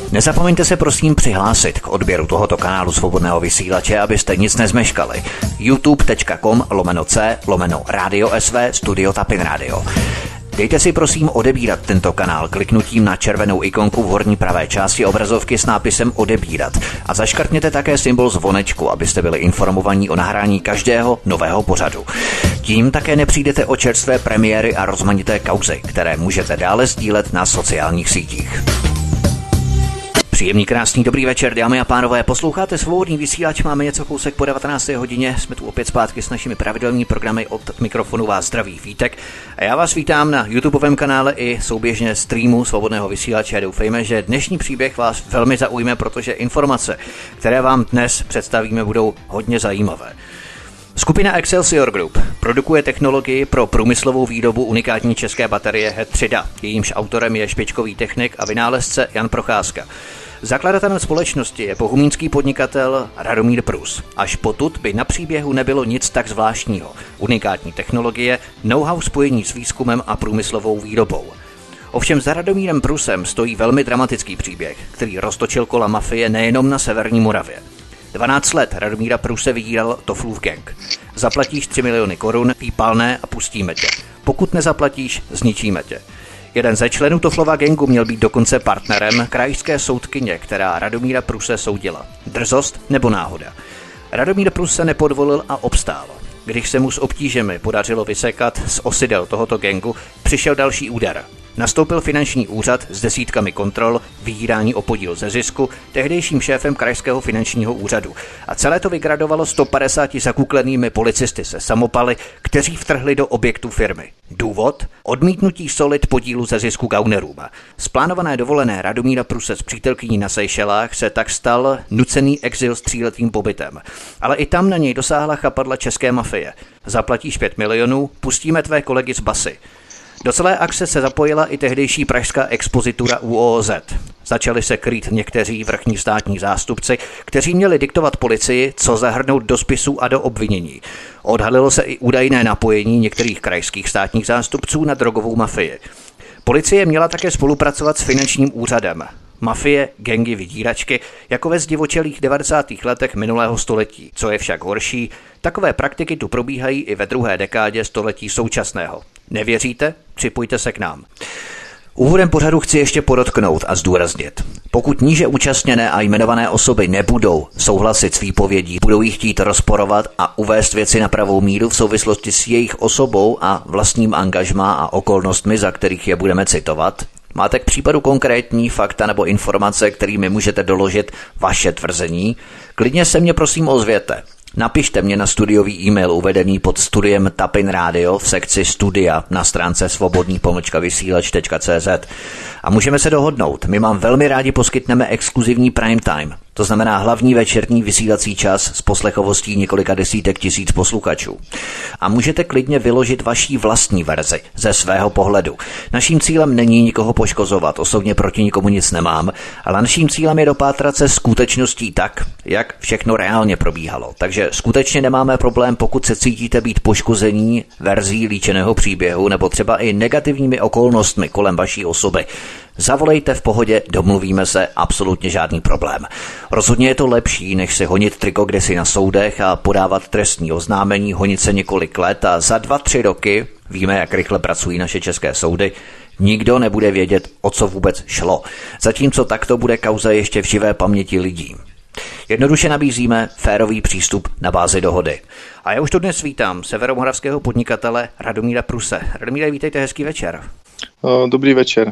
Nezapomeňte se prosím přihlásit k odběru tohoto kanálu Svobodného vysílače, abyste nic nezmeškali. youtube.com/c/Radio SV Studio Tapin Radio. Dejte si prosím odebírat tento kanál kliknutím na červenou ikonku v horní pravé části obrazovky s nápisem odebírat a zaškrtněte také symbol zvonečku, abyste byli informovaní o nahrání každého nového pořadu. Tím také nepřijdete o čerstvé premiéry a rozmanité kauzy, které můžete dále sdílet na sociálních sítích. Příjemný, krásný, dobrý večer, dámy a pánové, posloucháte Svobodný vysílač, máme něco kousek po 19. hodině, jsme tu opět zpátky s našimi pravidelnými programy, od mikrofonu vás zdraví Vítek a já vás vítám na YouTubeovém kanále i souběžně streamu Svobodného vysílače a doufejme, že dnešní příběh vás velmi zaujme, protože informace, které vám dnes představíme, budou hodně zajímavé. Skupina Excelsior Group produkuje technologii pro průmyslovou výrobu unikátní české baterie Het3DA. Jejímž autorem je špičkový technik a vynálezce Jan Procházka. Zakladatelem společnosti je bohumínský podnikatel Radomír Prus. Až potud by na příběhu nebylo nic tak zvláštního. Unikátní technologie, know-how spojení s výzkumem a průmyslovou výrobou. Ovšem za Radomírem Prusem stojí velmi dramatický příběh, který roztočil kola mafie nejenom na severní Moravě. 12 let Radomíra Pruse vydíral Toflův gang. Zaplatíš 3 miliony korun, výpalné a pustíme tě. Pokud nezaplatíš, zničíme tě. Jeden ze členů Toflova gangu měl být dokonce partnerem krajské soudkyně, která Radomíra Pruse soudila. Drzost nebo náhoda? Radomír Prus se nepodvolil a obstál. Když se mu s obtížemi podařilo vysekat z osidel tohoto gangu, přišel další úder. Nastoupil finanční úřad s desítkami kontrol, vydírání o podíl ze zisku, tehdejším šéfem krajského finančního úřadu. A celé to vygradovalo 150 zakuklenými policisty se samopaly, kteří vtrhli do objektu firmy. Důvod? Odmítnutí solit podílu ze zisku gaunerům. Z plánované dovolené Radomíra Pruse s přítelkyní na Seychelách se tak stal nucený exil s 3letým pobytem. Ale i tam na něj dosáhla chapadla české mafie. Zaplatíš 5 milionů, pustíme tvé kolegy z basy. Do celé akce se zapojila i tehdejší pražská expozitura ÚOOZ. Začali se krýt někteří vrchní státní zástupci, kteří měli diktovat policii, co zahrnout do spisů a do obvinění. Odhalilo se i údajné napojení některých krajských státních zástupců na drogovou mafii. Policie měla také spolupracovat s finančním úřadem. Mafie, gangy, vydíračky, jako ve zdivočelých 90. letech minulého století. Co je však horší, takové praktiky tu probíhají i ve druhé dekádě století současného. Nevěříte? Připojte se k nám. Úvodem pořadu chci ještě podotknout a zdůraznit. Pokud níže účastněné a jmenované osoby nebudou souhlasit s výpovědí, budou ji chtít rozporovat a uvést věci na pravou míru v souvislosti s jejich osobou a vlastním angažmá a okolnostmi, za kterých je budeme citovat, máte k případu konkrétní fakta nebo informace, kterými můžete doložit vaše tvrzení, klidně se mě prosím ozvěte. Napište mě na studiový e-mail uvedený pod studiem Tapin Radio v sekci studia na stránce svobodný-vysílač.cz a můžeme se dohodnout. My vám velmi rádi poskytneme exkluzivní prime time, to znamená hlavní večerní vysílací čas s poslechovostí několika desítek tisíc posluchačů. A můžete klidně vyložit vaší vlastní verzi ze svého pohledu. Naším cílem není nikoho poškozovat, osobně proti nikomu nic nemám, ale naším cílem je dopátrat se skutečností tak, jak všechno reálně probíhalo. Takže skutečně nemáme problém, pokud se cítíte být poškození verzí líčeného příběhu nebo třeba i negativními okolnostmi kolem vaší osoby. Zavolejte v pohodě, domluvíme se, absolutně žádný problém. Rozhodně je to lepší, než se honit triko kdesi na soudech a podávat trestní oznámení, honit se několik let a za 2-3 roky, víme, jak rychle pracují naše české soudy, nikdo nebude vědět, o co vůbec šlo. Zatímco takto bude kauza ještě v živé paměti lidí. Jednoduše nabízíme férový přístup na bázi dohody. A já už tu dnes vítám severomoravského podnikatele Radomíra Pruse. Radomíre, vítejte, hezký večer. Dobrý večer.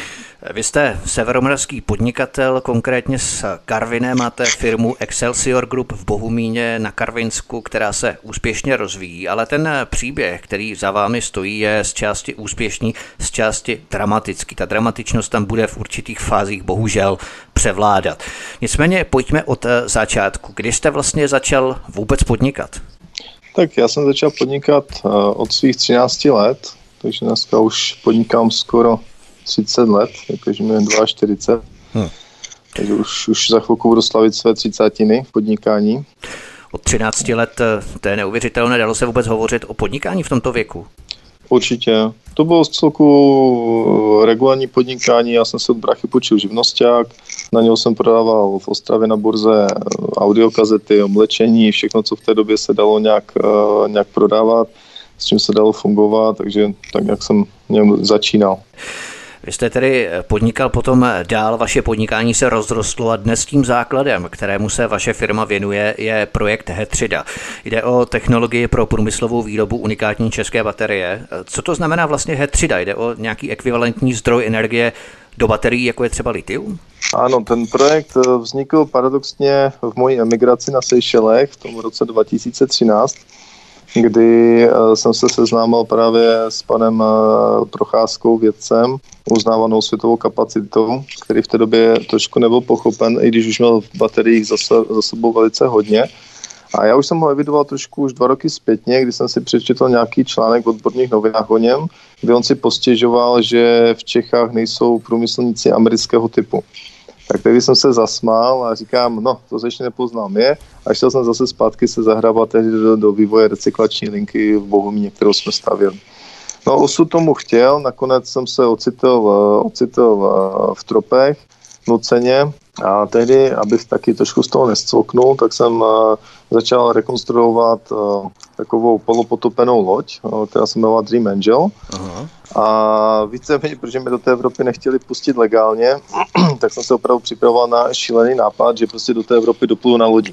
Vy jste severomoravský podnikatel, konkrétně s Karviné máte firmu Excelsior Group v Bohumíně na Karvinsku, která se úspěšně rozvíjí, ale ten příběh, který za vámi stojí, je z části úspěšný, z části dramatický. Ta dramatičnost tam bude v určitých fázích bohužel převládat. Nicméně pojďme od začátku. Kdy jste vlastně začal vůbec podnikat? Tak já jsem začal podnikat od svých 13 let, takže dneska už podnikám skoro 30 let, jakože mi je 42. Takže už za chvilku budu slavit své 30. podnikání. Od 13 let, to je neuvěřitelné, dalo se vůbec hovořit o podnikání v tomto věku? Určitě. To bylo z celku regulární podnikání, já jsem se od brachy půjčil živnosťák, na něho jsem prodával v Ostravě na burze audiokazety, oblečení, všechno, co v té době se dalo nějak prodávat, s čím se dalo fungovat, takže tak, jak jsem začínal. Vy jste tedy podnikal potom dál, vaše podnikání se rozrostlo a dnes tím základem, kterému se vaše firma věnuje, je projekt Hetrida. Jde o technologii pro průmyslovou výrobu unikátní české baterie. Co to znamená vlastně Hetrida? Jde o nějaký ekvivalentní zdroj energie do baterií, jako je třeba litium? Ano, ten projekt vznikl paradoxně v mojí emigraci na Seychelech v tom roce 2013, kdy jsem se seznámil právě s panem Procházkou, vědcem, uznávanou světovou kapacitou, který v té době trošku nebyl pochopen, i když už měl v bateriích za sebou velice hodně. A já už jsem ho evidoval trošku už 2 roky zpětně, kdy jsem si přečetl nějaký článek v odborných novinách o něm, kde on si postěžoval, že v Čechách nejsou průmyslníci amerického typu. Tak tehdy jsem se zasmál a říkám, no, to se ještě nepoznám je. A šel jsem zase zpátky se zahrávat tehdy do vývoje recyklační linky v Bohumíně, kterou jsme stavěli. No, osud tomu chtěl, nakonec jsem se ocitl v tropech nuceně a tehdy, abych taky trošku z toho nescvoknul, tak jsem začal rekonstruovat takovou polopotopenou loď, která se jmenovala Dream Angel. Aha. A víceméně, protože mě do té Evropy nechtěli pustit legálně, tak jsem se opravdu připravoval na šílený nápad, že prostě do té Evropy dopluju na lodi.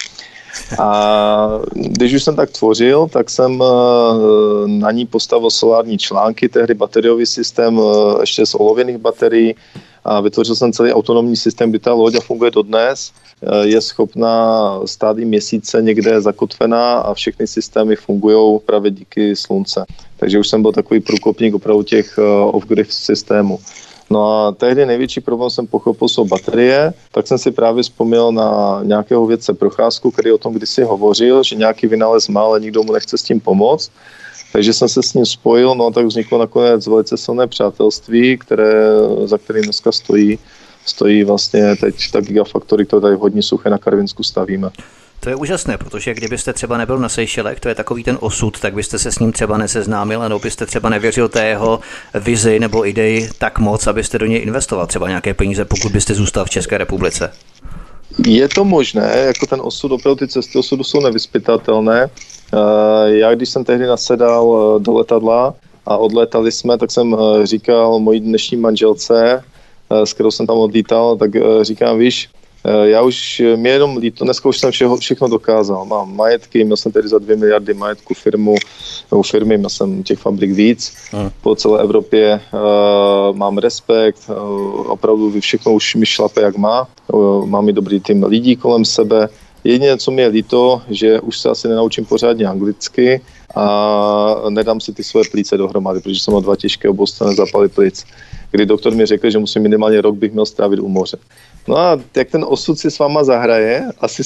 A když už jsem tak tvořil, tak jsem na ní postavil solární články, tehdy bateriový systém ještě z olověných baterií a vytvořil jsem celý autonomní systém, kdy ta loď a funguje dodnes, je schopná stát i měsíce někde zakotvená a všechny systémy fungují právě díky slunce. Takže už jsem byl takový průkopník opravdu těch off-grid systémů. No a tehdy největší problém jsem pochopil, jsou baterie, tak jsem si právě vzpomněl na nějakého vědce Procházku, který o tom kdysi hovořil, že nějaký vynález má, ale nikdo mu nechce s tím pomoct. Takže jsem se s ním spojil, no a tak vzniklo nakonec velice silné přátelství, za kterým dneska stojí vlastně teď ta Gigafactory, kterou tady v Hodní Suché na Karvinsku stavíme. To je úžasné, protože kdybyste třeba nebyl na Seychelech, to je takový ten osud, tak byste se s ním třeba neseznámil, nebo byste třeba nevěřil té jeho vizi nebo ideji tak moc, abyste do něj investoval třeba nějaké peníze, pokud byste zůstal v České republice. Je to možné, jako ten osud, opravdu ty cesty osudu jsou nevyzpytatelné. Já když jsem tehdy nasedal do letadla a odlétali jsme, tak jsem říkal mojí dnešní manželce, s kterou jsem tam odlítal, tak říkám, víš, mě jenom líto, dneska už jsem všechno dokázal. Mám majetky, měl jsem tedy za 2 miliardy majetku firmy, měl jsem těch fabrik víc po celé Evropě, mám respekt, opravdu všechno už mi šlape jak má, mám i dobrý tým lidí kolem sebe. Jediné, co mi je líto, že už se asi nenaučím pořádně anglicky a nedám si ty svoje plíce dohromady, protože jsem měl 2 těžké oboustrané zápaly plic, kdy doktor mi řekl, že musím minimálně rok bych měl strávit u moře. No a jak ten osud si s váma zahraje,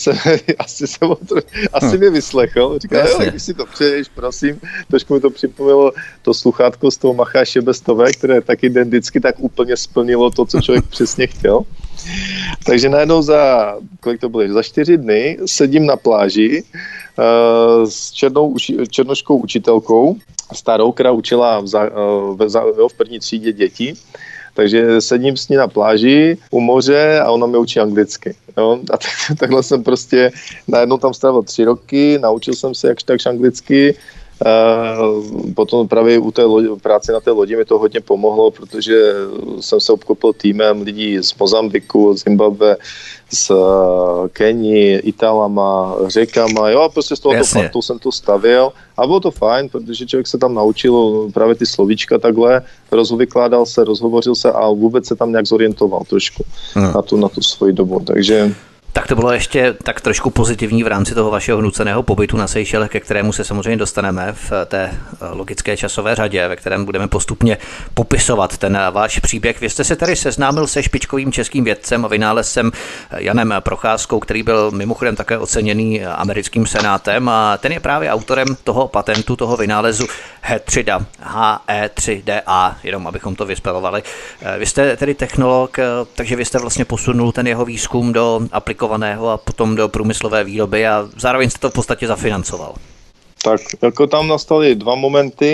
asi mě vyslechl. Říkal, jo, když si to přeješ, prosím. Trošku mi to připomnělo to sluchátko z toho Macháše Bestové, které tak identicky tak úplně splnilo to, co člověk přesně chtěl. Takže najednou kolik to bylo, za 4 dny sedím na pláži s černoškou učitelkou, starou, která učila v první třídě děti. Takže sedím s ní na pláži u moře a ona mě učí anglicky. Jo? A takhle jsem prostě najednou tam strávil 3 roky, naučil jsem se jakž takž anglicky. Potom právě u té práce na té lodi mi to hodně pomohlo, protože jsem se obklopil týmem lidí z Mozambiku, Zimbabwe, z Keni, Italama, Řekama, jo, a prostě z tohoto faktu jsem to stavěl a bylo to fajn, protože člověk se tam naučil právě ty slovíčka takhle, rozvykládal se, rozhovořil se a vůbec se tam nějak zorientoval trošku na tu svoji dobu, takže... Tak to bylo ještě tak trošku pozitivní v rámci toho vašeho nuceného pobytu na Seychelech, ke kterému se samozřejmě dostaneme v té logické časové řadě, ve kterém budeme postupně popisovat ten váš příběh. Vy jste se tady seznámil se špičkovým českým vědcem a vynálezcem Janem Procházkou, který byl mimochodem také oceněný americkým senátem a ten je právě autorem toho patentu, toho vynálezu Hetrida, HE3DA, jenom abychom to vyspelovali. Vy jste tedy technolog, takže vy jste vlastně posunul ten jeho výzkum do aplikovaného a potom do průmyslové výroby a zároveň jste to v podstatě zafinancoval. Tak, jako tam nastaly 2 momenty.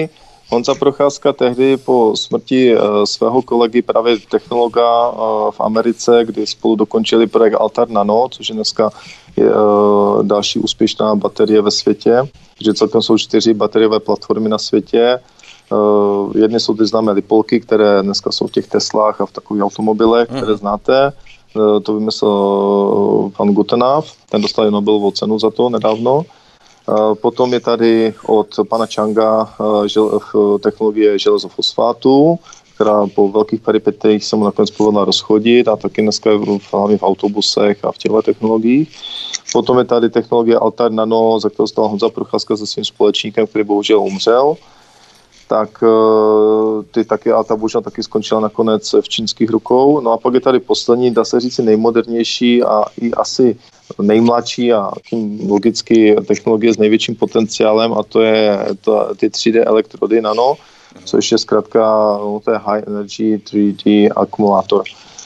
Honza Procházka tehdy po smrti svého kolegy, právě technologa v Americe, kdy spolu dokončili projekt Altar Nano, což je dneska další úspěšná baterie ve světě, že celkem jsou 4 bateriové platformy na světě. Jedny jsou ty známé Lipolky, které dneska jsou v těch Teslách a v takových automobilech, které znáte. To vymyslel pan Gutenav, ten dostal Nobelovu cenu za to nedávno. Potom je tady od pana Changa technologie železofosfátu, která po velkých peripetích se mu nakonec povedla rozchodit a taky dneska hlavně v autobusech a v těchto technologiích. Potom je tady technologie Altar Nano, za kterou stal Honza Procházka se svým společníkem, který bohužel umřel. Tak ta bohužel taky skončila nakonec v čínských rukou. No a pak je tady poslední, dá se říct, nejmodernější a i asi nejmladší a tím logicky technologie s největším potenciálem a to je ty 3D elektrody nano, což je zkrátka to je High Energy 3D akumulátor.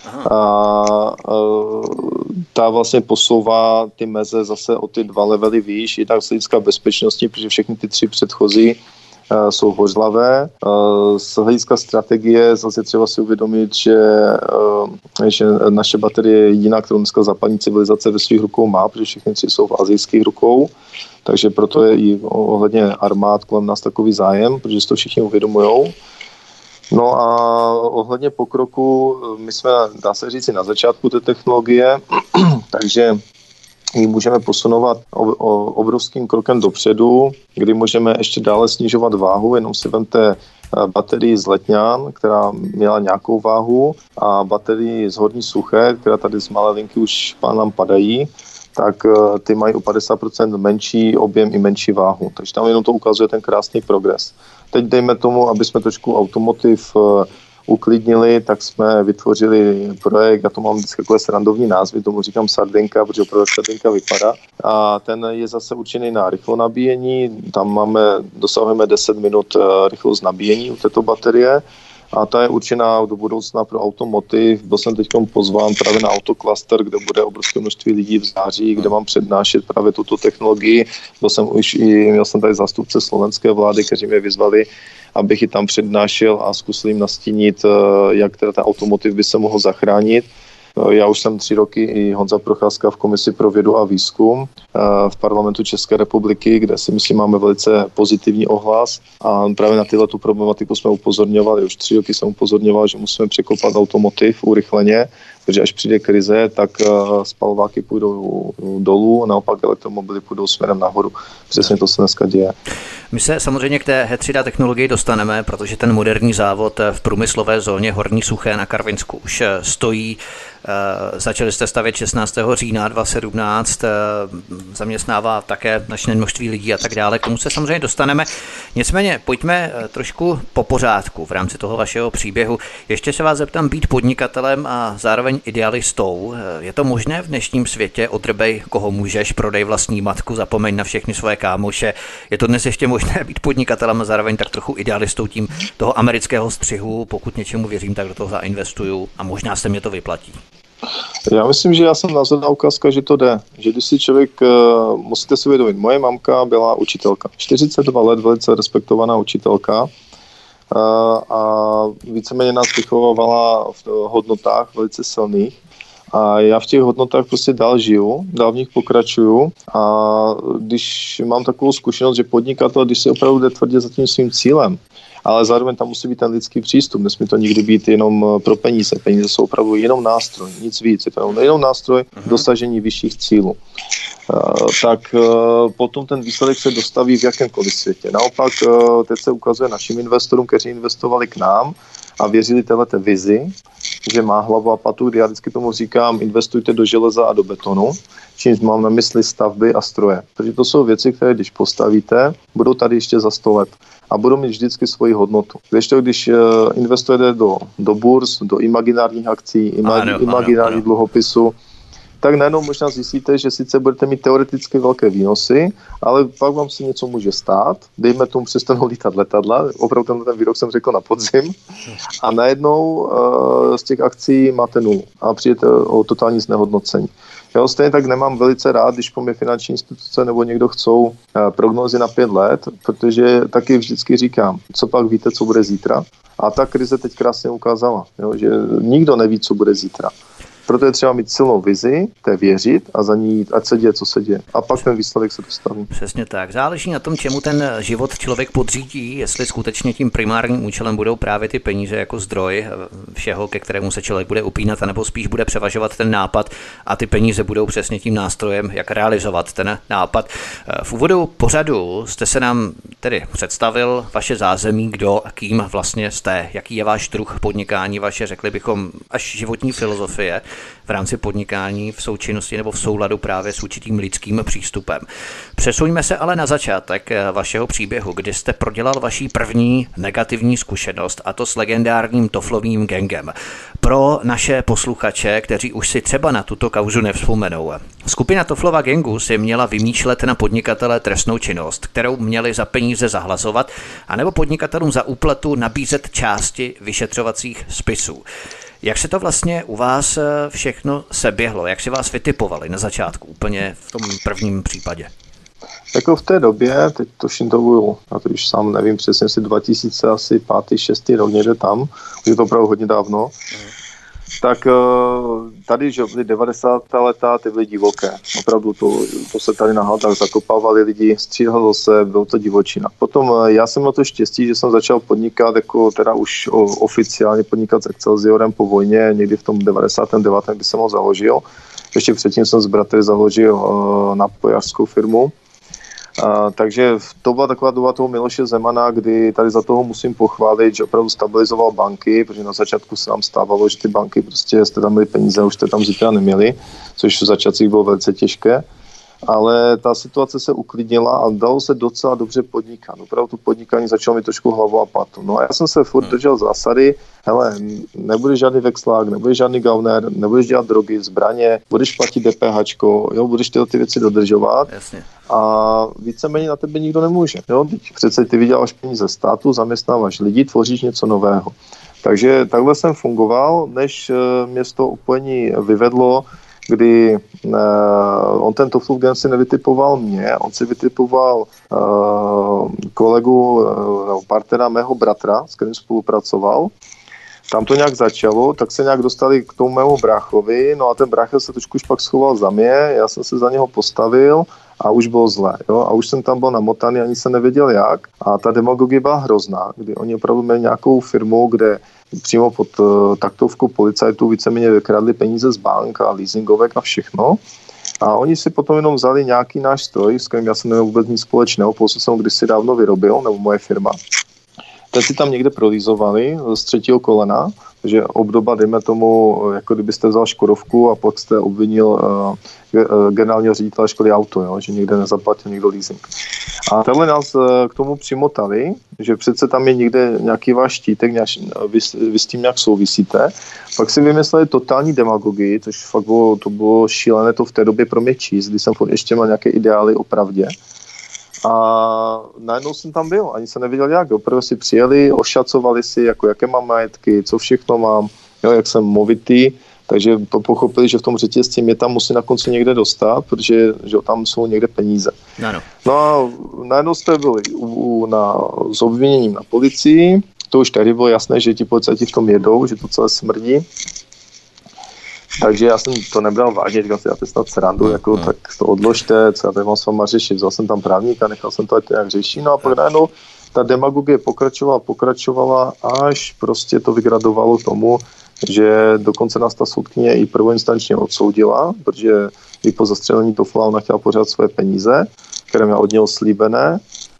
Ta vlastně posouvá ty meze zase o ty 2 levely výš, i tak z hlediska bezpečnosti, protože všechny ty 3 předchozí jsou hořlavé. Z hlediska strategie zase třeba si uvědomit, že naše baterie je jediná, kterou dneska západní civilizace ve svých rukou má, protože všechny 3 jsou v asijských rukou. Takže proto je i ohledně armád kolem nás takový zájem, protože si to všichni uvědomujou. No a ohledně pokroku, my jsme, dá se říct, na začátku té technologie, takže ji můžeme posunovat obrovským krokem dopředu, kdy můžeme ještě dále snižovat váhu, jenom si vemte baterii z Letňan, která měla nějakou váhu, a baterii z Horní Suché, která tady z malé linky už nám padají, tak ty mají o 50% menší objem i menší váhu. Takže tam jenom to ukazuje ten krásný progres. Teď dejme tomu, aby jsme trošku automotiv uklidnili, tak jsme vytvořili projekt, já to mám vždycky takové srandovní názvy, tomu říkám sardinka, protože opravdu sardinka vypadá. A ten je zase určený na rychlonabíjení, tam dosahujeme 10 minut rychlost nabíjení u této baterie. A ta je určená do budoucna pro automotiv. Byl jsem teď pozván právě na Autocluster, kde bude obrovské množství lidí v září, kde mám přednášet právě tuto technologii. Měl jsem tady zástupce slovenské vlády, kteří mě vyzvali, abych ji tam přednášel a zkusil jim nastínit, jak teda ten automotiv by se mohl zachránit. Já už jsem 3 roky i Honza Procházka v Komisi pro vědu a výzkum v parlamentu České republiky, kde si myslím máme velice pozitivní ohlas a právě na tu problematiku jsme upozorňovali. Už 3 roky jsem upozorňoval, že musíme překopat automotiv urychleně, protože až přijde krize, tak spalováky půjdou dolů a naopak elektromobily půjdou směrem nahoru. Přesně to se dneska děje. My se samozřejmě k té H3D technologii dostaneme, protože ten moderní závod v průmyslové zóně Horní Suché na Karvinsku už stojí. Začali jste stavět 16. října 2017, zaměstnává také značné množství lidí a tak dále. K tomu se samozřejmě dostaneme. Nicméně pojďme trošku po pořádku v rámci toho vašeho příběhu. Ještě se vás zeptám, být podnikatelem a zároveň idealistou. Je to možné v dnešním světě? Odrbej, koho můžeš, prodej vlastní matku, zapomeň na všechny svoje kámoše. Je to dnes ještě možné být podnikatelem a zároveň tak trochu idealistou tím toho amerického střihu? Pokud něčemu věřím, tak do toho zainvestuju a možná se mě to vyplatí. Já myslím, že já jsem názorná ukázka, že to jde. Že když si člověk, musíte si uvědomit, moje mamka byla učitelka. 42 let velice respektovaná učitelka a víceméně nás vychovávala v hodnotách velice silných. A já v těch hodnotách prostě dál žiju, dál v nich pokračuju a když mám takovou zkušenost, že podnikatel, když si opravdu jde tvrdě za tím svým cílem, ale zároveň tam musí být ten lidský přístup, nesmí to nikdy být jenom pro peníze. Peníze jsou opravdu jenom nástroj, nic víc, je to jenom nástroj k dosažení vyšších cílů. Tak potom ten výsledek se dostaví v jakémkoliv světě. Naopak teď se ukazuje našim investorům, kteří investovali k nám a věřili téhleté vizi, že má hlavu a patu, kdy já vždycky tomu říkám, investujte do železa a do betonu, čímž mám na mysli stavby a stroje. Takže to jsou věci, které když postavíte, budou tady ještě za 100 let a budou mít vždycky svoji hodnotu. Když investujete do burz, do imaginárních akcí, imaginárních dluhopisů, tak najednou možná zjistíte, že sice budete mít teoreticky velké výnosy, ale pak vám se něco může stát. Dejme tomu, přestanou lítat letadla, opravdu ten výrok jsem řekl na podzim, a najednou z těch akcí máte nulu a přijdete o totální znehodnocení. Jo, stejně tak nemám velice rád, když po mě finanční instituce nebo někdo chcou prognózy na 5 let, protože taky vždycky říkám, co pak víte, co bude zítra. A ta krize teď krásně ukázala, jo, že nikdo neví, co bude zítra. Proto je třeba mít silnou vizi, té věřit a za ní jít, ať se děje, co se děje. A pak ten výsledek se dostaví. Přesně tak. Záleží na tom, čemu ten život člověk podřídí, jestli skutečně tím primárním účelem budou právě ty peníze jako zdroj všeho, ke kterému se člověk bude upínat, anebo spíš bude převažovat ten nápad a ty peníze budou přesně tím nástrojem, jak realizovat ten nápad. V úvodu pořadu jste se nám tedy představil vaše zázemí, kdo a kým vlastně jste, jaký je váš druh podnikání, vaše, řekli bychom, až životní filozofie v rámci podnikání v součinnosti nebo v souladu právě s určitým lidským přístupem. Přesuňme se ale na začátek vašeho příběhu, kdy jste prodělal vaší první negativní zkušenost, a to s legendárním toflovým gangem. Pro naše posluchače, kteří už si třeba na tuto kauzu nevzpomenou. Skupina Toflova gangu si měla vymýšlet na podnikatele trestnou činnost, kterou měli za peníze zahlazovat, anebo podnikatelům za úplatu nabízet části vyšetřovacích spisů. Jak se to vlastně u vás všechno seběhlo? Jak si vás vytipovali na začátku, úplně v tom prvním případě? Jako v té době, teď to šintovuju, já to už sám nevím přesně, asi 2000, asi 5., 6. rok, někde tam, už je to opravdu hodně dávno, tak tady, že byly 90. leta, ty byly divoké. Opravdu to se tady na haldách zakopávali lidi, stříhalo se, bylo to divočina. Potom já jsem měl to štěstí, že jsem začal podnikat, jako teda už oficiálně podnikat s Excelsiorem po vojně, někdy v tom 99. kdy jsem ho založil. Ještě předtím jsem s bratry založil nápojářskou firmu. Takže to byla taková doba toho Miloše Zemana, kdy tady za toho musím pochválit, že opravdu stabilizoval banky, protože na začátku se nám stávalo, že ty banky prostě jste tam měli peníze a už jste tam zítra neměli, což v začátcích bylo velice těžké. Ale ta situace se uklidnila a dalo se docela dobře podnikat. Opravdu to podnikání začalo mi trošku hlavu a patu. No a já jsem se furt držel zásady, hele, nebudeš žádný vexlák, nebudeš žádný gauner, nebudeš dělat drogy, zbraně, budeš platit DPHčko, jo, budeš ty věci dodržovat. Jasně. A víceméně na tebe nikdo nemůže. Jo? Přece ty vyděláváš peníze státu, zaměstnáváš lidi, tvoříš něco nového. Takže takhle jsem fungoval, než mě z toho upojení vyvedlo, kdy on ten Toflův gang si nevytipoval mě, on si vytipoval kolegu, partnera mého bratra, s kterým spolupracoval. Tam to nějak začalo, tak se nějak dostali k tomu mému bráchovi, no a ten brácha se trošku už pak schoval za mě, já jsem se za něho postavil a už bylo zlé, jo, a už jsem tam byl namotaný, ani se nevěděl jak. A ta demagogie byla hrozná, kdy oni opravdu měli nějakou firmu, kde přímo pod taktovkou policajtů víceméně vykradli peníze z bank a leasingovek a všechno. A oni si potom jenom vzali nějaký náš stroj, s kterým já jsem neměl vůbec nic společného, protože jsem ho kdysi dávno vyrobil, nebo moje firma. Ten si tam někde prolízovali z 3. kolena, takže obdoba, dejme tomu, jako kdybyste vzal Škodovku a pak jste obvinil generálního ředitele Škody Auto, jo, že někde nezaplatil někdo leasing. A tenhle nás k tomu přimotali, že přece tam je někde nějaký váš štítek, vy s tím nějak souvisíte. Pak si vymysleli totální demagogii, což fakt bylo šílené to v té době pro mě číst, když jsem ještě měl nějaké ideály o pravdě. A najednou jsem tam byl, ani se nevěděl jak. Opravdu si přijeli, ošacovali si, jako jaké mám majetky, co všechno mám, jo, jak jsem movitý, takže to pochopili, že v tom řetězci mě tam musí na konci někde dostat, protože že tam jsou někde peníze. No a najednou jste byli s obviněním na policii, to už tady bylo jasné, že ti policajti v tom jedou, že to celé smrdí. Takže já jsem to nebral vážně, říkal si, já to snad srandu, jako, tak to odložte, co já tady mám s váma řešit. Vzal jsem tam právníka, nechal jsem to ať nějak řešit, no a pak najednou ta demagogie pokračovala, až prostě to vygradovalo tomu, že dokonce nás ta soudkyně i prvoinstančně odsoudila, protože i po zastřelení Tofla ona chtěla pořád své peníze, které měla od něho slíbené.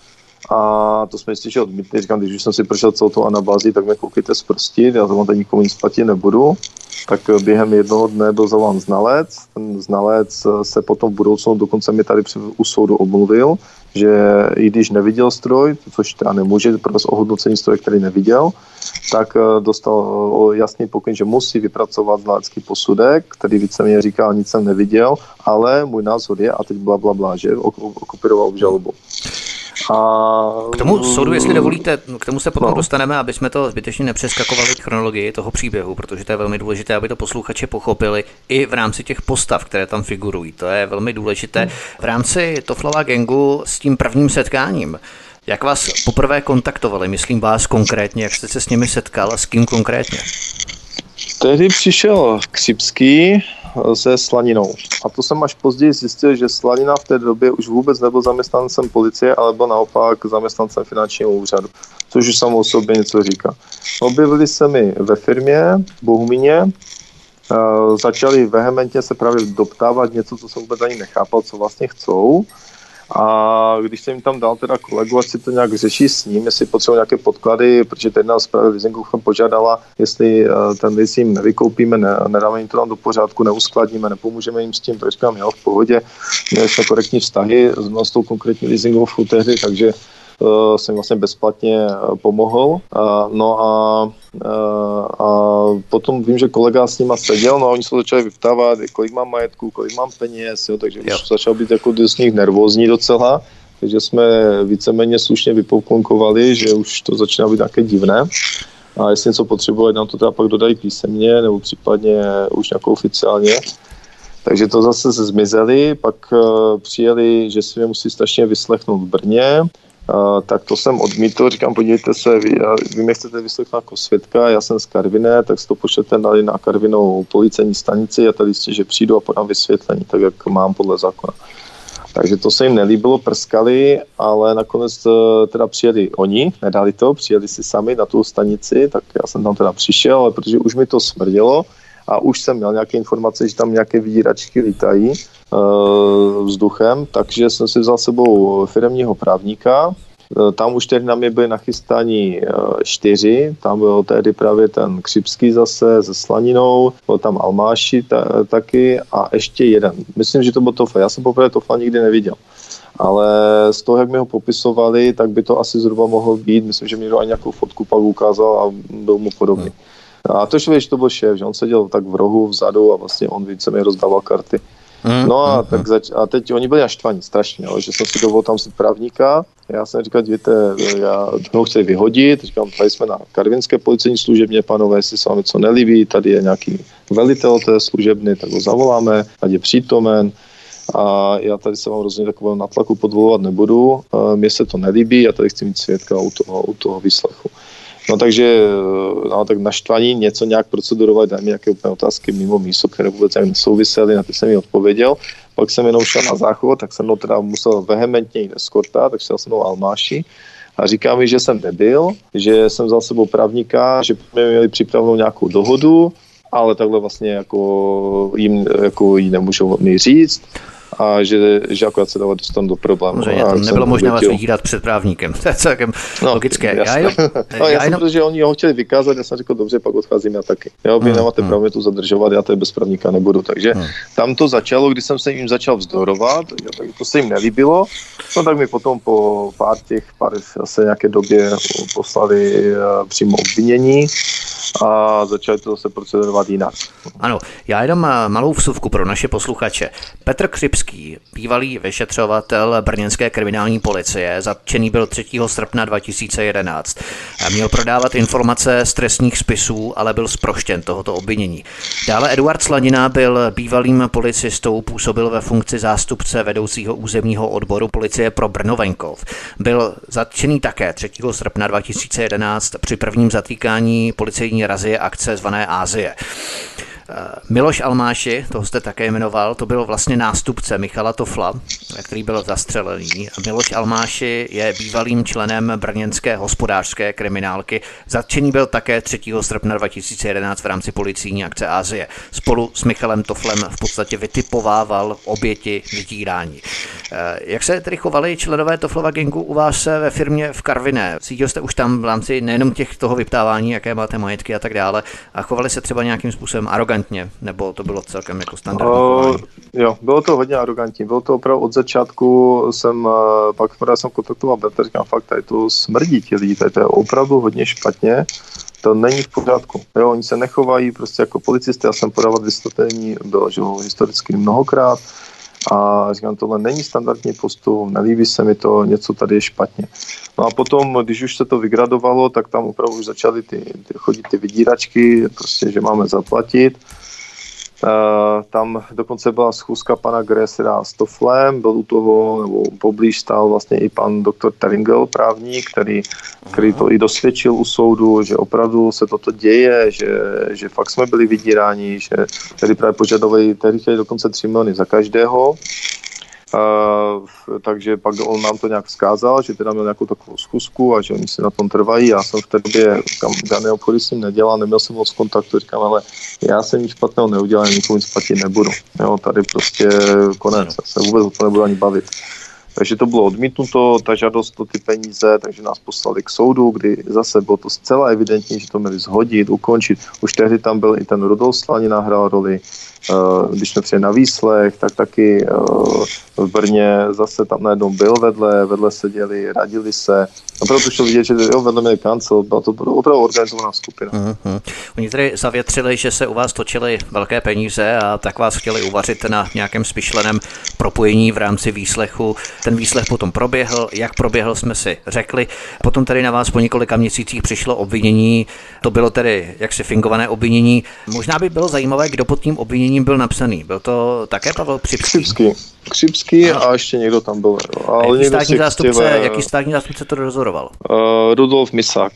A to jsme jistě odmítli, říkám, když už jsem si prošel celou tu anabázi, tak mě koukejte zprstit, já vám tady nikomu nic platit nebudu. Tak během jednoho dne byl zavolán znalec, ten znalec se potom v budoucnu, dokonce mi tady u soudu omluvil, že i když neviděl stroj, což teda nemůže, protože ohodnocení stroje, který neviděl, tak dostal jasný pokyn, že musí vypracovat znalecký posudek, který víceméně říká, nic jsem neviděl, ale můj názor je, a teď blablabla, že okopíroval obžalobu. K tomu soudu, jestli dovolíte, k tomu se potom dostaneme, aby jsme to zbytečně nepřeskakovali chronologii toho příběhu, protože to je velmi důležité, aby to posluchači pochopili i v rámci těch postav, které tam figurují. To je velmi důležité. V rámci Tofflova gangu s tím prvním setkáním, jak vás poprvé kontaktovali, myslím vás konkrétně, jak jste se s nimi setkal a s kým konkrétně? Tehdy přišel Křipský se Slaninou. A to jsem až později zjistil, že Slanina v té době už vůbec nebyl zaměstnancem policie, ale byl naopak zaměstnancem finančního úřadu, což už samo o sobě něco říká. Objevili se mi ve firmě v Bohumíně, začali vehementně se právě doptávat něco, co jsem vůbec ani nechápal, co vlastně chcou. A když jsem jim tam dal teda kolegu, ať si to nějak řeší s ním, jestli potřebují nějaké podklady, protože teď nás právě leasingovka požádala, jestli ten leasing nevykoupíme, nedáme jim to tam do pořádku, neuskladníme, nepomůžeme jim s tím, to říkám, jo, v pohodě, měli jsme korektní vztahy s tou konkrétní leasingovkou tehdy, takže jsem vlastně bezplatně pomohl. A potom vím, že kolega s nima seděl, no a oni se začali vyptávat, kolik mám majetku, kolik mám peněz, jo, takže už začal být jako z nich nervózní docela, takže jsme víceméně slušně vypoklonkovali, že už to začíná být nějaké divné. A jestli něco potřebuje, nám to teda pak dodají písemně, nebo případně už nějakou oficiálně. Takže to zase se zmizeli, pak přijeli, že si mě musí strašně vyslechnout v Brně. Tak to jsem odmítl, říkám, podívejte se, vy mě chcete vyslechnout jako svědka, já jsem z Karviné, tak si to pošlete na Karvinou policejní stanici a tady jistě, že přijdu a podám vysvětlení, tak jak mám podle zákona. Takže to se jim nelíbilo, prskali, ale nakonec teda přijeli oni, nedali to, přijeli si sami na tu stanici, tak já jsem tam teda přišel, ale protože už mi to smrdělo a už jsem měl nějaké informace, že tam nějaké vydíračky lítají vzduchem, takže jsem si vzal sebou firemního právníka. Tam už tehdy na mě byli nachystáni 4, tam byl tehdy právě ten Křipský zase se Slaninou, byl tam Almáši taky a ještě jeden. Myslím, že to byl Toffla. Já jsem poprvé Toffla nikdy neviděl. Ale z toho, jak mi ho popisovali, tak by to asi zhruba mohlo být. Myslím, že mi to ani nějakou fotku pak ukázal a byl mu podobný. A to šlo, že to byl šéf, že on seděl tak v rohu vzadu a vlastně on více mi rozdával karty. No a, a teď oni byli naštvaní strašně, že jsem si dovolil tam si právníka. Já jsem říkal, víte, já ho chci vyhodit, říkám, tady jsme na karvinské policejní služebně, panové, jestli se vám něco nelíbí, tady je nějaký velitel té služebny, tak ho zavoláme, ať je přítomen. A já tady se vám rozhodně takového natlaku podvolovat nebudu, mně se to nelíbí, já tady chci mít svědka u toho výslechu. No takže tak naštvaní něco nějak procedurovat, daj mi nějaké úplně otázky mimo místo, které vůbec nějak nesouvisely, na ty jsem mi odpověděl. Pak jsem jenom šel na záchod, tak jsem teda musel vehementně jít eskortát, tak šel jsem mnou Almáši a říká mi, že jsem debil, že jsem vzal sebou právníka, že jsme měli připravenou nějakou dohodu, ale takhle vlastně jako jí nemůžou mi říct. A že akorát se dostanu do problému. To nebylo možné vás vydírat před právníkem. To je celkem logické. Já jsem protože oni ho chtěli vykázat, já jsem řekl, dobře, pak odcházím já taky. Vy nemáte právo mě tu zadržovat, já tady bez právníka nebudu. Takže tam to začalo, když jsem se jim začal vzdorovat, tak to se jim nelíbilo, no tak mi potom po pár asi nějaké době poslali přímo obvinění a začali to zase procedurovat jinak. Ano, já jenom malou vsuvku pro naše posluchače. Petr Křipský, bývalý vyšetřovatel brněnské kriminální policie, zatčený byl 3. srpna 2011. Měl prodávat informace z trestních spisů, ale byl zproštěn tohoto obvinění. Dále Eduard Slanina byl bývalým policistou, působil ve funkci zástupce vedoucího územního odboru policie pro Brno-Venkov. Byl zatčený také 3. srpna 2011 při prvním zatýkání policejní razie akce zvané Asie. Miloš Almáši, toho jste také jmenoval, to byl vlastně nástupce Michala Toffla, který byl zastřelený. Miloš Almáši je bývalým členem brněnské hospodářské kriminálky. Zatčený byl také 3. srpna 2011 v rámci policijní akce Asie. Spolu s Michalem Tofflem v podstatě vytipovával oběti vydírání. Jak se tedy chovali členové Tofflova gangu u vás ve firmě v Karviné? Cítil jste už tam v rámci nejenom toho vyptávání, jaké máte majetky a tak dále, a chovali se třeba nějakým způsobem arogantně arrogantně, nebo to bylo celkem jako standardní chování? Jo, bylo to hodně arrogantní. Bylo to opravdu od začátku, pak jsem kontaktoval Berta, říkám, fakt, tady to smrdí ti lidi, tady to je opravdu hodně špatně. To není v pořádku. Jo, oni se nechovají prostě jako policisty, já jsem podávat vysvětlení, bylo že historicky mnohokrát a říkám, tohle není standardní postup, nelíbí se mi to, něco tady je špatně. No a potom, když už se to vygradovalo, tak tam opravdu už začaly chodit ty vydíračky, prostě, že máme zaplatit. Tam dokonce byla schůzka pana Gressera s Tofflem, byl u toho, nebo poblíž stál vlastně i pan doktor Teringel, právník, který to i dosvědčil u soudu, že opravdu se toto děje, že fakt jsme byli vydíráni, že tady právě požadovali, tady chtěli dokonce 3 miliony za každého. Takže pak on nám to nějak vzkázal, že teda měl nějakou takovou schůzku a že oni si na tom trvají. Já jsem v té době žádné obchody s ním nedělal, neměl jsem moc kontaktu, říkám, ale já jsem nic špatného neudělal, nikomu nic platit nebudu. Jo, tady prostě konec, já se vůbec o to nebudu ani bavit. Takže to bylo odmítnuto, ta žádost o ty peníze, takže nás poslali k soudu, kdy zase bylo to zcela evidentní, že to měli shodit, ukončit. Už tehdy tam byl i ten Rudolf Slanina hrál roli. Když jsme přijeli na výslech, tak taky v Brně zase tam najednou byl vedle seděli, radili se. Opravdu šlo vidět, že vedle měli kancel, byla to opravdu organizovaná skupina. Oni tady zavětřili, že se u vás točily velké peníze a tak vás chtěli uvařit na nějakém smyšleném propojení v rámci výslechu. Ten výslech potom proběhl, jak proběhl, jsme si řekli. Potom tady na vás po několika měsících přišlo obvinění, to bylo tedy jaksi fingované obvinění. Možná by bylo zajímavé, kdo pod tím obviněním byl napsaný. Byl to také Pavel Křipský a ještě někdo tam byl. Ale jaký státní zástupce to dozoroval? Rudolf Misák.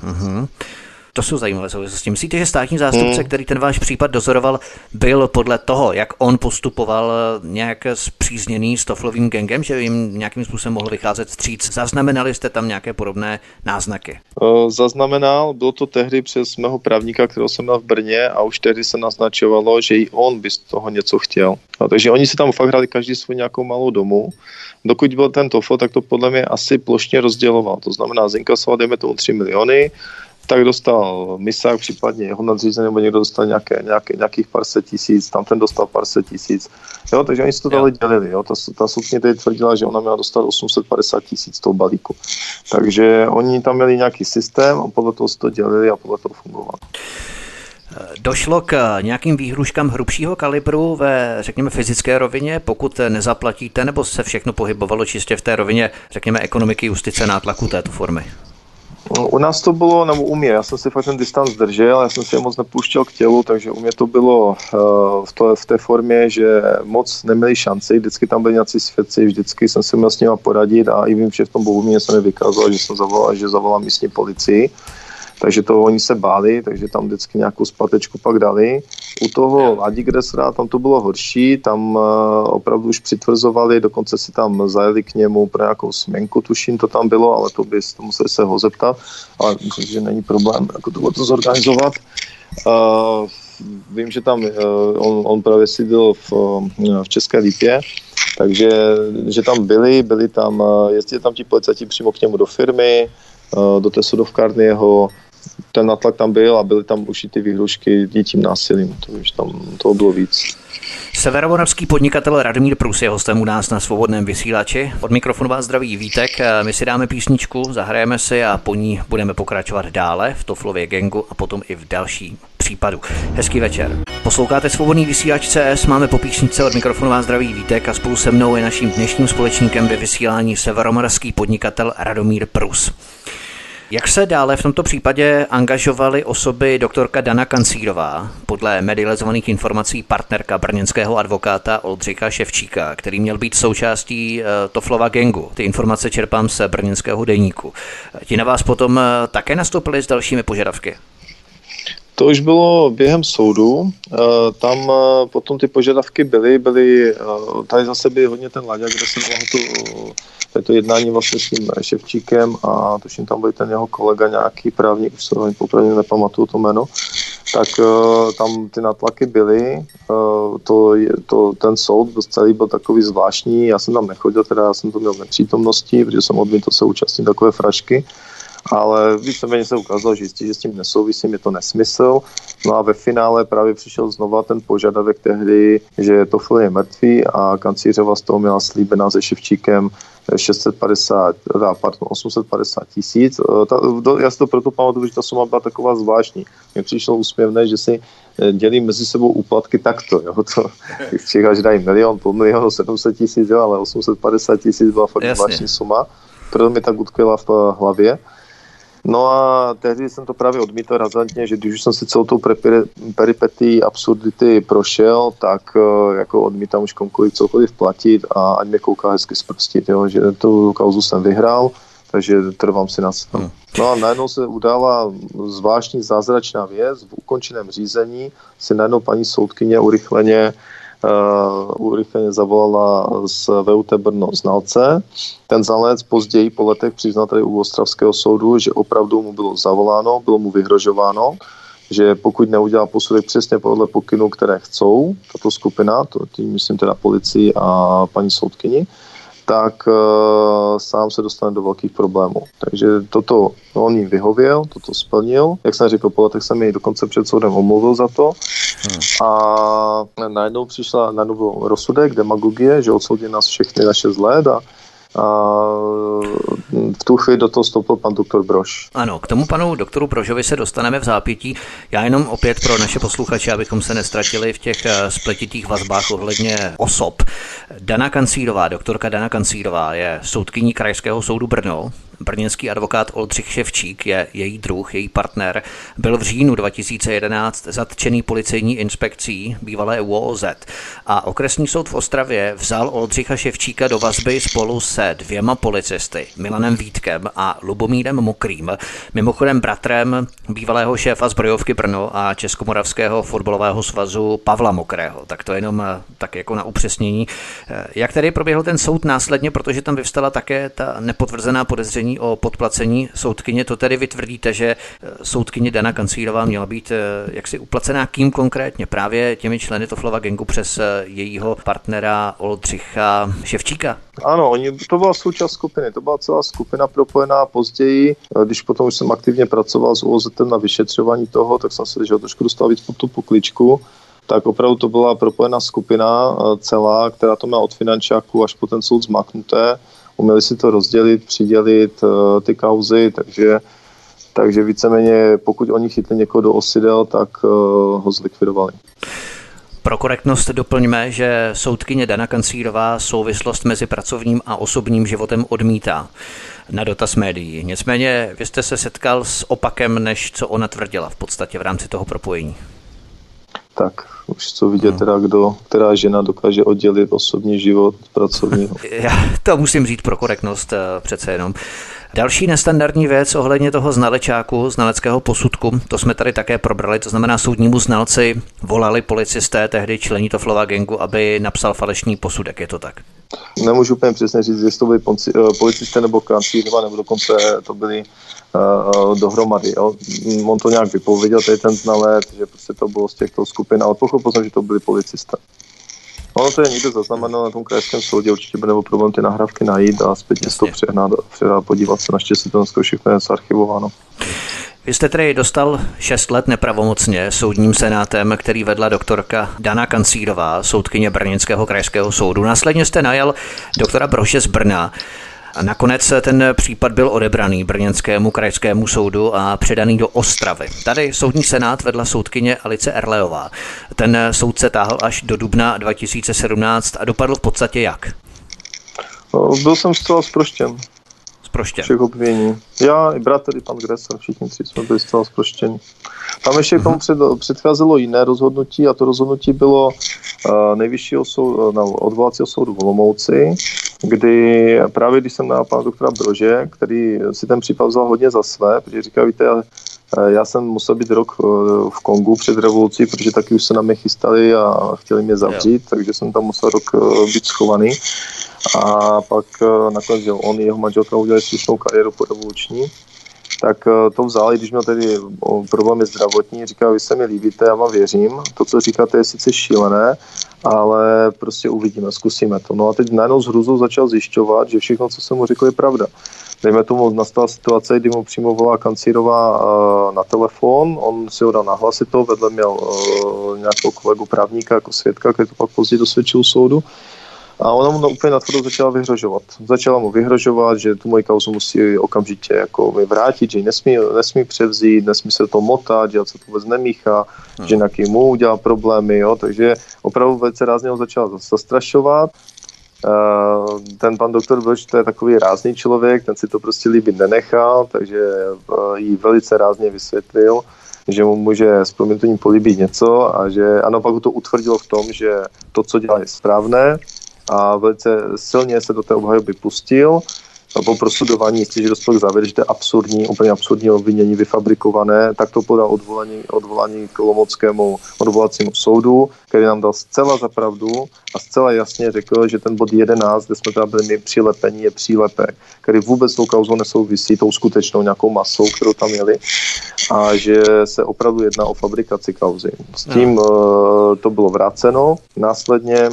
To jsou zajímavé souvislosti. Myslíte, že státní zástupce, který ten váš případ dozoroval, byl podle toho, jak on postupoval, nějak spřízněný s Tofflovým gangem, že jim nějakým způsobem mohl vycházet vstříc? Zaznamenali jste tam nějaké podobné náznaky? Zaznamenal, bylo to tehdy přes mého právníka, kterého jsem měl v Brně a už tehdy se naznačovalo, že i on by z toho něco chtěl. Takže oni si tam fakt hrali každý svou nějakou malou domu. Dokud byl ten Toffl, tak to podle mě asi plošně rozděloval. To znamená, zinkasoval, dejme tomu 3 miliony, tak dostal Misák, případně jeho nadřízený, nebo někdo dostal nějakých pár set tisíc, tam ten dostal pár set tisíc. Jo, takže oni si to dali dělili. Jo. Ta soudkyně tady tvrdila, že ona měla dostat 850 tisíc toho balíku. Takže oni tam měli nějaký systém a podle toho si to dělili a podle toho fungovalo. Došlo k nějakým výhruškám hrubšího kalibru ve, řekněme, fyzické rovině, pokud nezaplatíte, nebo se všechno pohybovalo čistě v té rovině, řekněme, ekonomiky, justice, nátlaku této formy? U nás to bylo, nebo u mě, já jsem si fakt ten distanc držel, já jsem si je moc nepouštěl k tělu, takže u mě to bylo v té formě, že moc neměli šanci, vždycky tam byli nějací svědci, vždycky jsem si měl s nimi poradit a i vím, že v tom Bohumíně jsem mi vykázal, že zavolal místní policii. Takže to oni se báli, takže tam vždycky nějakou spatečku pak dali. U toho Ladi Gressera tam to bylo horší, tam opravdu už přitvrzovali, dokonce si tam zajeli k němu pro nějakou směnku, tuším to tam bylo, ale to museli se ho zeptat, ale myslím, že není problém jako to zorganizovat. Vím, že tam on právě sídlil v České Lípě, takže že tam byli tam, jezdili tam ti policajti přímo k němu do firmy, do té sudovkárny jeho, ten natlak tam byl a byly tam už i ty výhrušky tím násilím, takže tam toho bylo víc. Severomoravský podnikatel Radomír Prus je hostem u nás na Svobodném vysílači. Od mikrofonu vás zdraví Vítek, my si dáme písničku, zahrajeme si a po ní budeme pokračovat dále v Tofflově gangu a potom i v další případu. Hezký večer. Posloucháte Svobodný vysílač CS, máme po písničce, od mikrofonu vás zdraví Vítek a spolu se mnou je naším dnešním společníkem ve vysílání severomoravský podnikatel Radomír Prus. Jak se dále v tomto případě angažovaly osoby doktorka Dana Kancírová, podle medializovaných informací partnerka brněnského advokáta Oldřicha Ševčíka, který měl být součástí Tofflova gangu. Ty informace čerpám z brněnského deníku. Ti na vás potom také nastoupili s dalšími požadavky? To už bylo během soudu, tam potom ty požadavky byly, tady zase byl hodně ten Láďa, kde jsem to jednání vlastně s tím Ševčíkem a tuším tam byl ten jeho kolega, nějaký právník, už se popravdě nepamatuju to jméno, tak tam ty nátlaky byly, ten soud celý byl takový zvláštní, já jsem tam nechodil, teda já jsem to měl v nepřítomnosti, protože jsem odmítl se účastnit takové frašky. ale víceméně se ukázalo, že s tím nesouvisím, je to nesmysl. No a ve finále právě přišel znova ten požadavek tehdy, že Toffl je mrtvý a kancířova z toho měla slíbená se Ševčíkem 850 tisíc. Já si to proto pamatuju, že ta suma byla taková zvláštní. Mně přišlo úsměvné, že si dělí mezi sebou úplatky takto. Jo? To, čeká, že dají milion, půl milionu, 700 tisíc, ale 850 tisíc byla fakt zvláštní suma. Proto mi tak utkvěla v hlavě. No a tehdy jsem to právě odmítal razantně, že když už jsem si celou tou peripetí absurdity prošel, tak jako odmítám už komukoliv cokoliv platit a ať mě kouká hezky zprostit, jo, že tu kauzu jsem vyhrál, takže trvám si na svém. No a najednou se udála zvláštní zázračná věc, v ukončeném řízení si najednou paní soudkyně urychleně zavolala z VUT Brno znalce. Ten znalec později po letech přiznal tady u ostravského soudu, že opravdu mu bylo zavoláno, bylo mu vyhrožováno, že pokud neudělá posudek přesně podle pokynů, které chcou, tato skupina, tím myslím teda policii a paní soudkyni, tak sám se dostane do velkých problémů. Takže toto on jim vyhověl, toto splnil. Jak jsem řekl, po letech jsem jej dokonce před soudem omluvil za to. A najednou byl rozsudek, demagogie, že odsoudil nás všechny na 6 let a v tu chvíli do toho vstoupil pan doktor Brož. Ano, k tomu panu doktoru Brožovi se dostaneme v zápětí. Já jenom opět pro naše posluchače, abychom se nestratili v těch spletitých vazbách ohledně osob. Doktorka Dana Kancírová je soudkyní Krajského soudu Brno. Brněnský advokát Oldřich Ševčík je její druh, její partner. Byl v říjnu 2011 zatčený policejní inspekcí bývalé ÚOOZ a okresní soud v Ostravě vzal Oldřicha Ševčíka do vazby spolu se 2 policisty, Milanem Vítkem a Lubomírem Mokrým, mimochodem bratrem bývalého šéfa zbrojovky Brno a Českomoravského fotbalového svazu Pavla Mokrého. Tak to jenom tak jako na upřesnění. Jak tedy proběhl ten soud následně, protože tam vyvstala také ta nepotvrzená podezření o podplacení soudkyně, to tedy vytvrdíte, že soudkyně Dana Kancírová měla být jaksi uplacená kým konkrétně? Právě těmi členy Tofflova gangu přes jejího partnera Oldřicha Ševčíka? Ano, to byla součást skupiny, to byla celá skupina propojená později, když potom už jsem aktivně pracoval s ÚOZ na vyšetřování toho, tak jsem se trošku dostal víc pod tu pokličku. Tak opravdu to byla propojená skupina celá, která to měla od finančáků až po ten soud zmaknuté. Uměli si to rozdělit, přidělit ty kauzy, takže víceméně pokud oni chytli někoho do osidel, tak ho zlikvidovali. Pro korektnost doplňme, že soudkyně Dana Kancírová souvislost mezi pracovním a osobním životem odmítá na dotaz médií. Nicméně vy jste se setkal s opakem, než co ona tvrdila v podstatě v rámci toho propojení. Tak už co vidět teda, která žena dokáže oddělit osobní život od pracovního. Já to musím říct pro korektnost přece jenom. Další nestandardní věc ohledně toho znaleckého posudku, to jsme tady také probrali, to znamená soudnímu znalci volali policisté, tehdy členi Tofflova gangu, aby napsal falešný posudek, je to tak? Nemůžu úplně přesně říct, jestli to byli policisté nebo Kancířova, nebo dokonce to byli dohromady. Jo. On to nějak vypověděl, tady ten znalec, že prostě to bylo z těchto skupin, ale pochopil jsem, že to byli policisté. Ono to je někde zaznamenalo na tom krajském soudě, určitě by nebyl problém ty nahrávky najít a zpětně to přehnat, podívat se, naštěstí to dneska všechno je zarchivováno. Vy jste tedy dostal 6 let nepravomocně soudním senátem, který vedla doktorka Dana Kancírová, soudkyně Brněnského krajského soudu. Následně jste najal doktora Broše z Brna. A nakonec ten případ byl odebraný Brněnskému krajskému soudu a předaný do Ostravy. Tady soudní senát vedla soudkyně Alice Erleová. Ten soud se táhl až do dubna 2017 a dopadl v podstatě jak? Byl jsem zcela zproštěn. Všech obvinění. Já, i bratr, i pan Gresser, všichni 3 jsme byli zcela zproštěni. Tam ještě k tomu předcházelo jiné rozhodnutí a to rozhodnutí bylo nejvyššího soudu, odvolacího soudu v Olomouci, kdy právě když jsem najal pana doktora Brože, který si ten případ vzal hodně za své, protože říká, víte, já jsem musel být rok v Kongu před revolucí, protože taky už se na mě chystali a chtěli mě zavřít, takže jsem tam musel rok být schovaný. A pak nakonec on i jeho manželka udělali slušnou kariéru po revoluční. tak to vzali, když měl tedy problémy zdravotní, říkal, vy se mi líbíte, já vám věřím, to, co říkáte, je sice šílené, ale prostě uvidíme, zkusíme to. No a teď najednou s hrůzou začal zjišťovat, že všechno, co jsem mu řekl, je pravda. Dejme tomu, nastala situace, kdy mu přímo volá kancírová na telefon, on si ho dal nahlasit to, vedle měl nějakého kolegu právníka jako svědka, který to pak později dosvědčil u soudu. A ona mu úplně natvrdo začala vyhrožovat. Začala mu vyhrožovat, že tu moji kauzu musí okamžitě jako vrátit, že ji nesmí převzít, nesmí se to motat, že se to vůbec nemíchá, že nějaký mu udělá problémy, jo. Takže opravdu velice rázně ho začala zastrašovat. Ten pan doktor Vlč, to je takový rázný člověk, ten si to prostě líbit nenechal, takže jí velice rázně vysvětlil, že mu může s proměnutím políbit něco a že ano, pak ho to utvrdilo v tom, že to, co dělá, je správné a velice silně se do té obhajoby pustil. A po prostudování jistě, že dospěl k závěru, že to je absurdní, úplně absurdní obvinění vyfabrikované, tak to podal odvolání k Olomouckému odvolacímu soudu, který nám dal zcela za pravdu a zcela jasně řekl, že ten bod 11, kde jsme tam byli my přilepení, je přílepek, který vůbec s tou kauzou nesouvisí, tou skutečnou nějakou masou, kterou tam měli, a že se opravdu jedná o fabrikaci kauzy. S tím to bylo vráceno. Následně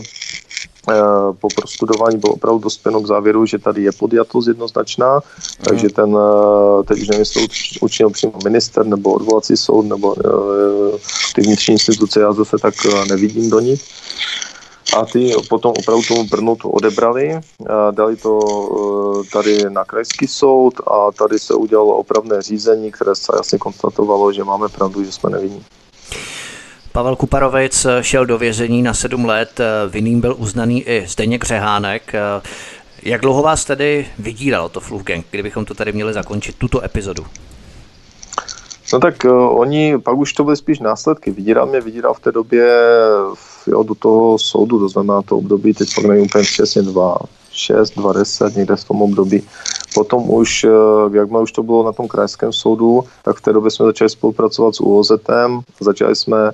po prostudování bylo opravdu dospěno k závěru, že tady je podjatost jednoznačná, takže teď už nevím, jestli to učinil přímo minister, nebo odvolací soud, nebo ty vnitřní instituce, já zase tak nevidím do nich. A ty potom opravdu tomu Brnu to odebrali, dali to tady na krajský soud a tady se udělalo opravné řízení, které se jasně konstatovalo, že máme pravdu, že jsme nevinní. Pavel Kuparovic šel do vězení na 7 let, vinným byl uznaný i Zdeněk Řehánek. Jak dlouho vás tedy vydíralo to Wolfgang, kdybychom to tady měli zakončit, tuto epizodu? No tak oni, pak už to byly spíš následky. Vydíral v té době do toho soudu, to znamená to období, teď pak nevím úplně přesně 2010, někde v tom období. Potom už, jakmile už to bylo na tom krajském soudu, tak v té době jsme začali spolupracovat s ÚOZem, začali jsme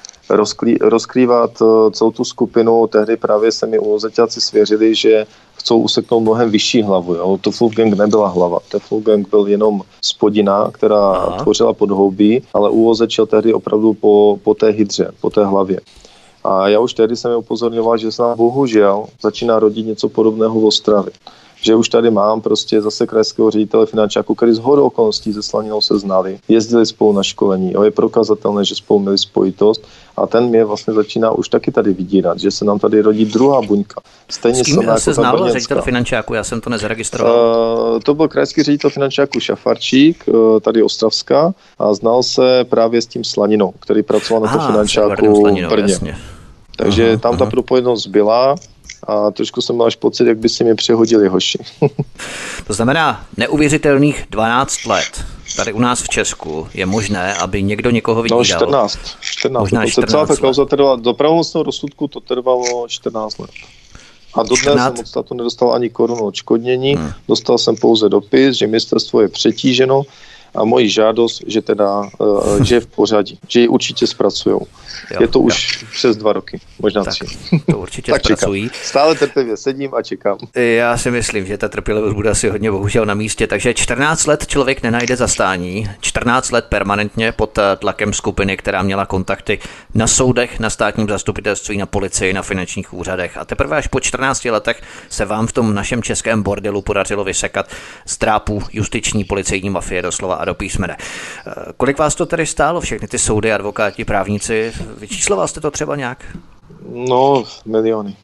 rozkrývat celou tu skupinu. Tehdy právě se mi ÚOZťáci svěřili, že chcou useknout mnohem vyšší hlavu. Jo. To Wolfgang nebyla hlava. To Wolfgang byl jenom spodina, která tvořila podhoubí, ale ÚOZ šel tehdy opravdu po té hydře, po té hlavě. A já už tehdy jsem je upozorňoval, že se nám bohužel začíná rodit něco podobného v Ostravě. Že už tady mám prostě zase krajského ředitele finančáku, který z shodou okolností se Slaninou se znali, jezdili spolu na školení, je prokazatelné, že spolu měli spojitost a ten mě vlastně začíná už taky tady vydírat, že se nám tady rodí druhá buňka. Stejně s kým se znal ředitel finančáku, já jsem to nezaregistroval. To byl krajský ředitel finančáku Šafarčík, tady Ostravska, a znal se právě s tím Slaninou, který pracoval na tom finančáku v Brně. Takže tam ta propojenost byla. A trošku jsem měl až pocit, jak by si mi přehodili hoši. To znamená, neuvěřitelných 12 let tady u nás v Česku je možné, aby někdo někoho vydíral. No 14. Možná 14 celá ta kauza trvala, do pravomocného rozsudku to trvalo 14 let. A dodnes jsem od státu nedostal ani korunu odškodnění. Dostal jsem pouze dopis, že ministerstvo je přetíženo a moji žádost, že teda, že je v pořadí, že ji určitě zpracujou. Je to už přes 2 roky, možná 3. To určitě zpracují. Stále trpělivě sedím a čekám. Já si myslím, že ta trpělivost bude asi hodně bohužel na místě, takže 14 let člověk nenajde zastání, 14 let permanentně pod tlakem skupiny, která měla kontakty na soudech, na státním zastupitelství, na policii, na finančních úřadech. A teprve až po 14 letech se vám v tom našem českém bordelu podařilo vysekat z trápů justiční policejní mafie doslova a do písmene. Kolik vás to tedy stálo, všechny ty soudy, advokáti, právníci? Vyčísloval jste to třeba nějak? No, miliony.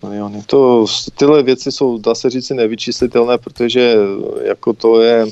Tyhle věci jsou, dá se říct, nevyčíslitelné, protože jako to je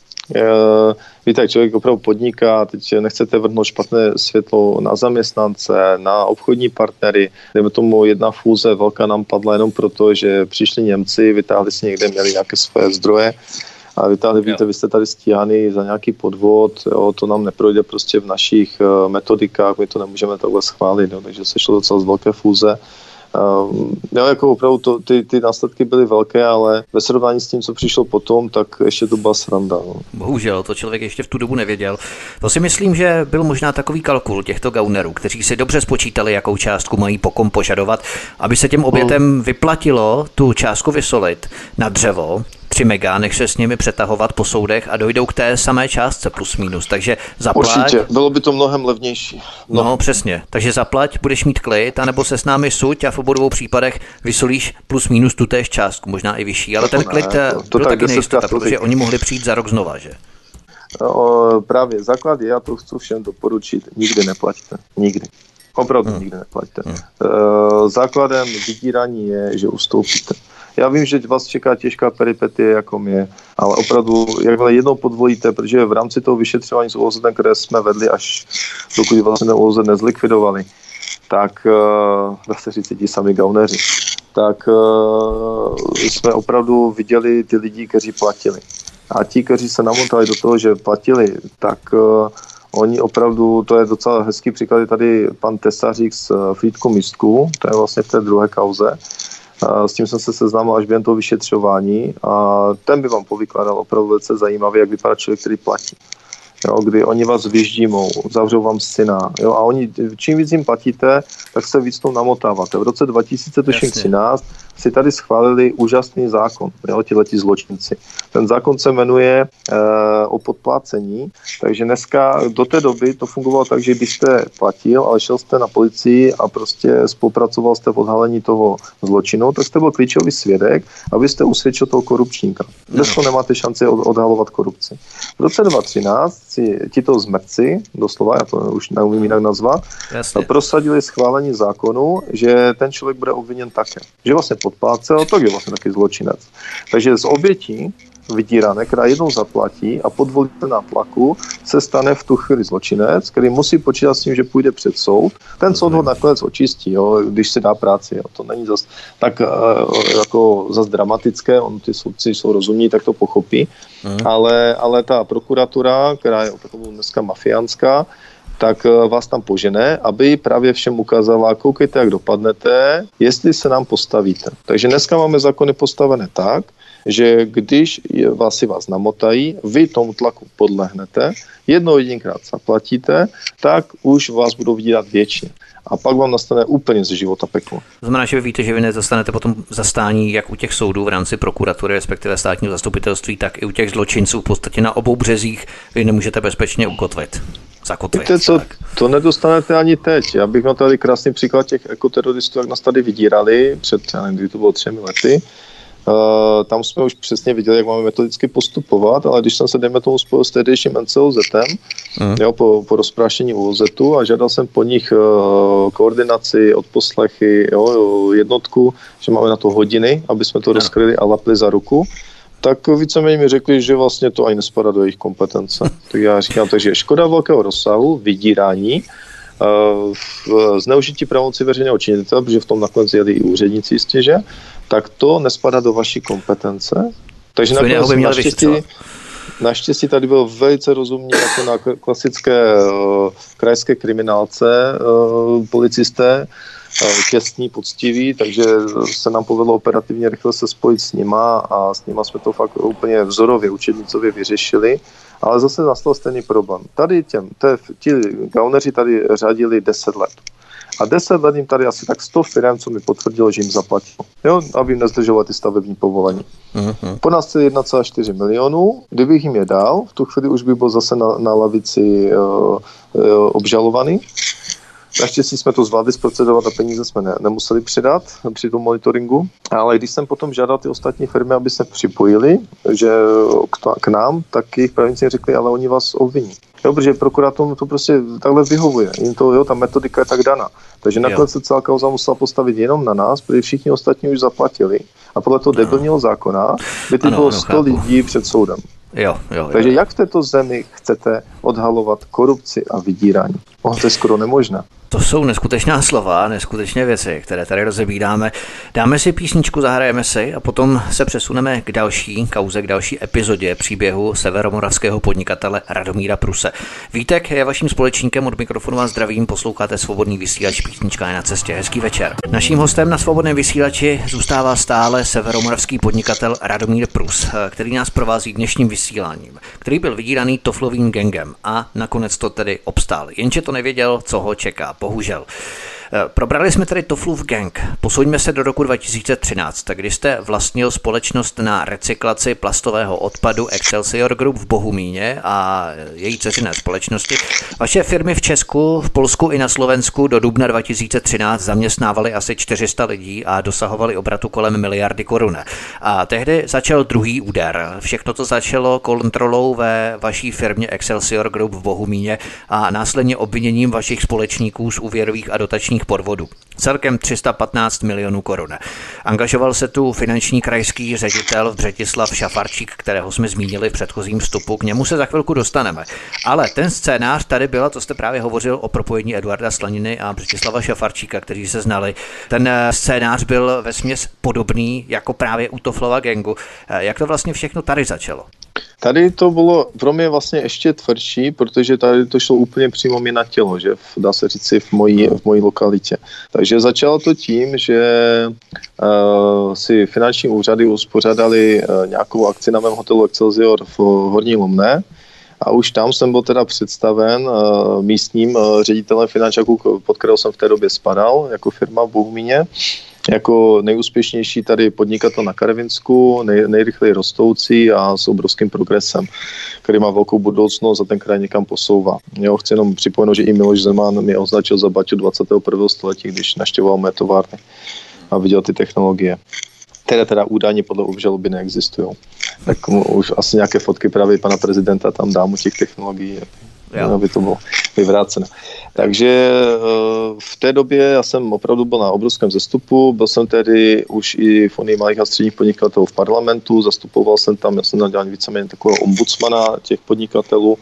víte, jak člověk opravdu podniká, teď nechcete vrhnout špatné světlo na zaměstnance, na obchodní partnery, nebo tomu jedna fúze velká nám padla jenom proto, že přišli Němci, vytáhli si někde, měli nějaké svoje zdroje, a vytáhli, víte, vy jste tady stíhaný za nějaký podvod, jo, to nám neprojde prostě v našich metodikách, my to nemůžeme takhle schválit, jo, takže se šlo docela z velké fúze. Jo, jako opravdu ty následky byly velké, ale ve srovnání s tím, co přišlo potom, tak ještě to byla sranda. No. Bohužel, to člověk ještě v tu dobu nevěděl. To si myslím, že byl možná takový kalkul těchto gaunerů, kteří si dobře spočítali, jakou částku mají po kom požadovat, aby se těm obětem vyplatilo tu částku vysolit na dřevo, 3 mega, nech se s nimi přetahovat po soudech a dojdou k té samé částce plus minus, takže zaplať. Určitě, bylo by to mnohem levnější. No přesně, takže zaplať, budeš mít klid, anebo se s námi suď a v obou dvou případech vysolíš plus minus tu též částku, možná i vyšší, ale ten klid to taky nejistota, protože oni mohli přijít za rok znova, že? Právě základ je, já to chci všem doporučit, nikdy neplaťte, nikdy. Opravdu nikdy neplaťte. Základem vydírání je, že ustoupíte. Já vím, že vás čeká těžká peripetie, jako mě, ale opravdu, jakhle jednou podvolíte, protože v rámci toho vyšetřování s ÚOZ, které jsme vedli, až dokud vlastně ÚOZ nezlikvidovali, tak, dá se říct, ti sami gauneři, tak jsme opravdu viděli ty lidi, kteří platili. A ti, kteří se namotali do toho, že platili, tak oni opravdu, to je docela hezký příklad, je tady pan Tesařík z Frýdku Místku, to je vlastně v té druhé kauze. S tím jsem se seznámil až během toho vyšetřování a ten by vám povykládal opravdu velice zajímavě, jak vypadá člověk, který platí. Jo, kdy oni vás vyždímou, zavřou vám syna. Jo, a oni, čím víc jim platíte, tak se víc tomu namotáváte. V roce 2013 si tady schválili úžasný zákon, jo, tihleti zločinci. Ten zákon se jmenuje o podplácení, takže dneska do té doby to fungovalo tak, že když jste platil, ale šel jste na policii a prostě spolupracoval jste v odhalení toho zločinu, tak jste byl klíčový svědek, abyste usvědčil toho korupčníka. Dnes to nemáte šanci odhalovat korupci. V roce 2013 si tito zmrci, doslova, já to už neumím jinak nazvat, prosadili schválení zákonu, že ten člověk bude obviněn také. Že vlastně podplácel, to je vlastně taky zločinec. Takže z obětí vydírané, která jednou zaplatí a podvolí nátlaku, se stane v tu chvíli zločinec, který musí počítat s tím, že půjde před soud. Ten soud ho nakonec očistí, jo, když si dá práci. Jo. To není zas tak jako zas dramatické, ty soudci jsou rozumní, tak to pochopí. Ale ta prokuratura, která je opravdu dneska mafiánská, tak vás tam požene, aby právě všem ukázala, koukejte, jak dopadnete, jestli se nám postavíte. Takže dneska máme zákony postavené tak, že když vás namotají, vy tomu tlaku podlehnete, jedinkrát zaplatíte, tak už vás budou vydírat věčně. A pak vám nastane úplně ze života peklo. To znamená, že vy víte, že vy nedostanete potom zastání jak u těch soudů v rámci prokuratury, respektive státního zastupitelství, tak i u těch zločinců v podstatě na obou březích vy nemůžete bezpečně zakotvit. Víte co, to nedostanete ani teď. Já bych měl tady krásný příklad těch ekoteroristů, jak nás tady vydírali před, kdy to bylo 3 lety. Tam jsme už přesně viděli, jak máme metodicky postupovat, ale když jsem se, dejme tomu, spojil s tehdejším NCOZem, jo, po rozprášení ÚOZu a žádal jsem po nich koordinaci, odposlechy, jo, jednotku, že máme na to hodiny, aby jsme to rozkryli a lapli za ruku, tak víceméně mi řekli, že vlastně to ani nespadá do jejich kompetence. Tak já říkám, takže škoda velkého rozsahu, vydírání, zneužití pravomoci veřejného činitele, protože v tom nakonec jeli i úředníci jistě, že? Tak to nespadá do vaší kompetence. Takže naštěstí tady byl velice rozumný jako na klasické krajské kriminálce policisté, čestní, poctiví, takže se nám povedlo operativně rychle se spojit s nima a s nima jsme to fakt úplně vzorově, učebnicově vyřešili, ale zase nastal stejný problém. Tady ti gauneři tady řadili 10 let. A 10 let jim tady asi tak 100 firem, co mi potvrdilo, že jim zaplatilo. Jo, aby jim nezdržovali ty stavební povolení. Po nás 1,4 milionu, kdybych jim je dal, v tu chvíli už by byl zase na lavici obžalovaný. Naštěstí jsme to zvládli zprocedovat a peníze jsme nemuseli přidat při tom monitoringu, ale když jsem potom žádal ty ostatní firmy, aby se připojili že k nám, tak jejich právníci řekli, ale oni vás obviní. Jo, protože prokurátorům to prostě takhle vyhovuje. Jim to, ta metodika je tak daná. Takže nakonec se celá kauza musela postavit jenom na nás, protože všichni ostatní už zaplatili. A podle toho debilního zákona by to bylo 100 lidí před soudem. Jo. Takže jak v této zemi chcete odhalovat korupci a vydírání? To je skoro nemožné. To jsou neskutečná slova, neskutečné věci, které tady rozebíráme. Dáme si písničku, zahrajeme si a potom se přesuneme k další kauze, k další epizodě příběhu severomoravského podnikatele Radomíra Pruse. Vítek je vaším společníkem, od mikrofonu vás zdravím, posloucháte Svobodný vysílač, písnička je na cestě. Hezký večer. Naším hostem na Svobodném vysílači zůstává stále severomoravský podnikatel Radomír Prus, který nás provází dnešním vysíláním, který byl vydíraný toflovým gangem a nakonec to tedy obstál. Jenže to nevěděl, co ho čeká. Bohužel. Probrali jsme tady Toflův gang. Posuňme se do roku 2013, kdy jste vlastnil společnost na recyklaci plastového odpadu Excelsior Group v Bohumíně a její dceřiné společnosti. Vaše firmy v Česku, v Polsku i na Slovensku do dubna 2013 zaměstnávaly asi 400 lidí a dosahovaly obratu kolem 1 miliardy korun. A tehdy začal druhý úder. Všechno to začalo kontrolou ve vaší firmě Excelsior Group v Bohumíně a následně obviněním vašich společníků z úvěrových a dotačních podvodů. Celkem 315 milionů korun. Angažoval se tu finanční krajský ředitel Břetislav Šafarčík, kterého jsme zmínili v předchozím vstupu. K němu se za chvilku dostaneme. Ale ten scénář tady byla, to jste právě hovořil o propojení Eduarda Slaniny a Břetislava Šafarčíka, kteří se znali. Ten scénář byl vesměs podobný jako právě u Toflova gangu. Jak to vlastně všechno tady začalo? Tady to bylo pro mě vlastně ještě tvrdší, protože tady to šlo úplně přímo mi na tělo, že dá se říci v mojí lokalitě. Takže začalo to tím, že si finanční úřady uspořádali nějakou akci na mém hotelu Excelsior v Horní Lomné a už tam jsem byl teda představen místním ředitelem finančáku, pod kterého jsem v té době spadal jako firma v Bohumíně, jako nejúspěšnější tady podnikatel na Karvinsku, nejrychleji rostoucí a s obrovským progresem, který má velkou budoucnost a ten kraj někam posouvá. Jo, chci jenom připomenout, že i Miloš Zeman mě označil za Baťu 21. století, když navštěvoval mé továrny a viděl ty technologie. Teda údajně podle obžaloby neexistují. Tak už asi nějaké fotky právě pana prezidenta tam dám u těch technologií, aby to bylo vyvrácené. Takže v té době já jsem opravdu byl na obrovském zestupu, byl jsem tedy už i v Unii malých a středních podnikatelů v parlamentu, zastupoval jsem tam, já jsem nadělal víceméně takového ombudsmana těch podnikatelů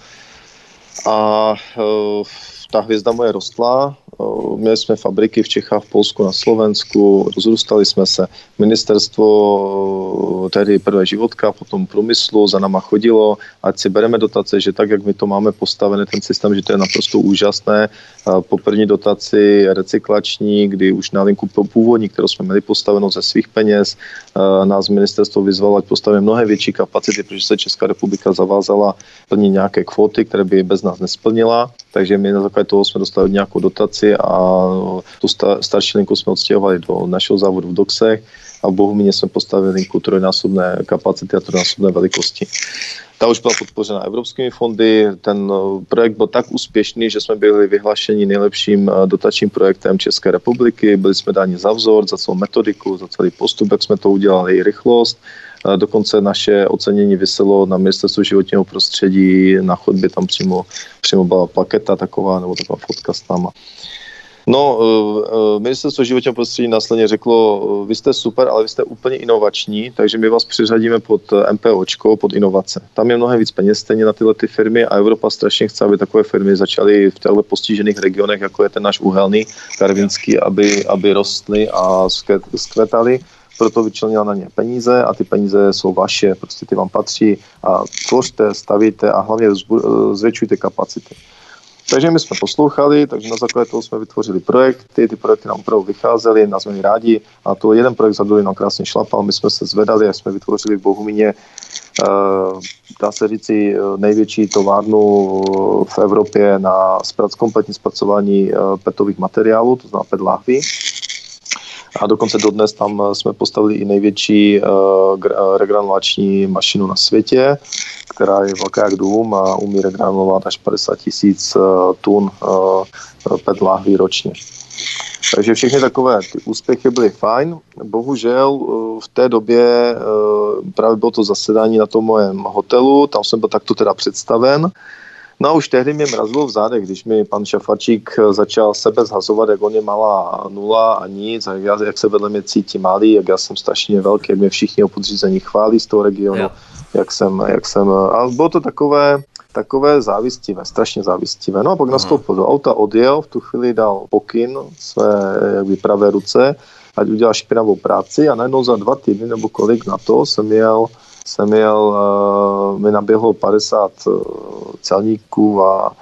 a ta hvězda moje rostla. Měli jsme fabriky v Čechách, v Polsku, na Slovensku, rozrůstali jsme se. Ministerstvo tedy prvé životka, potom průmyslu za náma chodilo, ať si bereme dotace, že tak, jak my to máme postavené, ten systém, že to je naprosto úžasné. Po první dotaci recyklační, kdy už na linku původní, kterou jsme měli postavenou ze svých peněz, nás ministerstvo vyzvalo, ať postavíme mnohem větší kapacity, protože se Česká republika zavázala plnit nějaké kvóty, které by bez nás nesplnila. Takže my na základě toho jsme dostali nějakou dotaci a tu starší linku jsme odstěhovali do našeho závodu v Doxech a v Bohumíně jsme postavili linku trojnásobné kapacity a trojnásobné velikosti. Ta už byla podpořena evropskými fondy, ten projekt byl tak úspěšný, že jsme byli vyhlášeni nejlepším dotačním projektem České republiky, byli jsme dáni za vzor, za celou metodiku, za celý postup, jak jsme to udělali, i rychlost. Dokonce naše ocenění viselo na Ministerstvu životního prostředí, na chodbě tam přímo byla plaketa taková, nebo taková fotka s náma. No, Ministerstvo životního prostředí následně řeklo, vy jste super, ale vy jste úplně inovační, takže my vás přiřadíme pod MPOčko, pod inovace. Tam je mnohem víc peněz stejně na tyhle ty firmy a Evropa strašně chce, aby takové firmy začaly v těchto postižených regionech, jako je ten náš Uhelný, Karvinský, aby rostly a zkvetaly. Proto vyčlenila na ně peníze a ty peníze jsou vaše, prostě ty vám patří a tvořte, stavíte a hlavně zvětšujte kapacity. Takže my jsme poslouchali, takže na základě toho jsme vytvořili projekty, ty projekty nám opravdu vycházely, nás měli rádi a to jeden projekt za druhý nám krásně šlapal, my jsme se zvedali a jsme vytvořili v Bohumíně, dá se říci, největší továrnu v Evropě na kompletní zpracování petových materiálů, to znamená PET láhví. A dokonce dodnes tam jsme postavili i největší regranulační mašinu na světě, která je velká jak dům a umí regranulovat až 50 000 tun PET láhví ročně. Takže všechny takové ty úspěchy byly fajn. Bohužel v té době právě bylo to zasedání na tom mém hotelu, tam jsem byl takto teda představen. No a už tehdy mě mrazilo v zádech, když mi pan Šafarčík začal sebe zhazovat, jak on je malá nula a nic, a jak se vedle mě cítí malý, jak já jsem strašně velký, jak mě všichni podřízení chválí z toho regionu, jak jsem, a bylo to takové závistivé, strašně závistivé. No a pak nastoupil do auta, odjel, v tu chvíli dal pokyn své pravé ruce, ať udělal špinavou práci a najednou za 2 týdny nebo kolik na to mi naběhlo 50 celníků a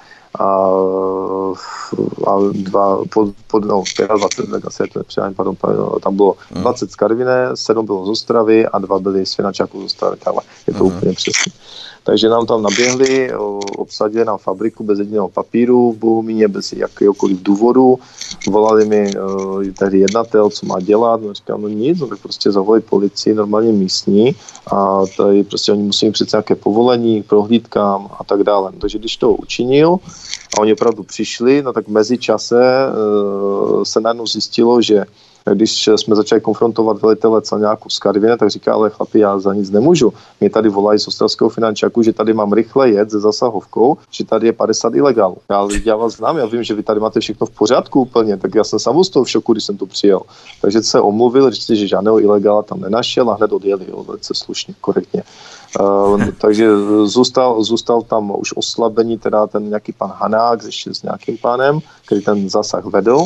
25, tam bylo 20 z Karviné, 7 bylo z Ostravy a 2 byli z Finančáku z Ostravy, je to úplně přesně. Takže nám tam naběhli, obsadili nám fabriku bez jediného papíru v Bohumíně, bez jakéhokoliv důvodu. Volali mi tehdy jednatel, co má dělat. No, říkám, no nic, no, tak prostě zavolali policii, normálně místní a tady prostě oni musí mít přece nějaké povolení, prohlídkám a tak dále. Takže když to učinil a oni opravdu přišli, no tak v mezičase se najednou zjistilo, že když jsme začali konfrontovat velitele celňáku z Karviné, tak říká, ale chlapi, já za nic nemůžu. Mě tady volají z ostravského finančáku, že tady mám rychle jet se zasahovkou, že tady je 50 ilegálů. Já vás znám, já vím, že vy tady máte všechno v pořádku úplně, tak já jsem sám z toho v šoku, když jsem tu přijel. Takže se omluvil, říct, že žádného ilegála tam nenašel a hned odjeli, velice slušně, korektně. Takže zůstal tam už oslabení, teda ten nějaký pan Hanák ještě s nějakým pánem, který ten zásah vedl.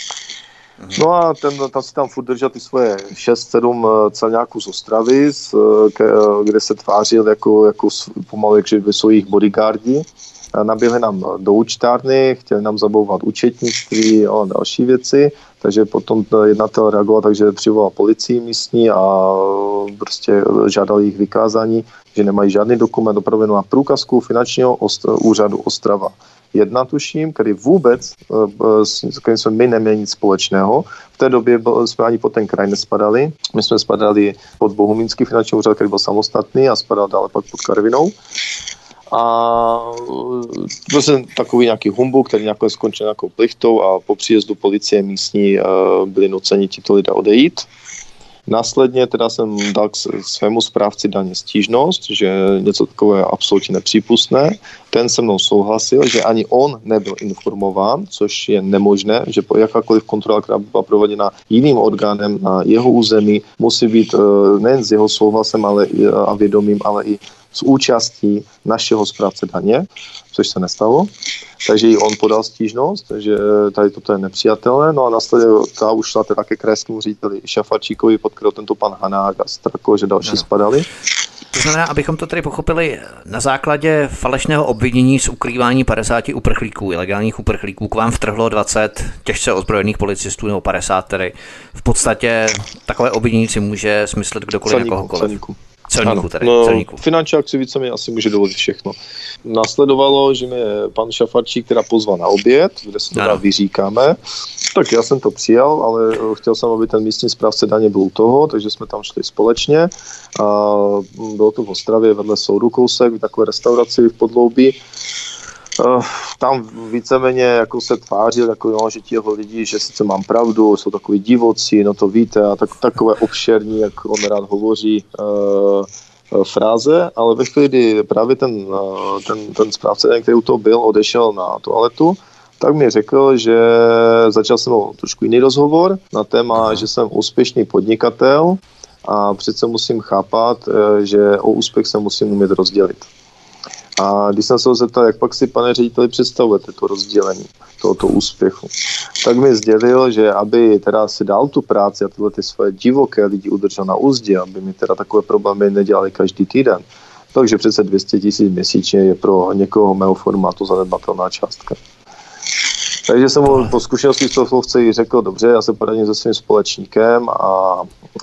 No a ten si tam furt držel ty svoje 6-7 celňáků z Ostravy, kde se tvářil jako pomalu, že jsou jejich bodyguardi. Naběhli nám do účtárny, chtěli nám zabouvat účetnictví a další věci, takže potom jednatel reagoval, takže přivolal policii místní a prostě žádal jejich vykázání, že nemají žádný dokument, opravdu na průkazku finančního úřadu Ostrava 1, tuším, který vůbec, s kterým jsme my neměli nic společného. V té době jsme ani pod ten kraj nespadali. My jsme spadali pod Bohumínský finanční úřad, který byl samostatný a spadal dále pak pod Karvinou. A byl jsem takový nějaký humbuk, který nakonec skončil nějakou plichtou a po příjezdu policie místní byli nuceni tito lidé odejít. Následně teda jsem dal k svému správci daně stížnost, že něco takové je absolutně nepřípustné. Ten se mnou souhlasil, že ani on nebyl informován, což je nemožné, že jakákoliv kontrola, která byla provedena jiným orgánem na jeho území, musí být nejen s jeho souhlasem a vědomím, ale i s účastí našeho správce daně, což se nestalo. Takže i on podal stížnost, že tady toto je nepřijatelné. No a následně ta už šla teda ke krajskému řediteli Šafarčíkovi, pod kterou tento pan Hanák a Strako, že další spadali. To znamená, abychom to tady pochopili, na základě falešného obvinění z ukrývání 50 uprchlíků, ilegálních uprchlíků, k vám vtrhlo 20 těžce ozbrojených policistů, nebo 50 tedy. V podstatě takové obvinění si může smyslet kdokoliv na kohokoliv. Celníku. Finančák si více mi asi může dovolit všechno. Následovalo, že mě pan Šafarčík teda pozval na oběd, kde se teda vyříkáme. Tak já jsem to přijal, ale chtěl jsem, aby ten místní správce daně byl u toho, takže jsme tam šli společně. A bylo to v Ostravě vedle soudu kousek, v takové restauraci v Podloubí. Tam víceméně jako se tvářil, jako, že ti jeho lidi, že sice mám pravdu, jsou takový divocí, no to víte, a takové obšerní, jak on rád hovoří, fráze, ale ve chvíli, kdy právě ten správce, který u toho byl, odešel na toaletu, tak mi řekl, že začal jsem trošku jiný rozhovor na téma, že jsem úspěšný podnikatel a přece musím chápat, že o úspěch se musím umět rozdělit. A když jsem se ho zeptal, jak pak si, pane řediteli, představujete to rozdělení tohoto úspěchu, tak mi sdělil, že aby teda si dal tu práci a tyhle ty svoje divoké lidi udržel na úzdě, aby mi teda takové problémy nedělali každý týden, takže přece 200 000 měsíčně je pro někoho mého formátu zanedbatelná částka. Takže jsem mu po zkušenosti z toho slovce jí řekl, dobře, já se poradím se svým společníkem a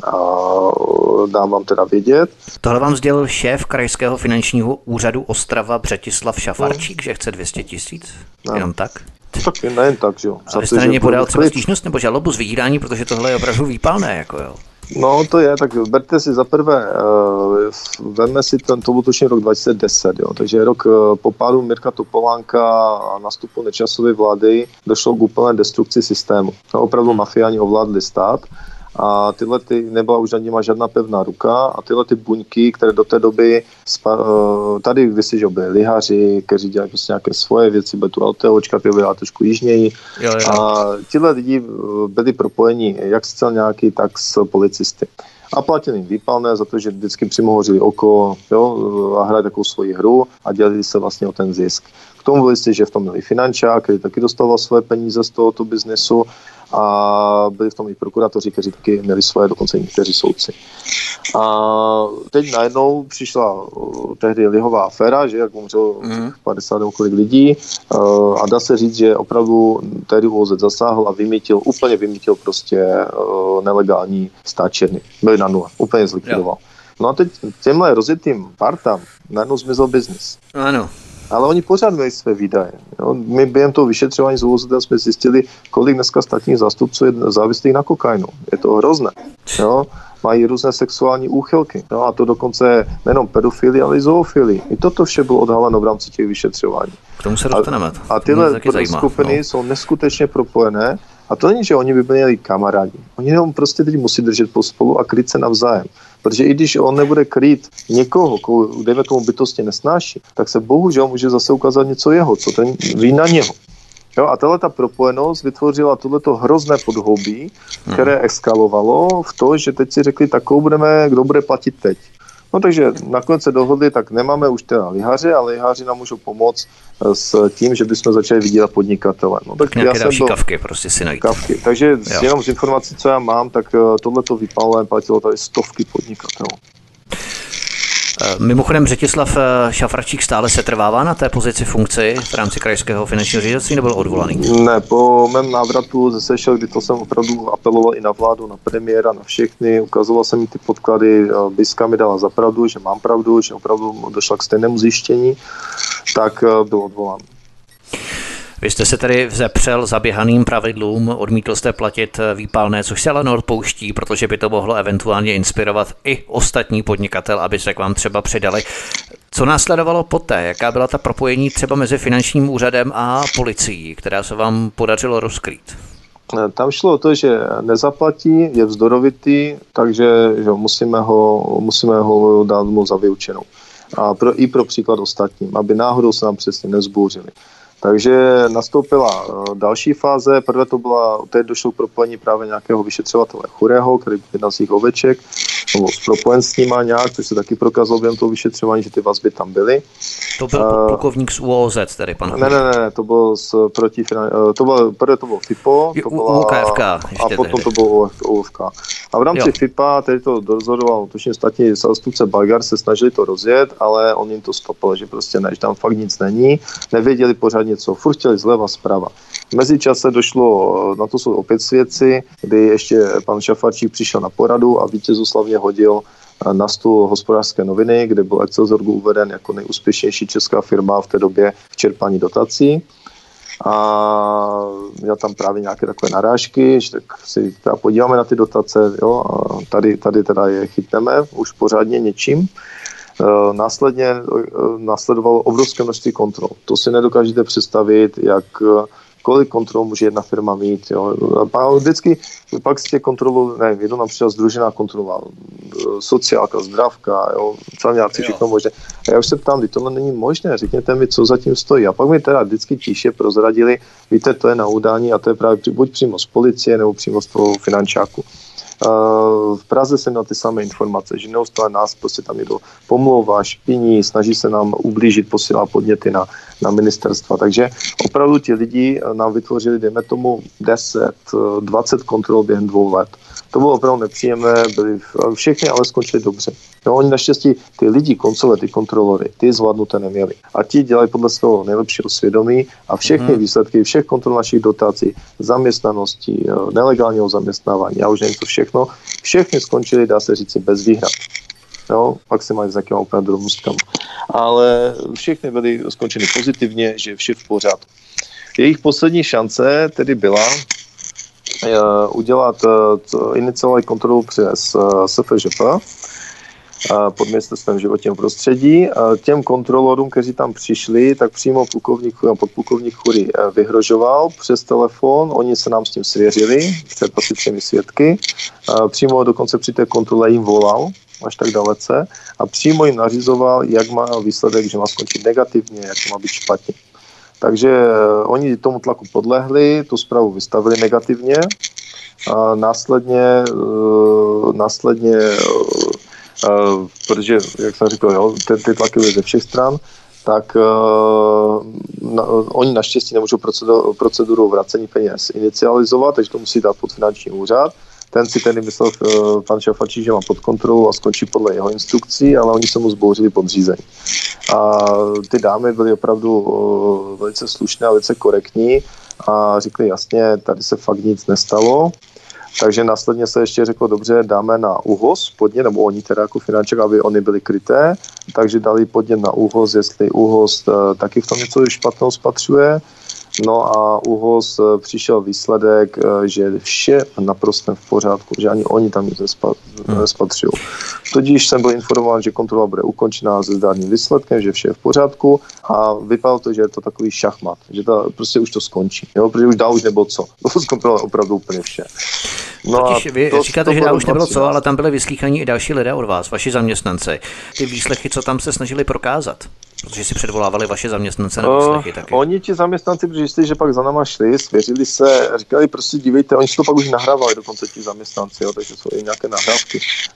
dám vám teda vědět. Tohle vám sdělil šéf krajského finančního úřadu Ostrava Břetislav Šafarčík, že chce 200 000? Jenom tak? Tak nejen tak, že jo. A vy jste na ně podal třeba stížnost nebo žalobu z vydírání, protože tohle je opravdu výpalné, jako jo. No to je, tak berte si za prvé, veme si to byl tuším rok 2010, jo, takže rok po pádu Mirka Topolánka a nástupu Nečasovy vlády došlo k úplné destrukci systému. No, opravdu mafiáni ovládli stát a nebyla už nad nima žádná pevná ruka a tyhle ty buňky, které do té doby tady kdysi, že byli lihaři, kteří dělali prostě nějaké svoje věci, byly tu LTOčka, ty byla trošku jižněji. Jo. A tyhle lidi byli propojeni jak s celňáky, tak s policisty. A platili jim výpalné za to, že vždycky přimohořili oko, jo, a hráli takovou svoji hru a dělali se vlastně o ten zisk. K tomu byli jste, že v tom měli finančák, který taky dostával svoje peníze z tohoto biznesu a byli v tom i prokurátoři, kteří taky měli svoje, dokonce někteří soudci. A teď najednou přišla tehdy lihová aféra, že jak umřelo 50 nebo kolik lidí a dá se říct, že opravdu tehdy ÚOZ zasáhl a úplně vymítil prostě nelegální stáčerny. Byli na nule, úplně zlikvidoval. No a teď těmhle rozjetým partám najednou zmizel biznis. Ano. Ale oni pořád mají své výdaje. Jo. My během toho vyšetřování s ÚOZD jsme zjistili, kolik dneska státních zástupců je závislých na kokainu. Je to hrozné. Jo. Mají různé sexuální úchylky. No a to dokonce nejenom pedofily, ale i zoofily. I toto vše bylo odhaleno v rámci těch vyšetřování. K tomu se dostaneme. A tyhle skupiny jsou neskutečně propojené. A to není, že oni by byli kamarádi. Oni jenom prostě teď musí držet pospolu a kryt se navzájem. Protože i když on nebude krýt někoho, koho, dejme tomu bytostně nesnáší, tak se bohužel může zase ukázat něco jeho, co ten ví na něho. Jo, a tato propojenost vytvořila tohleto hrozné podhoubí, které eskalovalo v to, že teď si řekli, takovou budeme, kdo bude platit teď. No takže nakonec se dohodli, tak nemáme už teda lihaře, ale lihaři nám můžou pomoct s tím, že bychom začali vydělat podnikatele. No, tak nějaké další kavky prostě si najít. Kavky. Takže jenom z informací, co já mám, tak tohleto vypálové platilo tady stovky podnikatelů. Mimochodem Břetislav Šafračík stále se trvává na té pozici funkci v rámci krajského finančního ředitelství, nebo byl odvolaný? Ne, po mém návratu ze Seychelles, kdy to jsem opravdu apeloval i na vládu, na premiéra, na všechny, ukazoval jsem mi ty podklady, Biska mi dala za pravdu, že mám pravdu, že opravdu došla k stejnému zjištění, tak byl odvolán. Vy jste se tedy vzepřel zaběhaným pravidlům, odmítl jste platit výpalné, což se ale neodpouští, protože by to mohlo eventuálně inspirovat i ostatní podnikatel, aby se k vám třeba přidali. Co následovalo poté? Jaká byla ta propojení třeba mezi finančním úřadem a policií, která se vám podařilo rozkrýt? Tam šlo o to, že nezaplatí, je vzdorovitý, takže že musíme ho dát mu za vyučenou. A i pro příklad ostatním, aby náhodou se nám přesně nezbouřili. Takže nastoupila další fáze. Prvé to byla, teď došlo k propojení právě nějakého vyšetřovatele Churého, který byl jedna z jejich oveček, nebo propojen s nima nějak, což se taky prokázalo během toho vyšetřování, že ty vazby tam byly. To byl plukovník z UOZ, tedy pan Churý. Ne, to byl prvé to bylo FIPO, to byla UOKFK, a potom to bylo UOKFK. A v rámci FIPA, tedy to dozoroval, tuším státní zástupce Bagar, se snažili to rozjet, ale on jim to stopil, že prostě ne, že tam fakt nic není, nevěděli pořádně něco, furt chtěli zleva zprava. V mezičase došlo, na to jsou opět svědci, kdy ještě pan Šafarčík přišel na poradu a vítězoslavně hodil na stůl Hospodářské noviny, kde byl Excelsior uveden jako nejúspěšnější česká firma v té době v čerpání dotací. A měl tam právě nějaké takové narážky, že tak si teda podíváme na ty dotace, jo, a tady teda je chytneme už pořádně něčím. Následně následovalo obrovské množství kontrol. To si nedokážete představit, kolik kontrol může jedna firma mít. Jo. A vždycky pak z těch kontrolů, nevím, jednou nám přišla sdružená kontrola, sociálka, zdravka, celňáci, všechno možné. A já už se ptám, tohle není možné, řekněte mi, co zatím stojí. A pak mi teda vždycky tiše prozradili, víte, to je na udání a to je právě buď přímo z policie, nebo přímo z toho finančáku. V Praze jsem měl ty samé informace, že neustále nás prostě tam někdo pomlouvá, špiní, snaží se nám ublížit, posílá podněty na ministerstva. Takže opravdu ti lidi nám vytvořili, dejme tomu, 10-20 kontrol během 2 let. To bylo opravdu nepříjemné, všechny ale skončili dobře. No, oni naštěstí ty lidi, koncové, ty kontrolory, ty zvládnuté neměli. A ti dělají podle svého nejlepšího svědomí a všechny výsledky, všech kontrol našich dotací, zaměstnanosti, nelegálního zaměstnávání a už nevím co všechny skončily, dá se říct, bez výhrad. Jo, pak se mají s nějakým úplně drobnostkami. Ale všechny byly skončeny pozitivně, že vše v pořádku. Jejich poslední šance tedy byla iniciovat kontrolu přes SFŽP pod ministerstvem životního prostředí. Těm kontrolorům, kteří tam přišli, tak přímo podplukovník Churý vyhrožoval přes telefon, oni se nám s tím svěřili, před asi 3 svědky. Přímo dokonce při té kontrole jim volal, až tak dalece, a přímo jim nařizoval, jak má výsledek, že má skončit negativně, jak to má být špatně. Takže oni tomu tlaku podlehli, tu zprávu vystavili negativně a následně protože, jak jsem říkal, ty tlaky byly ze všech stran, tak oni naštěstí nemůžou proceduru vracení peněz inicializovat, takže to musí dát pod finanční úřad. Ten si tedy myslel pan Šafarčík, že má pod kontrolu a skončí podle jeho instrukcí, ale oni se mu zbouřili podřízení. A ty dámy byly opravdu velice slušné a velice korektní a řekli jasně, tady se fakt nic nestalo. Takže následně se ještě řeklo, dobře, dáme na ÚHOS podnět, nebo oni teda jako finančák, aby oni byli kryté, takže dali podnět na ÚHOS, jestli ÚHOS taky v tom něco špatného spatřuje. No a ÚHOS přišel výsledek, že vše naprosto v pořádku, že ani oni tam nic nespatřují. Tudíž jsem byl informován, že kontrola bude ukončená se zdárným výsledkem, že vše je v pořádku a vypadalo to, že je to takový šachmat, že to prostě už to skončí, jo? Protože už dál už nebylo co. To zkontroloval opravdu úplně vše. No totiž vy říkáte, že dál už nebylo co, ale tam byly vyslýchaní i další lidé od vás, vaši zaměstnanci. Ty výslechy, co tam se snažili prokázat? Protože si předvolávali vaše zaměstnance na výslechy taky. Oni ti zaměstnanci, protože jistě, že pak za náma šli, svěřili se, říkali prostě dívejte, oni si to pak už nahrávali dokonce ti zaměstnanci, jo, takže jsou i nějaké nahrávky.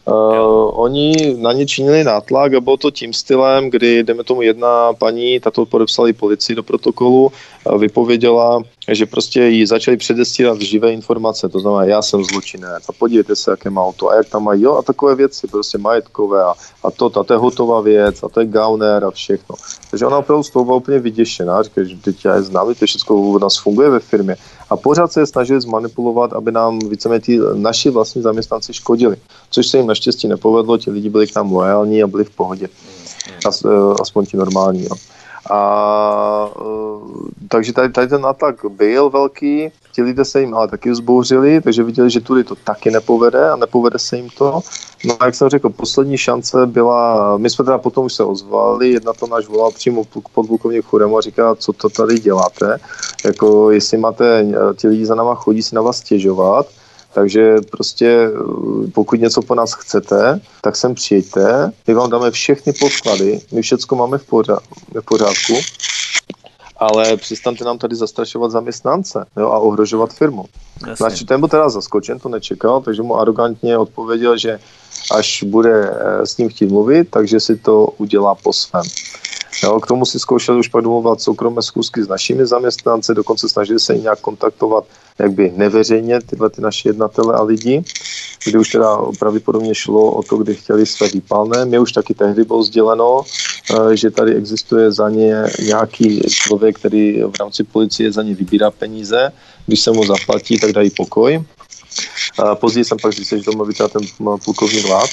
Oni na ně činili nátlak a bylo to tím stylem, kdy jdeme tomu jedna paní, tato podepsala policii do protokolu, vypověděla, že prostě jí začali předestírat živé informace, to znamená, já jsem zločinec a podívejte se, jaké má auto a jak tam mají, jo, a takové věci, prostě majetkové a to je hotová věc a to je gauner a všechno. Takže ona opravdu z toho byla úplně vyděšená, říká, že teď já je znám, to všechno u nás funguje ve firmě a pořád se je snažili zmanipulovat, aby nám víceméně ti naši vlastní zaměstnanci škodili, což se jim naštěstí nepovedlo, ti lidi byli k nám loajální a byli v pohodě, aspoň ti normální, jo. A takže tady ten nátlak byl velký, ti lidé se jim ale taky vzbouřili, takže viděli, že tudy to taky nepovede a nepovede se jim to. No a jak jsem řekl, poslední šance byla, my jsme teda potom už se ozvali, jedna to náš volal přímo podplukovník Churemu a říká, co to tady děláte, jako jestli máte, ti lidi za náma chodí si na vás stěžovat, takže prostě pokud něco po nás chcete, tak sem přijďte, my vám dáme všechny podklady, my všecko máme v pořádku, ale přestaňte nám tady zastrašovat zaměstnance, jo, a ohrožovat firmu. Znači, ten byl teda zaskočen, to nečekal, takže mu arrogantně odpověděl, že až bude s ním chtít mluvit, takže si to udělá po svém. Jo, k tomu si zkoušeli už pak domluvat soukromé schůzky s našimi zaměstnanci, dokonce snažili se nějak kontaktovat jakby neveřejně tyhle ty naši jednatele a lidi, kdy už teda pravděpodobně šlo o to, kdy chtěli své výpalné. Mě už taky tehdy bylo sděleno, že tady existuje za ně nějaký člověk, který v rámci policie za ně vybírá peníze, když se mu zaplatí, tak dají pokoj. Později jsem pak zjistil, že to má být ten plukovník Vlád.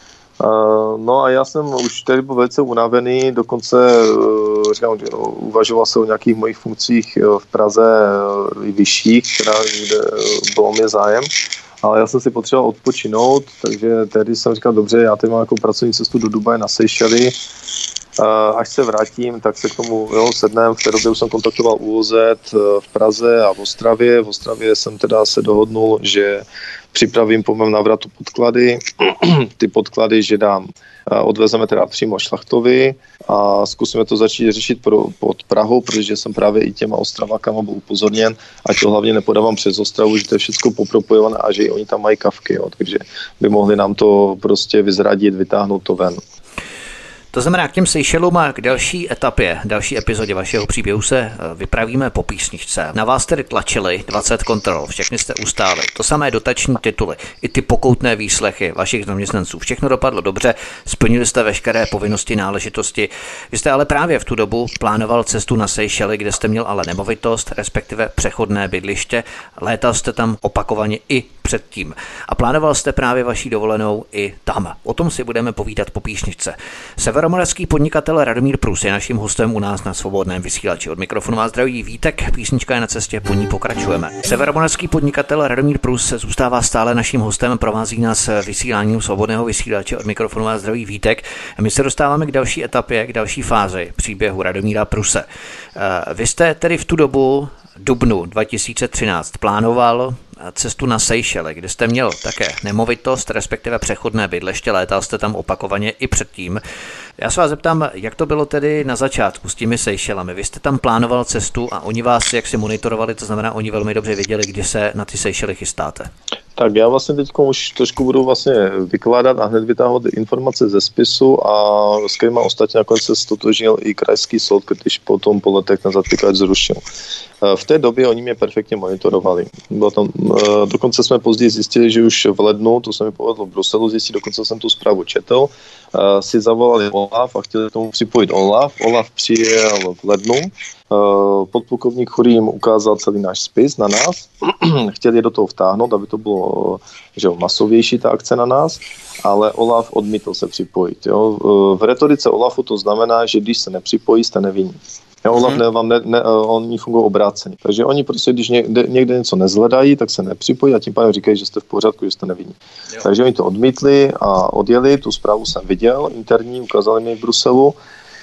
No a já jsem už tady byl velice unavený, dokonce říkám, uvažoval se o nějakých mojich funkcích v Praze i vyšších, kde bylo mě zájem, ale já jsem si potřeboval odpočinout, takže tehdy jsem říkal, dobře, já tady mám jako pracovní cestu do Dubaje na Seychely, až se vrátím, tak se k tomu sedneme. V té době už jsem kontaktoval ÚOZ v Praze a v Ostravě. V Ostravě jsem teda se dohodnul, že připravím po mém návratu podklady. Ty podklady, že odvezeme teda přímo Šlachtovi a zkusíme to začít řešit pod Prahou, protože jsem právě i těma Ostravákama byl upozorněn, ať to hlavně nepodávám přes Ostravu, že to je všechno popropojované a že i oni tam mají kavky, jo, takže by mohli nám to prostě vyzradit, vytáhnout to ven. To znamená, k těm Seychelům a k další etapě, další epizodě vašeho příběhu se vypravíme po písničce. Na vás tedy tlačili 20 kontrol, všechny jste ustáli. To samé dotační tituly, i ty pokoutné výslechy vašich zaměstnanců. Všechno dopadlo dobře, splnili jste veškeré povinnosti, náležitosti. Vy jste ale právě v tu dobu plánoval cestu na Seychely, kde jste měl ale nemovitost, respektive přechodné bydliště. Létal jste tam opakovaně i předtím. A plánoval jste právě vaší dovolenou i tam. O tom si budeme povídat po písničce. Severomoravský podnikatel Radomír Prus je naším hostem u nás na Svobodném vysílači. Od mikrofonu vás zdraví Vítek, písnička je na cestě, po ní pokračujeme. Severomoravský podnikatel Radomír Prus zůstává stále naším hostem, provází nás vysíláním Svobodného vysílače. Od mikrofonu vás zdraví Vítek. My se dostáváme k další etapě, k další fázi příběhu Radomíra Pruse. Vy jste tedy v tu dobu dubnu 2013 plánoval cestu na Seychely, kde jste měl také nemovitost, respektive přechodné bydliště, létal jste tam opakovaně i předtím. Já se vás zeptám, jak to bylo tedy na začátku s těmi Seychelami? Vy jste tam plánoval cestu a oni vás jaksi monitorovali, to znamená, oni velmi dobře věděli, kdy se na ty Seychely chystáte. Tak já vlastně teď už trošku budu vlastně vykládat a hned vytáhovat informace ze spisu a s kterýma ostatně nakonec se stotožnil i krajský soud, když potom po letech ten zatýkač zrušil. V té době oni mě perfektně monitorovali. Byla tam dokonce jsme později zjistili, že už v lednu, to se mi povedlo v Bruselu zjistit, dokonce jsem tu zprávu četl, si zavolali OLAF a chtěli tomu připojit OLAF. OLAF přijel v lednu, podplukovník Churý jim ukázal celý náš spis na nás, chtěli je do toho vtáhnout, aby to bylo masovější ta akce na nás, ale OLAF odmítl se připojit. Jo. V retorice OLAFu to znamená, že když se nepřipojí, jste nevinní. OLAF oni fungují obráceně. Takže oni prostě, když někde něco nezhledají, tak se nepřipojí a tím pádem říkají, že jste v pořádku, že jste nevinní. Takže oni to odmítli a odjeli, tu zprávu jsem viděl, interní, ukázali mi v Bruselu,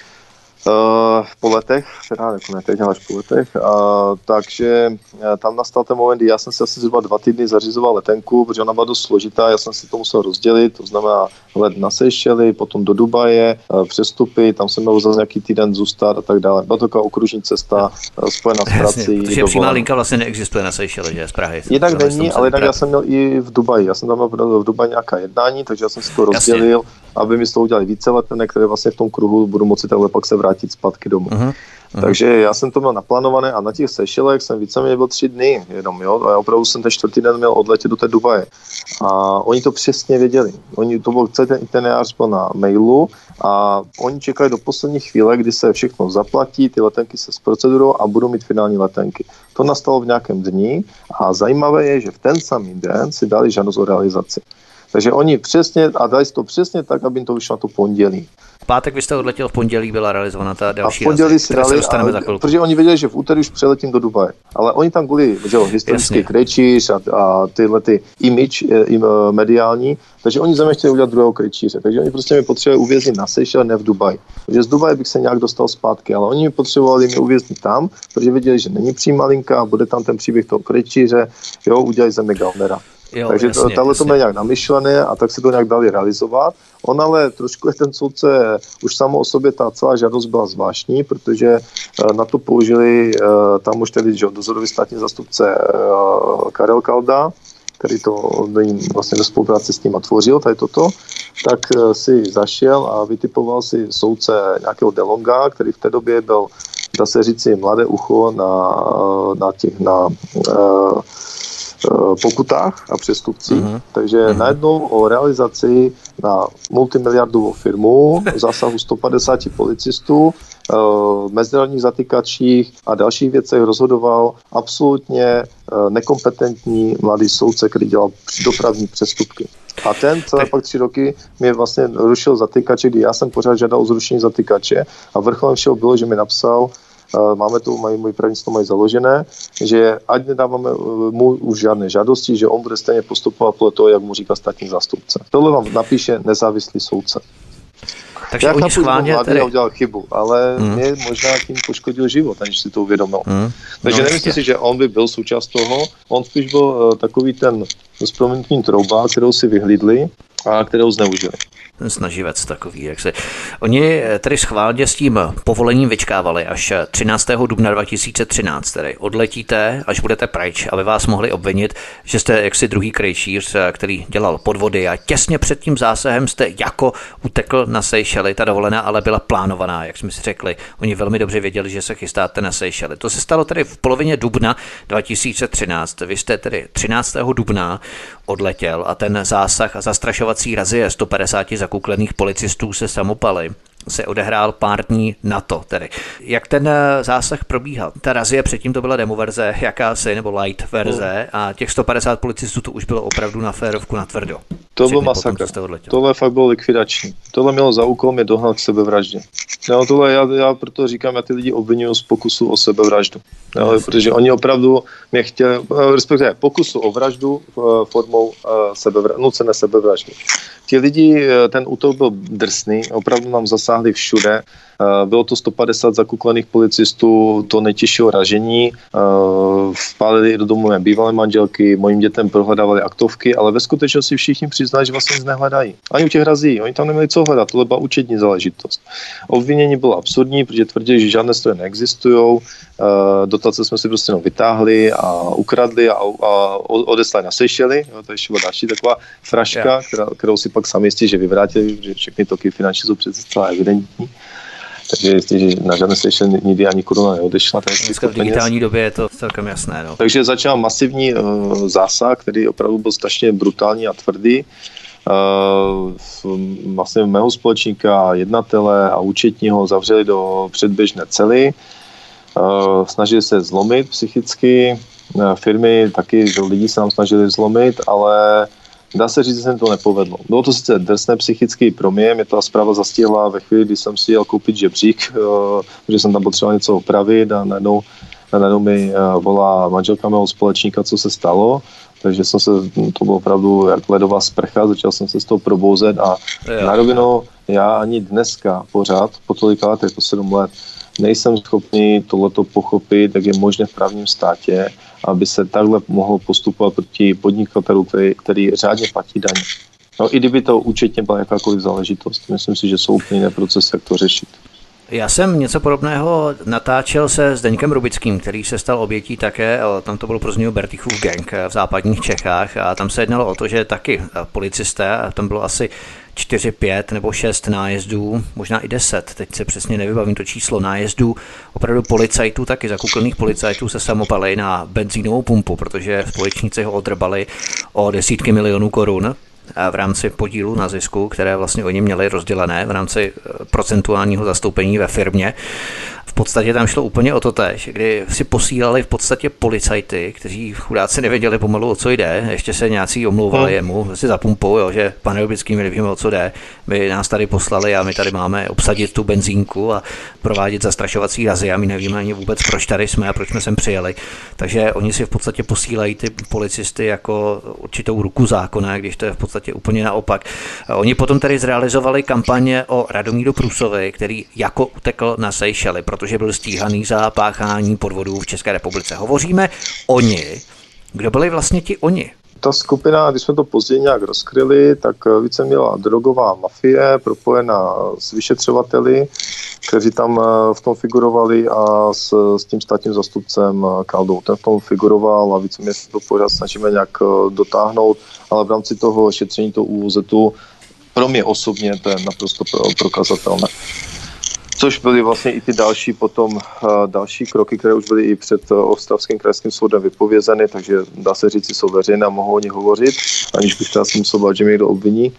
po letech, teda ne teď, ale až po letech. Takže tam nastal ten moment, kdy já jsem si asi zhruba 2 týdny zařizoval letenku, protože ona byla dost složitá, já jsem si to musel rozdělit, to znamená let na Seychely, potom do Dubaje, přestupy, tam jsem měl zase nějaký týden zůstat a tak dále. Byla to taková okružní cesta spojená s prací. Protože přímá linka vlastně neexistuje na Seychely, že z Prahy. Jednak není, ale jednak já jsem měl i v Dubaji. Já jsem tam měl v Dubaji nějaká jednání, takže já jsem si to rozdělil, aby mi z toho udělali více letenek, které vlastně v tom kruhu budu moci takhle pak se vrátit zpátky domů. Takže já jsem to měl naplánované a na těch Seychelech jsem víceméně byl 3 dny jenom, jo, a já opravdu jsem ten 4. den měl odletět do té Dubaje. A oni to přesně věděli. To byl celý ten itinerář byl na mailu a oni čekají do poslední chvíle, kdy se všechno zaplatí, ty letenky se zprocedurou a budou mít finální letenky. To nastalo v nějakém dni a zajímavé je, že v ten samý den si dali žádost o realizaci. Takže oni přesně, a dali to přesně tak, aby jim to vyšlo na to pondělí. V pátek vy jste odletěl, v pondělí byla realizována ta další a v pondělí si dali, protože oni věděli, že v úterý už přeletím do Dubaje. Ale oni tam kvůli historický krejčíř a tyhle ty image mediální, takže oni země chtěli udělat druhého krejčíře. Takže oni prostě mi potřebovali uvěznit na Seychelle, ne v Dubaji. Takže z Dubaje bych se nějak dostal zpátky, ale oni mi potřebovali mě uvěznit tam, protože věděli, že není přímá linka, bude tam ten příběh toho krejčíře, jo, udělají ze mě Gaunera. Jo, takže tohle to bylo nějak namyšlené a tak se to nějak dali realizovat. On ale trošku je ten soudce, už samo o sobě ta celá žádost byla zvláštní, protože na to použili tam už tedy dozorový státní zástupce Karel Kalda, který to vlastně ve spolupráci s ním tvořil, tady toto, tak si zašel a vytipoval si soudce nějakého DeLonga, který v té době byl, dá se říci, mladé ucho na pokutách a přestupcích. Takže najednou o realizaci na multimiliardovou firmu, zásahu 150 policistů, mezinárodních zatykačích a dalších věcech rozhodoval absolutně nekompetentní mladý soudce, který dělal dopravní přestupky. A ten celé pak 3 roky mě vlastně rušil zatykače, kdy já jsem pořád žádal o zrušení zatykače a vrcholem všeho bylo, že mi napsal, máme to, můj právníci to mají založené, že ať nedáváme mu už žádné žádosti, že on bude stejně postupovat podle toho, jak mu říká státní zástupce. Tohle vám napíše nezávislý soudce. Takže já oni schválně tady udělal chybu, ale mě možná tím poškodil život, aniž si to uvědomil. Takže nemyslím si, že on by byl součást toho, on spíš byl takový ten s prominutím trouba, kterou si vyhlídli a kterou zneužili. Snaživec takový, jak se. Oni tedy schválně s tím povolením vyčkávali až 13. dubna 2013, tedy odletíte, až budete pryč, aby vás mohli obvinit, že jste jaksi druhý krejčíř, který dělal podvody a těsně před tím zásahem jste jako utekl na Seychely. Ta dovolená ale byla plánovaná, jak jsme si řekli. Oni velmi dobře věděli, že se chystáte na Seychely. To se stalo tedy v polovině dubna 2013. Vy jste tedy 13. dubna odletěl a ten zásah a zastrašovací razie 150 zakuklených policistů se samopaly se odehrál pár dní na to. Tedy. Jak ten zásah probíhal? Ta razie předtím to byla demo verze, jakási, nebo light verze a těch 150 policistů to už bylo opravdu na férovku na tvrdo. To byl masakr. Tohle fakt bylo likvidační. Tohle mělo za úkol mě dohnat k sebevraždě. No, tohle já proto říkám, já ty lidi obvinuju z pokusu o sebevraždu. No, protože oni opravdu mě chtěli, respektive pokusu o vraždu formou nucené sebevraždy. Ti lidi, ten útok byl drsný, opravdu nám zasáhli všude. Bylo to 150 zakuklených policistů, to nejtěžšího ražení, vpálili do domu mé bývalé manželky, mojim dětem prohledávali aktovky, ale ve skutečnosti všichni přiznali, že vlastně nic nehledají. Ani u těch razí, oni tam neměli co hledat, tohle byla účetní záležitost. Obvinění bylo absurdní, protože tvrdili, že žádné stroje neexistují, dotace jsme si prostě vytáhli a ukradli a odeslali na Seychely, to ještě byla další taková fraška, kterou si pak sami jistí, že vyvrátili, že všechny toky finanční jsou přece zcela evidentní. Takže jestliže na žádné Seychely nikdy ani koruna neodešla. Dneska v digitální době je to celkem jasné. No. Takže začal masivní zásah, který opravdu byl strašně brutální a tvrdý. Vlastně mého společníka, jednatele a účetního zavřeli do předběžné cely. Snažili se zlomit psychicky, firmy taky, lidi se nám snažili zlomit, ale dá se říct, že se mi to nepovedlo. Bylo to sice drsné psychický pro mě ta zpráva zastihla ve chvíli, kdy jsem si jel koupit žebřík, protože jsem tam potřeboval něco opravit a najednou mi volá manželka mého společníka, co se stalo. Takže to bylo opravdu jak ledová sprcha, začal jsem se z toho probouzet a na rovinu já ani dneska pořád, po tolika letech, po 7 let, nejsem schopný tohleto pochopit, jak je možné v právním státě, aby se takhle mohlo postupovat proti podnikatelů, který řádně platí daně. No i kdyby to účetně byla jakákoliv záležitost. Myslím si, že jsou úplně jiné procesy, jak to řešit. Já jsem něco podobného natáčel se Zdeňkem Rubickým, který se stal obětí také, tam to bylo pro něj Bertichův gang v západních Čechách a tam se jednalo o to, že taky policisté, tam bylo asi 4, 5 nebo 6 nájezdů, možná i 10, teď se přesně nevybavím to číslo nájezdů, opravdu policajtů, taky zakuklených policajtů se samopali na benzínovou pumpu, protože společníci ho odrbali o desítky milionů korun v rámci podílu na zisku, které vlastně oni měli rozdělené v rámci procentuálního zastoupení ve firmě. V podstatě tam šlo úplně o to též, kdy si posílali v podstatě policajty, kteří chudáci nevěděli pomalu, o co jde, ještě se nějací omlouvali jemu, si zapumpou, jo, že pane Rubický, my nevíme, o co jde, my nás tady poslali a my tady máme obsadit tu benzínku a provádět zastrašovací razy a my nevíme ani vůbec, proč tady jsme a proč jsme sem přijeli. Takže oni si v podstatě posílají ty policisty jako určitou ruku zákona, když to je v podstatě úplně naopak. Oni potom tady zrealizovali kampaně o Radomíru Prusovi, který jako utekl na Seychely, protože byl stíhaný za páchání podvodů v České republice. Hovoříme oni. Kdo byli vlastně ti oni? Ta skupina, když jsme to později nějak rozkryli, tak více měla drogová mafie, propojená s vyšetřovateli, kteří tam v tom figurovali a s tím státním zastupcem Kaldou. Ten v tom figuroval a více mě se to pořád snažíme nějak dotáhnout, ale v rámci toho šetření toho ÚOZu pro mě osobně to je naprosto prokazatelné. Což byly vlastně i ty další kroky, které už byly i před Ostravským krajským soudem vypovězeny, takže dá se říct, že jsou veřejné a mohou o nich hovořit, aniž bych třeba si musel bát, že mě někdo obviní.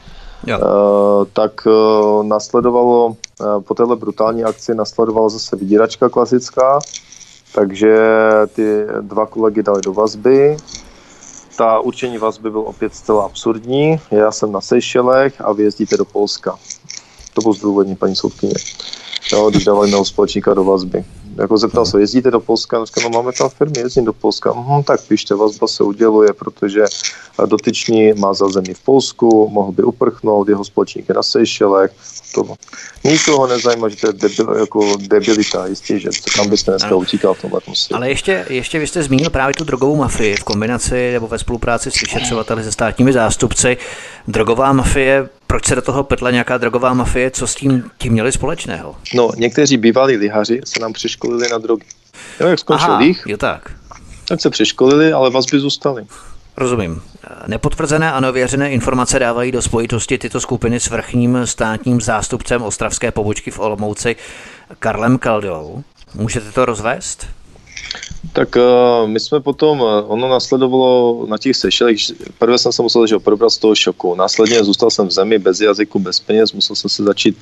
Tak následovalo, po téhle brutální akci nasledovala zase vydíračka klasická, takže ty 2 kolegy dali do vazby. Ta určení vazby byl opět zcela absurdní. Já jsem na Seychelech a vy jezdíte do Polska. To bylo zdůvodnění paní soudkyně. Jo, když dávali mého společníka do vazby. Jako zeptal se, jezdíte do Polska? No máme tam firmy, jezdím do Polska. Tak píšte, vazba se uděluje, protože dotyčný má zázemí v Polsku, mohl by uprchnout, jeho společník je na Seychelech. Nikoho nezajímá, že to je debilita, jistě, že kam byste dneska utíkal v tomhle světě. Ale ještě vy jste zmínil právě tu drogovou mafii v kombinaci nebo ve spolupráci s vyšetřovateli se státními zástupci. Drogová mafie, proč se do toho petla nějaká drogová mafie, co s tím měli společného? No, někteří bývalí lihaři se nám přeškolili na drogy. Jo, jak skončil lih, tak se přeškolili, ale vazby zůstaly. Rozumím. Nepotvrzené a neověřené informace dávají do spojitosti tyto skupiny s vrchním státním zástupcem ostravské pobočky v Olomouci Karlem Kaldou. Můžete to rozvést? Tak my jsme potom, ono následovalo na těch Seychelech, prvé jsem se musel probrat z toho šoku, následně zůstal jsem v zemi bez jazyku, bez peněz, musel jsem se začít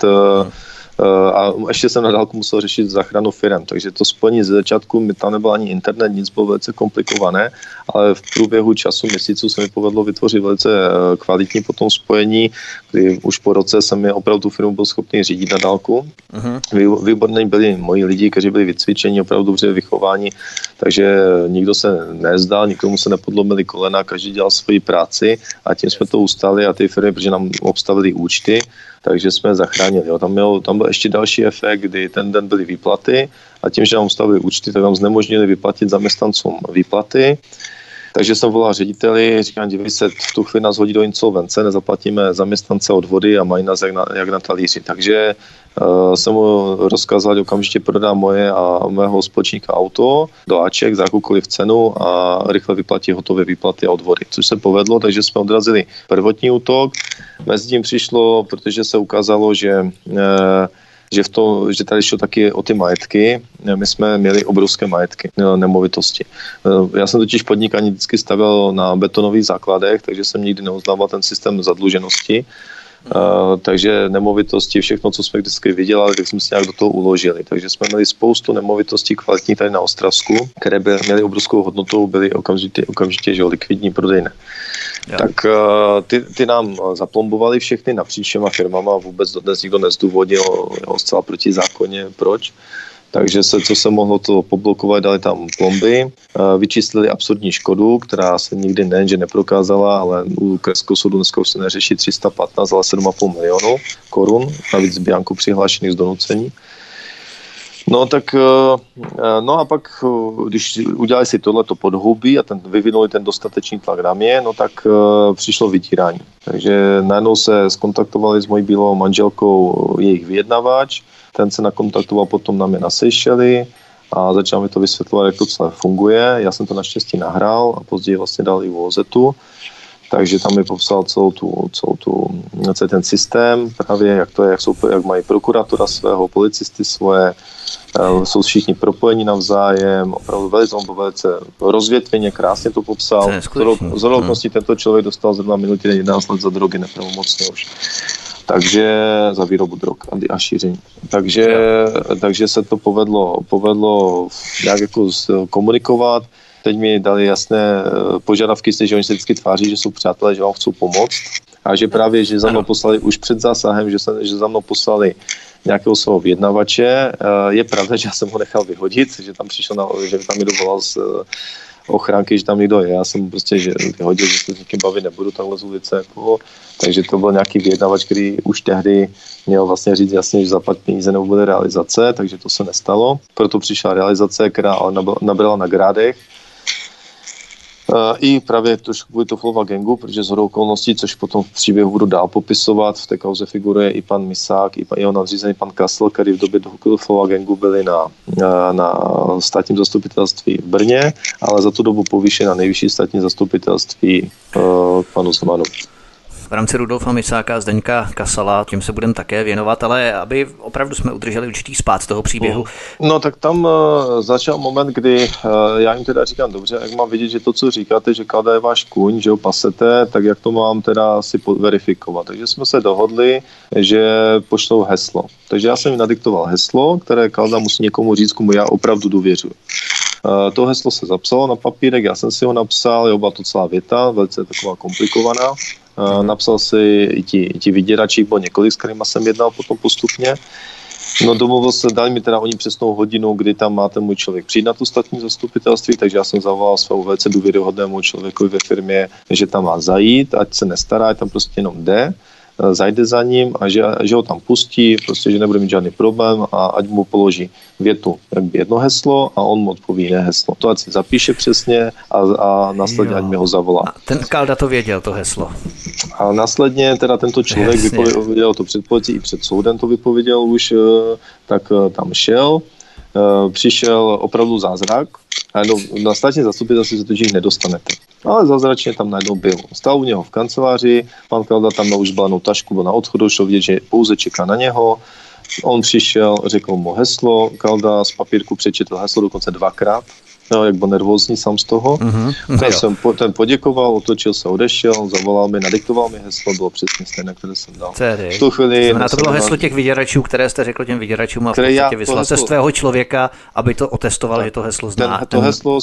a ještě jsem na dálku musel řešit záchranu firem, takže to spojení ze začátku, mi tam nebyl ani internet, nic bylo velice komplikované, ale v průběhu času, měsíců se mi povedlo vytvořit velice kvalitní potom spojení, kdy už po roce jsem je opravdu tu firmu byl schopný řídit na dálku. Výborní byli moji lidi, kteří byli vycvičeni, opravdu dobře vychováni, takže nikdo se nezdál, nikomu se nepodlomili kolena, každý dělal svoji práci a tím jsme to ustali a ty firmy, protože nám obstavili účty, takže jsme zachránili. Jo. Tam byl ještě další efekt, kdy ten den byly výplaty a tím, že nám ustavili účty, tak nám znemožnili vyplatit zaměstnancům výplaty. Takže jsem volal řediteli, říkám, dívej se, v tu chvíli nás hodí do insolvence, nezaplatíme zaměstnance odvody a mají nás jak na talíři. Takže jsem mu rozkázal, že okamžitě prodá moje a mého společníka auto do Aček za jakoukoliv cenu a rychle vyplatí hotové výplaty a odvody. Což se povedlo, takže jsme odrazili prvotní útok. Mezi tím přišlo, protože se ukázalo, že že tady šlo taky o ty majetky. My jsme měli obrovské majetky, nemovitosti. Já jsem totiž podnikání vždycky stavěl na betonových základech, takže jsem nikdy neuznával ten systém zadluženosti. Takže nemovitosti, všechno, co jsme vždycky vydělali, tak jsme si nějak do toho uložili. Takže jsme měli spoustu nemovitostí kvalitní tady na Ostravsku, které měly obrovskou hodnotu, byly okamžitě že likvidní, prodejné. Ja. Tak ty nám zaplombovali všechny napříč všema firmama, vůbec dodnes nikdo nezdůvodnil zcela proti zákoně, proč. Takže co se mohlo to poblokovat, dali tam plomby, vyčíslili absurdní škodu, která se nikdy nejenže neprokázala, ale u krajského soudu dneska už se neřeší 315, ale 7,5 milionu korun, navíc z bianku přihlášených z donucení. No a pak, když udělali si tohleto podhoubí a vyvinuli ten dostatečný tlak na mě, no tak přišlo vydírání. Takže najednou se skontaktovali s mojí bývalou manželkou jejich vyjednavač, ten se nakontaktoval potom na mě na Seychely a začal mi to vysvětlovat, jak to celé funguje. Já jsem to naštěstí nahrál a později vlastně dal i OZ-u. Takže tam mi popsal celý ten systém, právě jak to je, jak mají prokuratora svého, policisty svoje, jsou všichni propojení navzájem, opravdu velice rozvětveně, krásně to popsal. Z okolností tento člověk dostal zrovna minulý týden 11 let za drogy nepravomocně už. Takže za výrobu drog a šíření. Takže se to povedlo nějak jako komunikovat. Teď mi dali jasné požadavky, že oni se vždycky tváří, že jsou přátelé, že vám chcou pomoct a že právě, že za mnou poslali už před zásahem, že za mnou poslali nějakého svého vyjednavače. Je pravda, že já jsem ho nechal vyhodit, že tam přišel, že tam mi dovolal z ochránky, že tam někdo je. Já jsem prostě že vyhodil, že se s někým bavit nebudu takhle z ulice. Jako, takže to byl nějaký vyjednavač, který už tehdy měl vlastně říct jasně, že zaplat peníze nebo bude realizace, takže to se nestalo. Proto přišla realizace, která ale nabrala na grádech. I právě trošku kvůli Toflova gangu, protože shodou okolností, což potom v příběhu budu dál popisovat, v té kauze figuruje i pan Misák, i jeho nadřízený pan Kasl, který v době Toflova gangu byli na státním zastupitelství v Brně, ale za tu dobu povýšen na nejvyšší státní zastupitelství panu Zemanovi. V rámci Rudolfa Misáka a Zdeňka Kasala, tím se budeme také věnovat, ale aby opravdu jsme udrželi určitý spád toho příběhu. No tak tam začal moment, kdy já jim teda říkám, dobře, jak mám vidět, že to, co říkáte, že Kalda je váš kůň, že ho pasete, tak jak to mám teda si verifikovat. Takže jsme se dohodli, že pošlou heslo. Takže já jsem jim nadiktoval heslo, které Kalda musí někomu říct, komu já opravdu důvěřuji. To heslo se zapsalo na papírek, já jsem si ho napsal, byla to celá věta, velice taková komplikovaná. Napsal si i ti vyděrači, bylo několik, s kterýma jsem jednal potom postupně. No domluvil se, dali mi teda oni přesnou hodinu, kdy tam má ten můj člověk přijít na tu státní zastupitelství, takže já jsem zavolal svému velice důvěryhodnému člověku ve firmě, že tam má zajít, ať se nestará, ať tam prostě jenom jde, zajde za ním a že ho tam pustí, prostě, že nebude mít žádný problém a ať mu položí větu, jakby jedno heslo a on mu odpoví jiné heslo. To ať si zapíše přesně a následně ať mi ho zavolá. A ten Kalda to věděl, to heslo. A následně teda tento člověk vypověděl to před policií i před soudem, to vypověděl už, tak tam šel. Přišel opravdu zázrak. Na státní zastupitelství se totiž nedostanete. Ale zázračně tam najednou byl. Stál u něho v kanceláři, pan Kalda tam na užbanou tašku, byl na odchodu, šel vidět, že pouze čeká na něho. On přišel, řekl mu heslo, Kalda z papírku přečetl heslo dokonce 2krát. No, jak byl nervózní sám z toho. Ten poděkoval, otočil se, odešel, zavolal mi, nadiktoval mi heslo, bylo přesně stejné, které jsem dal. V tu chvíli to bylo heslo těch vyděračů, které jste řekl těm vyděračům a v podstatě vyslal se z tvého člověka, aby to otestoval, že to heslo zná. To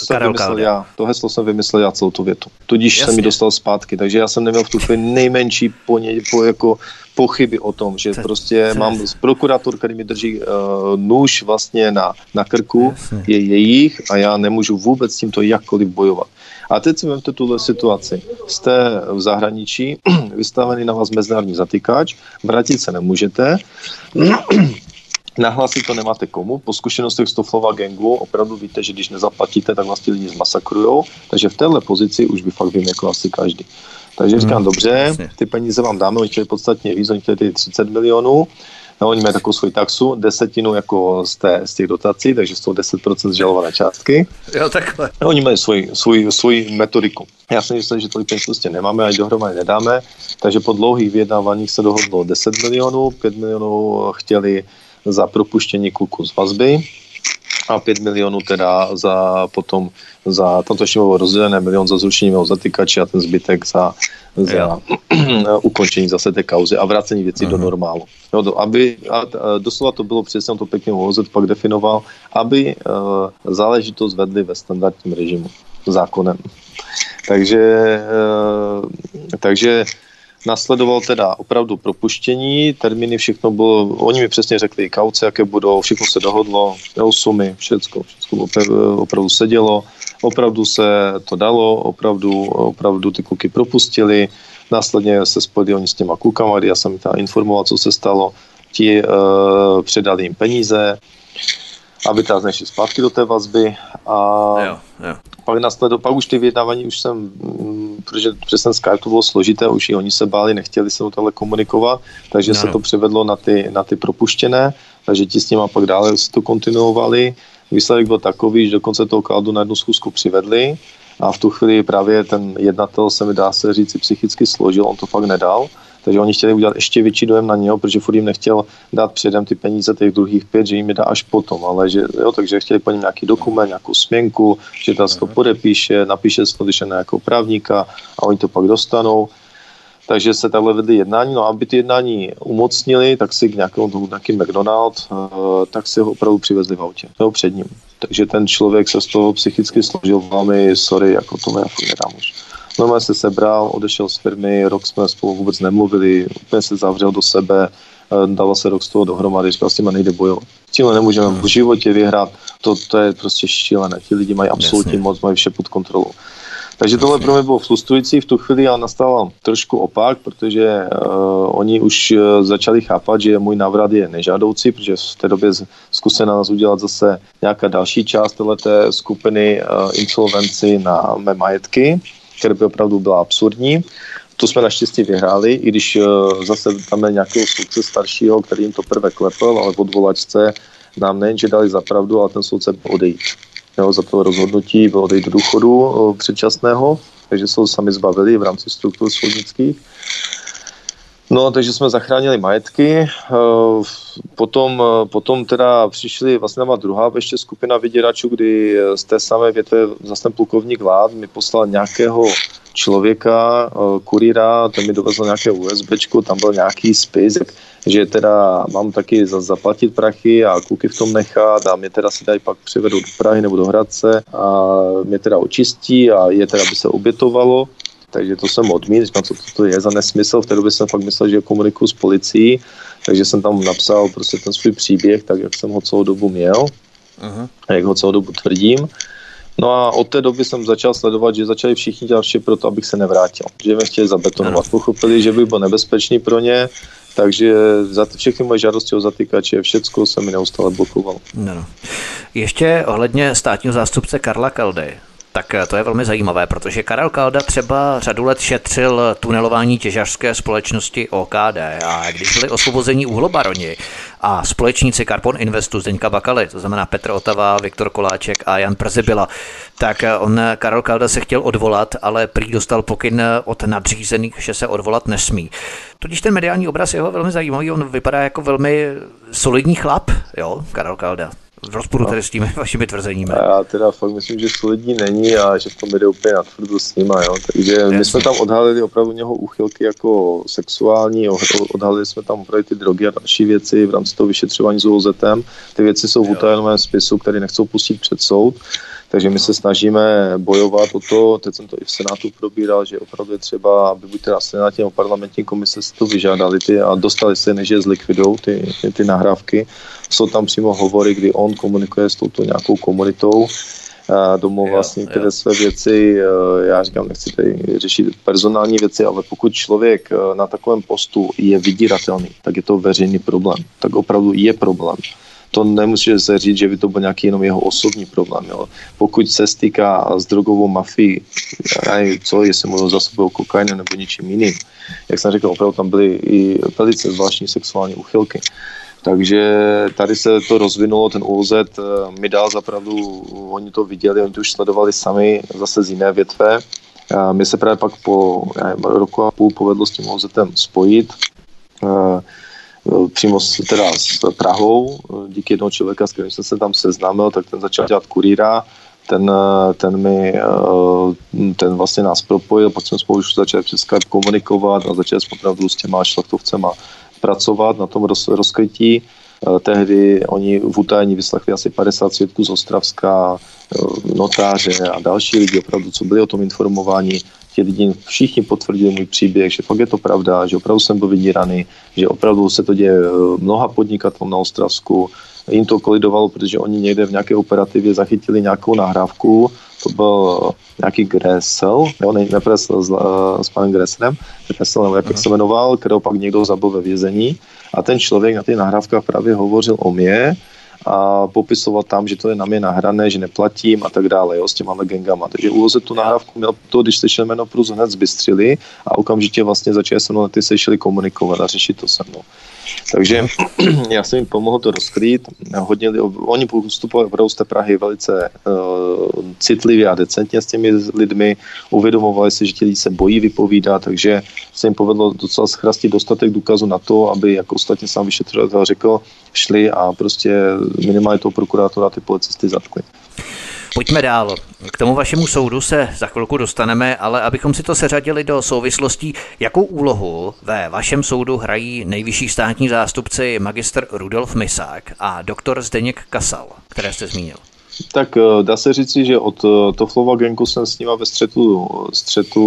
heslo jsem vymyslel já celou tu větu. Tudíž jsem mi dostal zpátky, takže já jsem neměl v tu chvíli nejmenší pochyby o tom, že prostě mám prokurátor, který mi drží nůž vlastně na krku, je jejich a já nemůžu vůbec s tímto jakkoliv bojovat. A teď si vemte tuhle situaci. Jste v zahraničí, vystavený na vás mezinárodní zatýkač, vrátit se nemůžete, nahlásit to nemáte komu, po zkušenostech z Toflova gangu opravdu víte, že když nezaplatíte, tak vás ti lidi zmasakrujou, takže v téhle pozici už by fakt vím jako asi každý. Takže říkám, dobře, ty peníze vám dáme, oni chtěli podstatně víc, oni chtěli 30 milionů, no, oni mají takovou svoji taxu, 10% jako z těch dotací, takže jsou 10% zžalované částky. Jo, takhle. No, oni mají svoji metodiku. Já jsem myslel, že tolik peněz prostě nemáme, ani dohromady nedáme, takže po dlouhých vyjednáváních se dohodlo 10 milionů, 5 milionů chtěli za propuštění kluku z vazby a 5 milionů teda tam to ještě bylo rozdělené, 1 milion za zrušení mého zatykače a ten zbytek za ukončení zase té kauzy a vrácení věcí do normálu. Doslova to bylo přesně, to pěkně OZ pak definoval, aby záležitost vedli ve standardním režimu, zákonem. Takže nasledoval teda opravdu propuštění, termíny, všechno bylo, oni mi přesně řekli kauce, jaké budou, všechno se dohodlo, sumy, všechno opravdu se dělo, opravdu se to dalo, opravdu ty kluky propustili, následně se spojili oni s těma klukama, kdy já jsem teda informoval, co se stalo, ti předali jim peníze, aby teda nešli zpátky do té vazby a pak už ty vyjednávání už jsem, protože přes ten Skype to bylo složité, už i oni se báli, nechtěli se tohle komunikovat, takže se to převedlo na ty propuštěné, takže ti s nimi pak dále si to kontinuovali. Výsledek byl takový, že do konce toho cloudu na jednu schůzku přivedli a v tu chvíli právě ten jednatel se mi dá se říct psychicky složil, on to fakt nedal. Takže oni chtěli udělat ještě větší dojem na něho, protože furt jim nechtěl dát předem ty peníze těch druhých 5, že jim je dá až potom, ale takže chtěli po něm nějaký dokument, nějakou směnku, že ta se to podepíše, napíše se to, když je na nějakého právníka a oni to pak dostanou. Takže se takhle vedli jednání, no a aby ty jednání umocnili, tak si k nějaký McDonald, tak si ho opravdu přivezli v autě, před ním. Takže ten člověk se z toho psychicky složil velmi, sorry, jako to já fakt nedám už. Normálně se sebral, odešel z firmy, rok jsme spolu vůbec nemluvili, úplně se zavřel do sebe, dával se rok z toho dohromady, říkal, s těma nejde bojovat. S tímhle nemůžeme v životě vyhrát, to je prostě šílené, ti lidi mají absolutní moc, mají vše pod kontrolou. Takže tohle pro mě bylo frustrující v tu chvíli, ale nastal trošku opak, protože oni už začali chápat, že můj návrat je nežádoucí, protože v té době zkusili na nás udělat zase nějaká další část téhleté skupiny insolvenci na mé majetky, která by opravdu byla absurdní. To jsme naštěstí vyhráli, i když zase tam je nějakého soudce staršího, který jim to prvé klepl, ale v odvolačce nám nejenže dali za pravdu, ale ten soudce byl odejít. Za to rozhodnutí bylo odejít do důchodu předčasného, takže se ho sami zbavili v rámci struktur soudnických. No, takže jsme zachránili majetky, potom teda přišli vlastně druhá ještě skupina vyděračů, kdy z té samé větve zase ten plukovník Lád mi poslal nějakého člověka, kurýra, ten mi dovezl nějaké USBčko, tam byl nějaký spis, že teda mám taky zaplatit prachy a kluky v tom nechat a mě teda si dají pak přivedou do Prahy nebo do Hradce a mě teda očistí a je teda, by se obětovalo. Takže to jsem odmítl, říkám, co to je za nesmysl. V té době jsem fakt myslel, že komunikuju s policií, takže jsem tam napsal prostě ten svůj příběh, tak jak jsem ho celou dobu měl a jak ho celou dobu tvrdím. No a od té doby jsem začal sledovat, že začali všichni dělat vše pro to, abych se nevrátil. Že mě chtěli zabetonovat. Pochopili, že bych byl nebezpečný pro ně, takže za všechny moje žádosti o zatykače, všecko se mi neustále blokovalo. No. Ještě ohledně státního zástupce Karla Kaldy. Tak to je velmi zajímavé, protože Karel Kalda třeba řadu let šetřil tunelování těžařské společnosti OKD a když byli osvobození uhlobaroni a společníci Karbon Investu Zdeňka Bakaly, to znamená Petr Otava, Viktor Koláček a Jan Przybila, tak Karel Kalda se chtěl odvolat, ale prý dostal pokyn od nadřízených, že se odvolat nesmí. Tudíž ten mediální obraz je velmi zajímavý, on vypadá jako velmi solidní chlap, jo, Karel Kalda. V rozporu tady s těmi vašimi tvrzeními. Já teda fakt myslím, že solidní není a že v tom jde úplně natvrdo s nima, jo. Takže my jsme tam odhalili opravdu něho úchylky jako sexuální, odhalili jsme tam opravdu ty drogy a další věci v rámci toho vyšetřování s OZem. Ty věci jsou v utajenovém spisu, který nechcou pustit před soud. Takže my se snažíme bojovat o to, teď jsem to i v Senátu probíral, že opravdu je třeba, aby buď teda Senátní nebo parlamentní komise si to vyžádali a dostali se, než je zlikvidou ty nahrávky. Jsou tam přímo hovory, kdy on komunikuje s touto nějakou komunitou, domů vlastně některé své věci, já říkám, nechci tady řešit personální věci, ale pokud člověk na takovém postu je vydíratelný, tak je to veřejný problém, tak opravdu je problém. To nemůže se říct, že by to byl nějaký jenom jeho osobní problém. Jo. Pokud se stýká s drogovou mafií, jestli mluvil za sebou kokainem nebo něčím jiným, jak jsem řekl, opravdu tam byly i velice zvláštní sexuální úchylky. Takže tady se to rozvinulo, ten OZ mi dal zapravdu, oni to viděli, oni to už sledovali sami zase z jiné větve. My se právě pak po roku a půl povedlo s tím OZem spojit. přímo teda s Prahou, díky jednoho člověka, s kterým jsem se tam seznámil, tak ten začal dělat kurýra, ten vlastně nás propojil, pak jsme spolu už začali přes Skype komunikovat a začali jsme opravdu s těma šlachtovcema pracovat na tom rozkrytí. Tehdy oni v utajení vyslechli asi 50 svědků z Ostravska, notáře a další lidi, opravdu, co byli o tom informováni. Ti lidi všichni potvrdili můj příběh, že fakt je to pravda, že opravdu jsem byl vydíraný, že opravdu se to děje mnoha podnikatelům na Ostravsku. Jim to kolidovalo, protože oni někde v nějaké operativě zachytili nějakou nahrávku, to byl nějaký Gressel, s panem Gresselem, jak se jmenoval, kterého pak někdo zabil ve vězení. A ten člověk na těch nahrávkách právě hovořil o mě a popisoval tam, že to je na mě nahrané, že neplatím a tak dále, jo, s těma gangama. Takže ÚOZ tu nahrávku měl to, když slyšel jméno Prus, hned zbystřili a okamžitě vlastně začali se mnou na ty sešli komunikovat a řešit to se mnou. Takže já jsem jim pomohl to rozkrýt. Oni postupovali opravdu z té Prahy velice citlivě a decentně s těmi lidmi. Uvědomovali si, že ti lidi se bojí vypovídat, takže se jim povedlo docela schrastit dostatek důkazů na to, aby, jako ostatně sám vyšetřovatel řekl, šli a prostě minimálně toho prokurátora ty policisty zatkli. Pojďme dál. K tomu vašemu soudu se za chvilku dostaneme, ale abychom si to seřadili do souvislostí, jakou úlohu ve vašem soudu hrají nejvyšší státní zástupci magistr Rudolf Misák a doktor Zdeněk Kasal, které jste zmínil? Tak dá se říci, že od Tofflova gangu jsem s nima ve střetu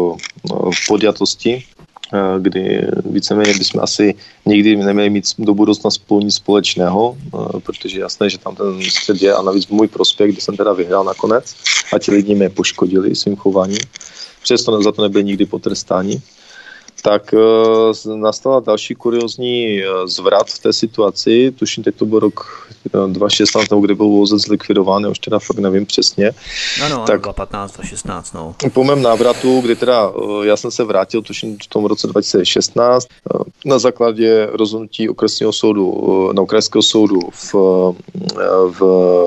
v podjatosti, kdy víceméně bychom asi nikdy neměli mít do budoucna spolu nic společného, protože jasné, že tam ten střet je a navíc můj prospěch, kdy jsem teda vyhrál nakonec a ti lidi mě poškodili svým chováním. Přesto za to nebyli nikdy potrestáni. Tak nastala další kuriozní zvrat v té situaci. Tuším, teď to byl rok 2016, kde byl ÚOZ zlikvidován, já už teda fakt nevím přesně. No, tak 2015, 2016, no. Po mém návratu, kdy teda já jsem se vrátil, tuším v tom roce 2016, na základě rozhodnutí okresního soudu, krajského soudu v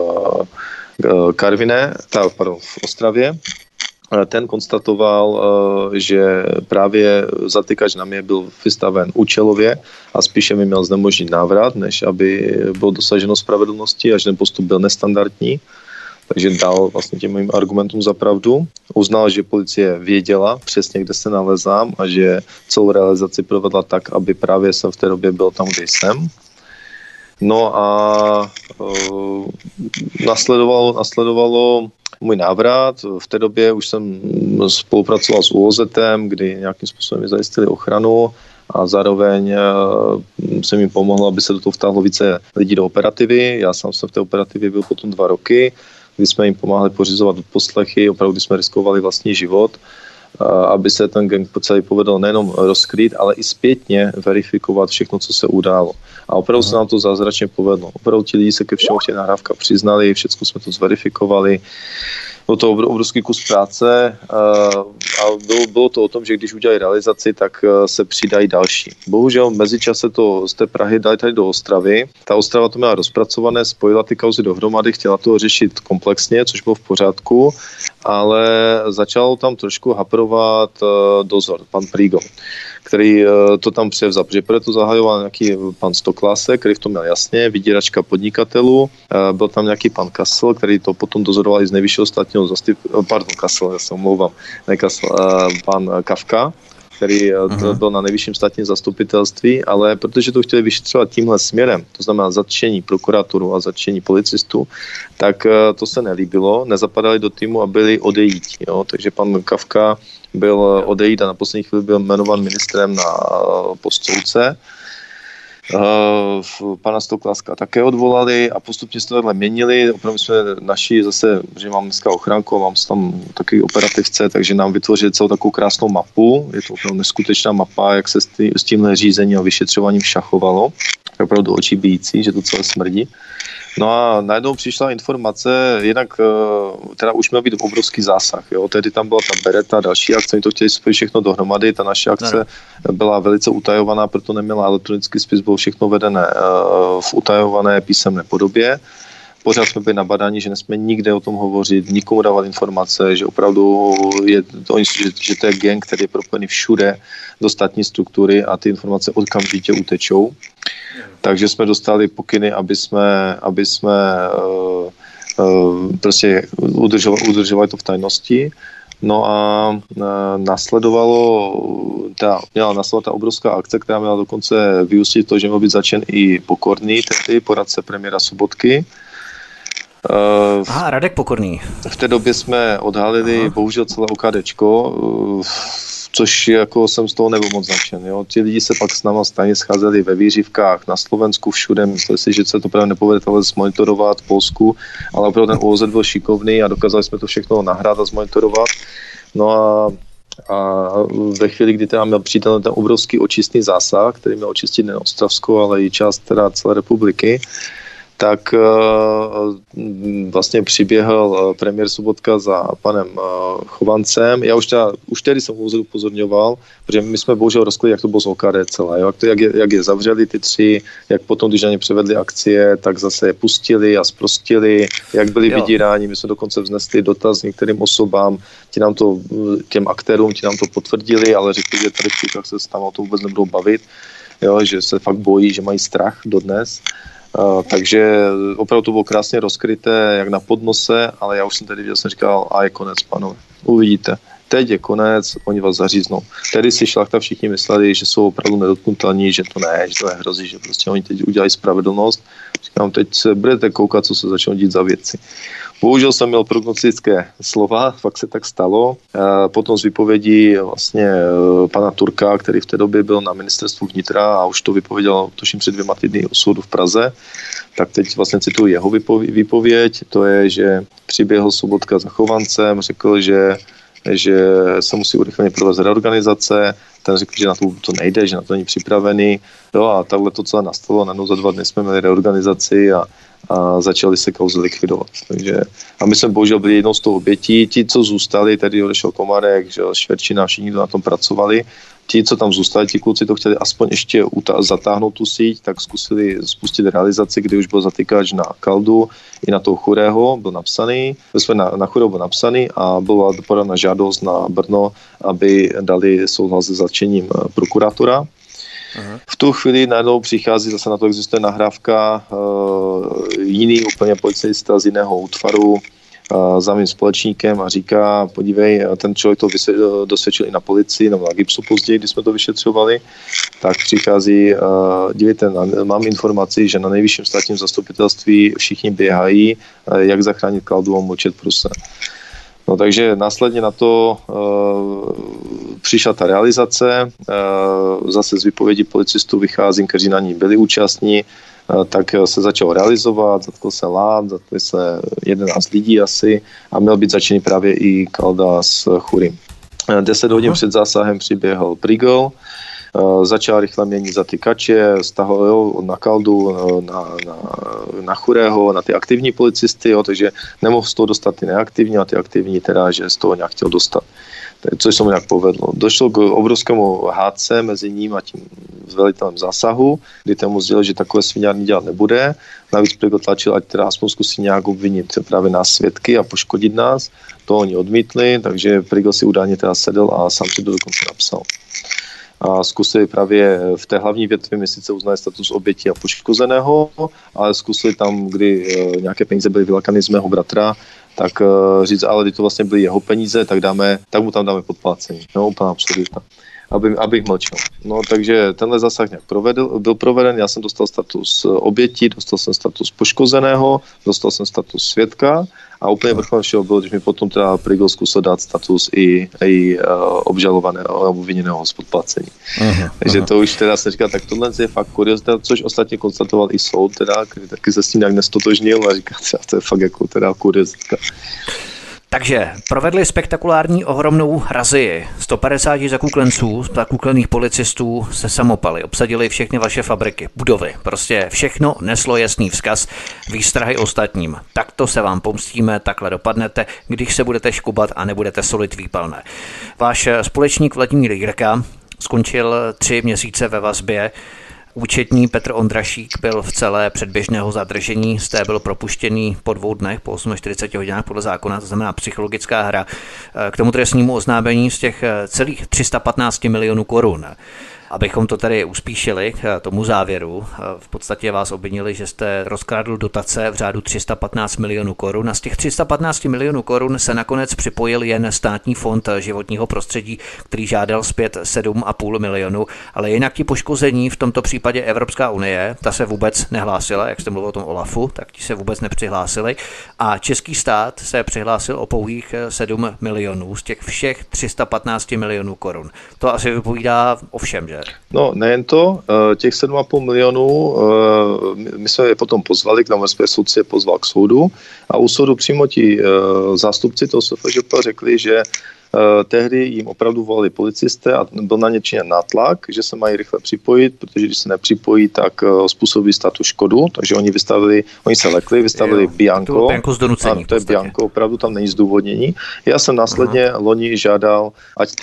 Karviné, v Ostravě. Ten konstatoval, že právě zatykač na mě byl vystaven účelově a spíše mi měl znemožnit návrat, než aby bylo dosaženo spravedlnosti a že ten postup byl nestandardní. Takže dal vlastně těm mým argumentům za pravdu. Uznal, že policie věděla přesně, kde se nalezám a že celou realizaci provedla tak, aby právě jsem v té době byl tam, kde jsem. No a nasledovalo můj návrat. V té době už jsem spolupracoval s ÚOZem, kdy nějakým způsobem mi zajistili ochranu a zároveň jsem jim pomohl, aby se do toho vtáhlo více lidí do operativy. Já sám jsem v té operativě byl potom 2 roky, kdy jsme jim pomáhali pořizovat odposlechy, opravdu jsme riskovali vlastní život, aby se ten gang celý povedl nejenom rozkrýt, ale i zpětně verifikovat všechno, co se událo. A opravdu se nám to zázračně povedlo. Opravdu ti lidi se ke všemu v těch nahrávkách přiznali, všechno jsme to zverifikovali. Bylo to obrovský kus práce a bylo to o tom, že když udělají realizaci, tak se přidají další. Bohužel v mezičase to z té Prahy dali tady do Ostravy. Ta Ostrava to měla rozpracované, spojila ty kauzy dohromady, chtěla to řešit komplexně, což bylo v pořádku, ale začalo tam trošku haprovat dozor, pan Prígo, který to tam převzal, protože prvé to zahajoval nějaký pan Stoklase, který v tom měl jasně, vydíračka podnikatelů, byl tam nějaký pan Kassel, který to potom dozoroval i z nejvyššího státního Kassel, já se omlouvám, ne Kassel, pan Kafka, který byl na nejvyšším státním zastupitelství, ale protože to chtěli vyšetřovat tímhle směrem, to znamená zatčení prokurátorů a zatčení policistů, tak to se nelíbilo, nezapadali do týmu a byli odejít. Jo? Takže pan Kafka byl odejít a na poslední chvíli byl jmenován ministrem na post soudce. Pana Stokláska také odvolali a postupně se to takhle měnili. Opravdu jsme naši zase, že mám dneska ochránku a mám tam takový operativce, takže nám vytvořili celou takovou krásnou mapu. Je to opravdu neskutečná mapa, jak se s tímhle řízením a vyšetřováním šachovalo. Je opravdu očí bijící, že to celé smrdí. No a najednou přišla informace, jinak teda už měl být obrovský zásah. Jo? Tehdy tam byla ta Beretta, další akce, oni to chtěli spojit všechno dohromady, ta naše akce byla velice utajovaná, proto neměla elektronický spis, bylo všechno vedené v utajované písemné podobě. pořád jsme byli nabádáni, že nesmíme nikde o tom hovořit, nikomu dávat informace, že opravdu že to je gang, který je propojený všude do státní struktury a ty informace okamžitě utečou. Takže jsme dostali pokyny, aby jsme prostě udržovali to v tajnosti. No a měla následovat ta obrovská akce, která měla dokonce vyústit to, že měl být začen i Pokorný, tehdy poradce premiéra Sobotky. Radek Pokorný. V té době jsme odhalili bohužel celé OKDčko, což jako jsem z toho nebyl moc nadšen. Jo. Ti lidi se pak s náma stejně scházeli ve výřivkách, na Slovensku, všude. Mysleli si, že se to právě nepovede zmonitorovat v Polsku, ale opravdu ten OZ byl šikovný a dokázali jsme to všechno nahrát a zmonitorovat. No a ve chvíli, kdy tam měl přijít ten obrovský očistný zásah, který měl očistit nejen Ostravsko, ale i část teda celé republiky, tak vlastně přiběhl premiér Sobotka za panem Chovancem. Já už tehdy jsem upozorňoval, protože my jsme bohužel rozkryli, jak to bylo z OKD celé. Jo? Jak je zavřeli ty tři, jak potom, když na ně převedli akcie, tak zase je pustili a zprostili, jak byli vydíráni. My jsme dokonce vznesli dotaz některým osobám, těm aktérům, ti nám to potvrdili, ale řekli, že tady v Čechách se s námi o tom vůbec nebudou bavit, jo? Že se fakt bojí, že mají strach dodnes. Takže opravdu to bylo krásně rozkryté, jak na podnose, ale já už jsem tady viděl, jsem říkal, a je konec, pánové, uvidíte. Teď je konec, oni vás zaříznou. Tedy si šlachta všichni mysleli, že jsou opravdu nedotknutelní, že to nehrozí, že prostě oni teď udělají spravedlnost. Říkám, teď se budete koukat, co se začnou dít za věci. Bohužel jsem měl prognostické slova, fakt se tak stalo. Potom z výpovědí vlastně pana Turka, který v té době byl na ministerstvu vnitra a už to vypověděl, tuším před 2 týdny u soudu v Praze, tak teď vlastně cituji jeho výpověď, to je, že přiběhl Sobotka za Chovancem, řekl, že se musí urychleně provést reorganizace, ten řekl, že na to nejde, že na to není připravený. Jo, a takhle to celé nastalo, najednou za 2 dny jsme měli reorganizaci a začali se kauzy likvidovat. Takže, a my jsme bohužel byli jednou z toho obětí. Ti, co zůstali, tady odešel Komárek, že Šverčina, všichni, kdo na tom pracovali, ti, co tam zůstali, ti kluci to chtěli aspoň ještě zatáhnout tu síť, tak zkusili spustit realizaci, kdy už byl zatýkač na Kaldu i na toho Churého, byl napsaný, na Churého byl napsaný a byla podána žádost na Brno, aby dali souhlas se zatčením prokurátora. V tu chvíli najednou přichází, zase na to existuje nahrávka, jiný úplně policista z jiného útvaru za mým společníkem a říká, podívej, ten člověk to dosvědčil i na policii, nebo na GIBSu později, když jsme to vyšetřovali, tak přichází, dívejte, mám informaci, že na nejvyšším státním zastupitelství všichni běhají, jak zachránit Klaudu a mlčet Pruse. No takže následně na to přišla ta realizace, zase z výpovědi policistů vycházím, kteří na ní byli účastní, tak se začal realizovat, zatkl se Lát, zatkli se 11 lidí asi a měl být začený právě i Kalda s Churym. 10 hodin před zásahem přiběhl Prigl, začal rychle měnit zatykače, stahoval na Kaldu, na Churého, na ty aktivní policisty, jo, takže nemohl z toho dostat ty neaktivní a ty aktivní teda, že z toho nějak chtěl dostat. Což se mu nějak povedlo. Došlo k obrovskému hádce mezi ním a tím velitelem zásahu, kdy tomu sdělil, že takové sviňárny dělat nebude. Navíc Prigl tlačil, ať teda aspoň zkusí nějak obvinit právě nás svědky a poškodit nás. To oni odmítli, takže Prigl si údajně teda sedl a sám si to dokonce napsal. A zkusili právě v té hlavní větvi, my sice uznali status oběti a poškozeného, ale zkusili tam, kdy nějaké peníze byly vylakané z mého bratra, tak říct, ale kdy to vlastně byly jeho peníze, tak mu tam dáme podplácení. No, úplná absurdita. Abych mlčel. No, takže tenhle zásah nějak byl proveden, já jsem dostal status oběti, dostal jsem status poškozeného, dostal jsem status svědka a úplně vrcholem všeho bylo, když mi potom teda Prigl zkusil dát status i obžalovaného nebo obviněného z podplacení. Takže to už teda se říká, tak tohle je fakt kuriozita, což ostatně konstatoval i soud, teda, který taky se s tím nějak nestotožnil a říká, to je fakt jako teda kuriozitka. Takže provedli spektakulární ohromnou razii. 150 zakuklených policistů se samopaly, obsadili všechny vaše fabriky, budovy. Prostě všechno neslo jasný vzkaz, výstrahy ostatním. Takto se vám pomstíme, takhle dopadnete, když se budete škubat a nebudete solit výpalné. Váš společník Vladimír Jirka skončil 3 měsíce ve vazbě. Účetní Petr Ondrašík byl v celé předběžného zadržení, z té byl propuštěný po 2 dnech, po 48 hodinách podle zákona, to znamená psychologická hra. K tomu trestnímu oznámení z těch celých 315 milionů korun. Abychom to tady uspíšili k tomu závěru, v podstatě vás obvinili, že jste rozkradl dotace v řádu 315 milionů korun a z těch 315 milionů korun se nakonec připojil jen Státní fond životního prostředí, který žádal zpět 7,5 milionu, ale jinak ti poškození, v tomto případě Evropská unie, ta se vůbec nehlásila, jak jste mluvil o tom OLAFu, tak ti se vůbec nepřihlásili a český stát se přihlásil o pouhých 7 milionů z těch všech 315 milionů korun. To asi vypovídá o všem, že? No, nejen to, těch 7,5 milionů, my jsme je potom pozvali, k nám soudce je pozval k soudu a u soudu přímo ti zástupci toho SFŽP řekli, že tehdy jim opravdu volali policisté a byl na ně činěn nátlak, že se mají rychle připojit, protože když se nepřipojí, tak způsobí státu škodu, takže oni se lekli, vystavili bianco. Bianco z donucení. To je bianco, opravdu tam není zdůvodnění. Já jsem následně loni žádal,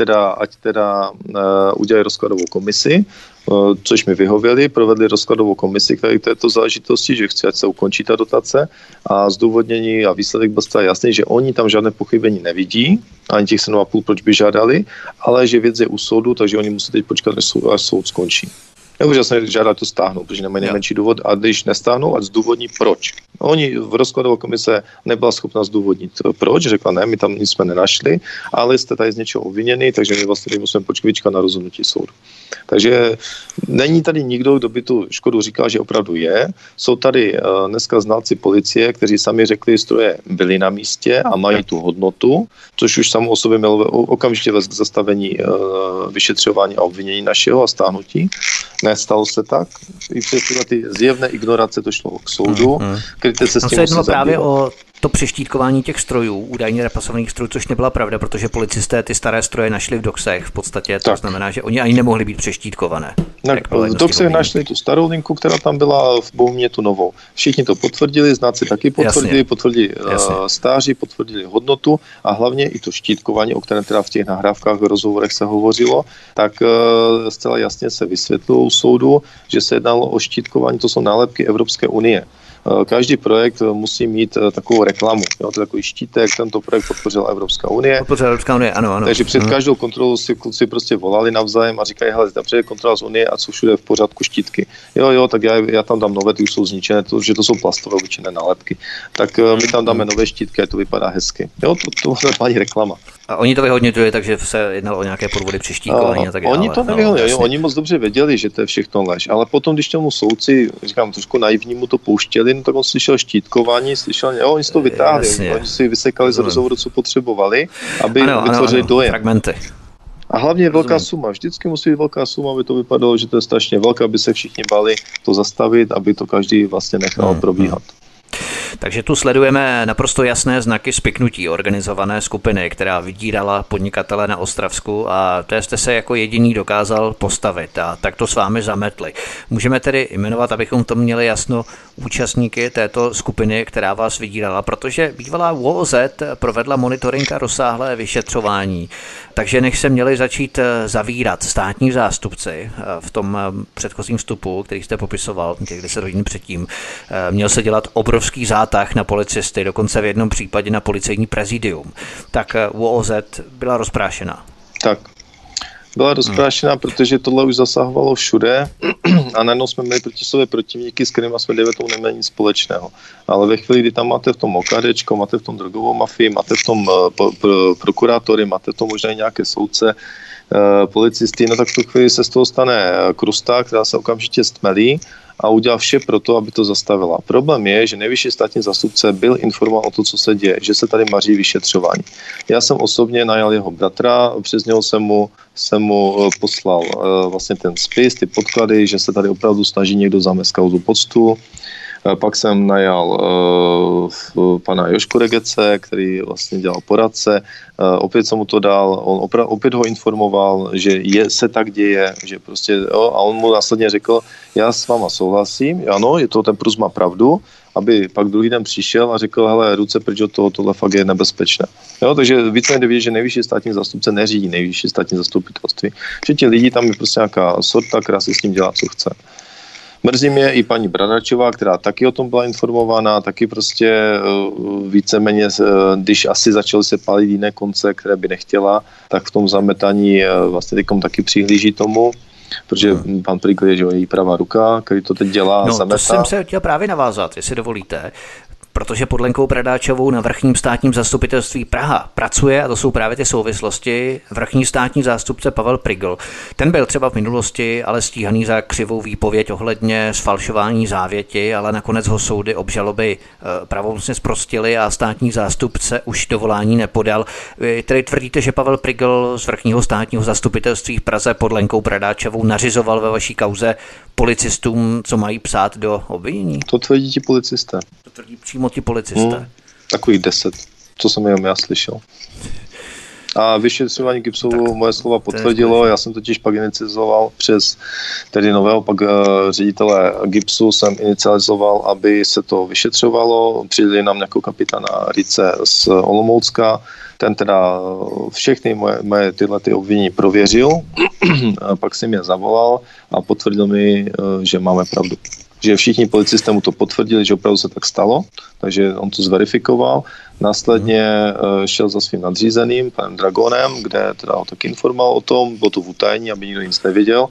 ať teda udělají rozkladovou komisi, což mi vyhověli, provedli rozkladovou komisi k této záležitosti, že chci, ať se ukončí ta dotace a zdůvodnění a výsledek byl zcela jasný, že oni tam žádné pochybení nevidí, ani těch 7,5, proč by žádali, ale že věc je u soudu, takže oni musí teď počkat, až soud skončí. Nebo že jsem žádal to stáhnout, protože nemají nejmenší důvod a když nestáhnou, ať zdůvodní proč. Oni v rozkladové komise nebyla schopna zdůvodnit proč, řekla ne, my tam nic jsme nenašli, ale jste tady z něčeho obviněni, takže my vlastně musíme počkat na rozhodnutí soudu. Takže není tady nikdo, kdo by tu škodu říkal, že opravdu je. Jsou tady dneska znalci policie, kteří sami řekli, že stroje byly na místě a mají tu hodnotu, což už samo o sobě mělo okamžitě vést k zastavení vyšetřování a obvinění našeho a stáhnutí. Nestalo se tak. I přes ty zjevné ignorace to šlo k soudu. Kritice s tím musí právě o to přeštítkování těch strojů, údajně repasovaných strojů, což nebyla pravda, protože policisté ty staré stroje našli v doxech v podstatě, to znamená, že oni ani nemohli být přeštítkované. V doxech našli tu starou linku, která tam byla, v Bohumě tu novou. Všichni to potvrdili, znalci taky potvrdili, potvrdili stáří, potvrdili hodnotu a hlavně i to štítkování, o kterém teda v těch nahrávkách, v rozhovorech se hovořilo, tak zcela jasně se vysvětlilo u soudu, že se jednalo o štítkování, to jsou nálepky Evropské unie. Každý projekt musí mít takovou reklamu. Jo? To je takový štítek, tento projekt podpořila Evropská unie. Ano. Takže před každou kontrolou si kluci prostě volali navzájem a říkají, hele, přijde kontrola z Unie a co všude v pořádku štítky. Jo, tak já tam dám nové, ty už jsou zničené, že to jsou plastové obyčejné nálepky. Tak my tam dáme nové štítky a to vypadá hezky. Jo, to je normální reklama. A oni to vyhodnotili, takže se jednalo o nějaké podvody při štítkování a tak dále. Oni to nevyhodnotili, oni moc dobře věděli, že to je všechno lež, ale potom, když tomu soudci, říkám, trošku naivní mu to pouštěli, no, tak on slyšel štítkování, oni si to vytáhli, oni si vysekali z rozhovoru, co potřebovali, aby vytvořili dojem. Fragmenty. A hlavně velká suma. Vždycky musí být velká suma, aby to vypadalo, že to je strašně velké, aby se všichni báli to zastavit, aby to každý vlastně nechal probíhat. Takže tu sledujeme naprosto jasné znaky spiknutí organizované skupiny, která vydírala podnikatele na Ostravsku a té jste se jako jediný dokázal postavit a tak to s vámi zametli. Můžeme tedy jmenovat, abychom to měli jasno, účastníky této skupiny, která vás vydírala, protože bývalá ÚOOZ provedla monitoring a rozsáhlé vyšetřování. Takže než se měli začít zavírat státní zástupci v tom předchozím vstupu, který jste popisoval, těch 10 hodin předtím, měl se dělat obrovský zátah na policisty, dokonce v jednom případě na policejní prezidium. Tak ÚOOZ byla rozprášena. Tak. Byla rozprášená, protože tohle už zasahovalo všude a najednou jsme měli proti sobě protivníky, s kterými jsme devetou neměli nic společného. Ale ve chvíli, kdy tam máte v tom OKDčko, máte v tom drogovou mafii, máte v tom prokurátory, máte v tom možná i nějaké soudce, policisty, no tak v tu chvíli se z toho stane krusta, která se okamžitě stmelí a udělá vše pro to, aby to zastavila. Problém je, že nejvyšší státní zástupce byl informován o to, co se děje, že se tady maří vyšetřování. Já jsem osobně najal jeho bratra, přes něho jsem mu poslal vlastně ten spis, ty podklady, že se tady opravdu snaží někdo zamést kauzu pod stůl. Pak jsem najal pana Jošku Regece, který vlastně dělal poradce. Opět jsem mu to dal, on opět ho informoval, že se tak děje, že prostě, jo, a on mu následně řekl, já s váma souhlasím, ano, je to, ten průz má pravdu, aby pak druhý den přišel a řekl, hele, ruce pryč od toho, tohle fakt je nebezpečné. Jo, takže více nevědět, že nejvyšší státní zástupce neřídí nejvyšší státní zastupitelství. Že ti lidi tam je prostě nějaká sorta, která si s tím dělá, co chce. Mrzí mě i paní Bradačová, která taky o tom byla informovaná, taky prostě víceméně, když asi začaly se palit jiné konce, které by nechtěla, tak v tom zametaní vlastně teďkom taky přihlíží tomu, protože pan Prigl je její pravá ruka, který to teď dělá a zametá. To jsem se chtěl právě navázat, jestli dovolíte. Protože pod Lenkou Bradáčovou na vrchním státním zastupitelství Praha pracuje, a to jsou právě ty souvislosti, vrchní státní zástupce Pavel Prigl. Ten byl třeba v minulosti ale stíhaný za křivou výpověď ohledně sfalšování závěti, ale nakonec ho soudy obžaloby pravomocně zprostily a státní zástupce už dovolání nepodal. Vy tedy tvrdíte, že Pavel Prigl z vrchního státního zastupitelství v Praze pod Lenkou Bradáčovou nařizoval ve vaší kauze policistům, co mají psát do obvinění? To tvrdí ti policisté. To tvrdí přímo ti policisté. Takových 10, co jsem jenom já slyšel. A vyšetřování GIBSu moje slova potvrdilo, já jsem totiž pak inicializoval přes tedy nového pak ředitele GIBSu jsem inicializoval, aby se to vyšetřovalo, přijeli nám jako kapitána Rice z Olomoucka, ten teda všechny moje tyhle obvinění prověřil, pak jsem je zavolal a potvrdil mi, že máme pravdu. Že všichni policisté mu to potvrdili, že opravdu se tak stalo, takže on to zverifikoval. Následně šel za svým nadřízeným, panem Dragonem, kde teda ho taky informoval o tom, bylo to v utajení, aby nikdo nic nevěděl.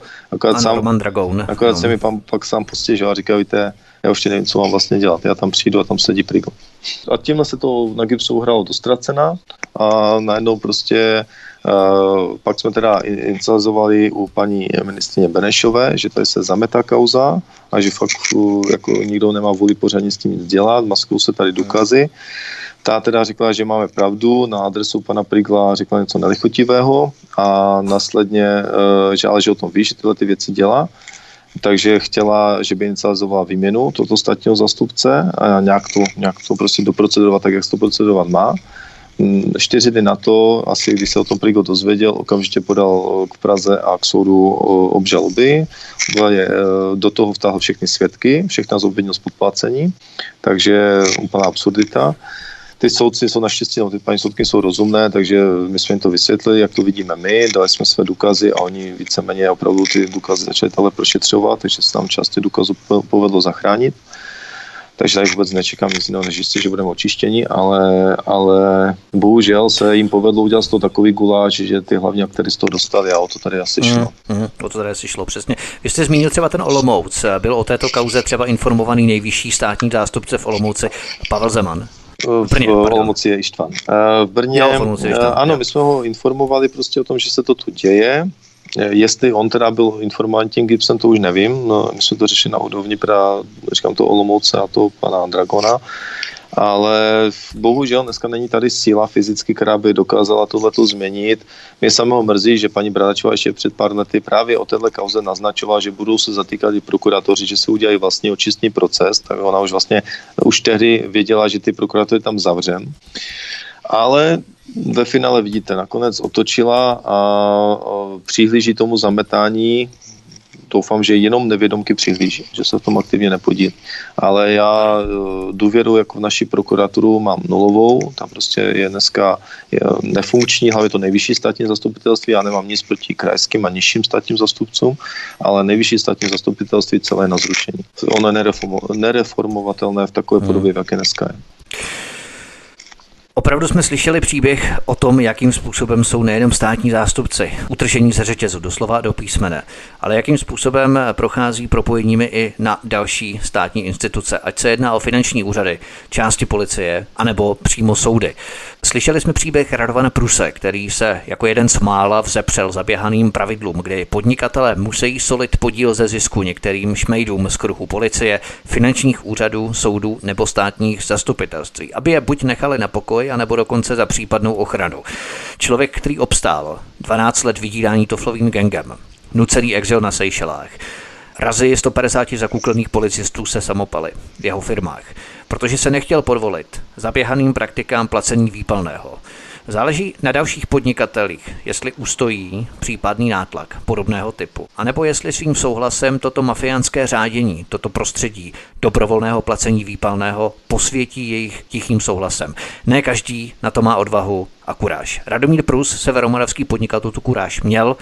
Akorát se mi pak sám postěžoval a říkal, víte, já už nevím, co mám vlastně dělat, já tam přijdu a tam sedí Prigl. A tímhle se to na GIBSu hrálo do ztracena a najednou prostě pak jsme teda inicializovali u paní ministryně Benešové, že tady se zametá kauza a že fakt jako nikdo nemá vůli pořádně s tím nic dělat, maskují se tady důkazy. Ta teda řekla, že máme pravdu, na adresu pana Prigla řekla něco nelichotivého a následně, že o tom ví, že tyhle ty věci dělá. Takže chtěla, že by inicializovala výměnu tohoto státního zástupce a nějak to prostě doprocedovat tak, jak se to procedovat má. 4 dny na to, asi když se o tom Prigl dozvěděl, okamžitě podal k Praze a k soudu obžaloby. Do toho vtáhl všechny svědky, všechny nás obvinil z podplácení, takže úplná absurdita. Ty soudci jsou naštěstí, ty paní soudky jsou rozumné, takže my jsme jim to vysvětlili, jak to vidíme my, dali jsme své důkazy a oni víceméně opravdu ty důkazy začali tohle prošetřovat, takže se tam část těch důkazů povedlo zachránit. Takže tady vůbec nečekám nic jiného, než jistě, že budeme očištěni, ale bohužel se jim povedlo udělat z toho takový guláš, že ty hlavní aktéry z toho dostali a o to tady asi šlo. O to tady asi šlo, přesně. Vy jste zmínil třeba ten Olomouc. Byl o této kauze třeba informovaný nejvyšší státní zástupce v Olomouci Pavel Zeman? V Olomouci je Ištvan. V Brně, ano, my jsme ho informovali prostě o tom, že se to tu děje. Jestli on teda byl informován tím GIBSem, to už nevím. No, my jsme to řešili na úrovni říkám to Olomouce a to pana Dragona. Ale bohužel dneska není tady síla fyzicky, která by dokázala tohleto změnit. Mě samého mrzí, že paní Bradačová ještě před pár lety právě o této kauze naznačovala, že budou se zatýkat i prokurátoři, že se udělají vlastně očistný proces, tak ona už tehdy věděla, že ty prokurátory tam zavřem. Ale ve finále vidíte, nakonec otočila a přihlíží tomu zametání. Doufám, že jenom nevědomky přihlíží, že se v tom aktivně nepodílí. Ale já důvěru jako v naši prokuraturu mám nulovou, tam prostě je dneska nefunkční, hlavně to nejvyšší státní zastupitelství, já nemám nic proti krajským a nižším státním zastupcům, ale nejvyšší státní zastupitelství celé na zrušení. Ono je nereformovatelné v takové podobě, v jaké dneska je. Opravdu jsme slyšeli příběh o tom, jakým způsobem jsou nejenom státní zástupci utržení ze řetězu, doslova do písmene, ale jakým způsobem prochází propojeními i na další státní instituce, ať se jedná o finanční úřady, části policie, anebo přímo soudy. Slyšeli jsme příběh Radovana Pruse, který se jako jeden z mála vzepřel zaběhaným pravidlům, kdy podnikatelé musí solit podíl ze zisku některým šmejdům z kruhu policie, finančních úřadů, soudů nebo státních zastupitelství, aby je buď nechali na pokoji, anebo dokonce za případnou ochranu. Člověk, který obstál 12 let vydírání toflovým gangem, nucený exil na Seychelách, razy 150 zakuklených policistů se samopaly v jeho firmách, protože se nechtěl podvolit zaběhaným praktikám placení výpalného. Záleží na dalších podnikatelích, jestli ustojí případný nátlak podobného typu, anebo jestli svým souhlasem toto mafiánské řádění, toto prostředí dobrovolného placení výpalného posvětí jejich tichým souhlasem. Ne každý na to má odvahu a kuráž. Radomír Prus, severomoravský podnikatel, tu kuráž měl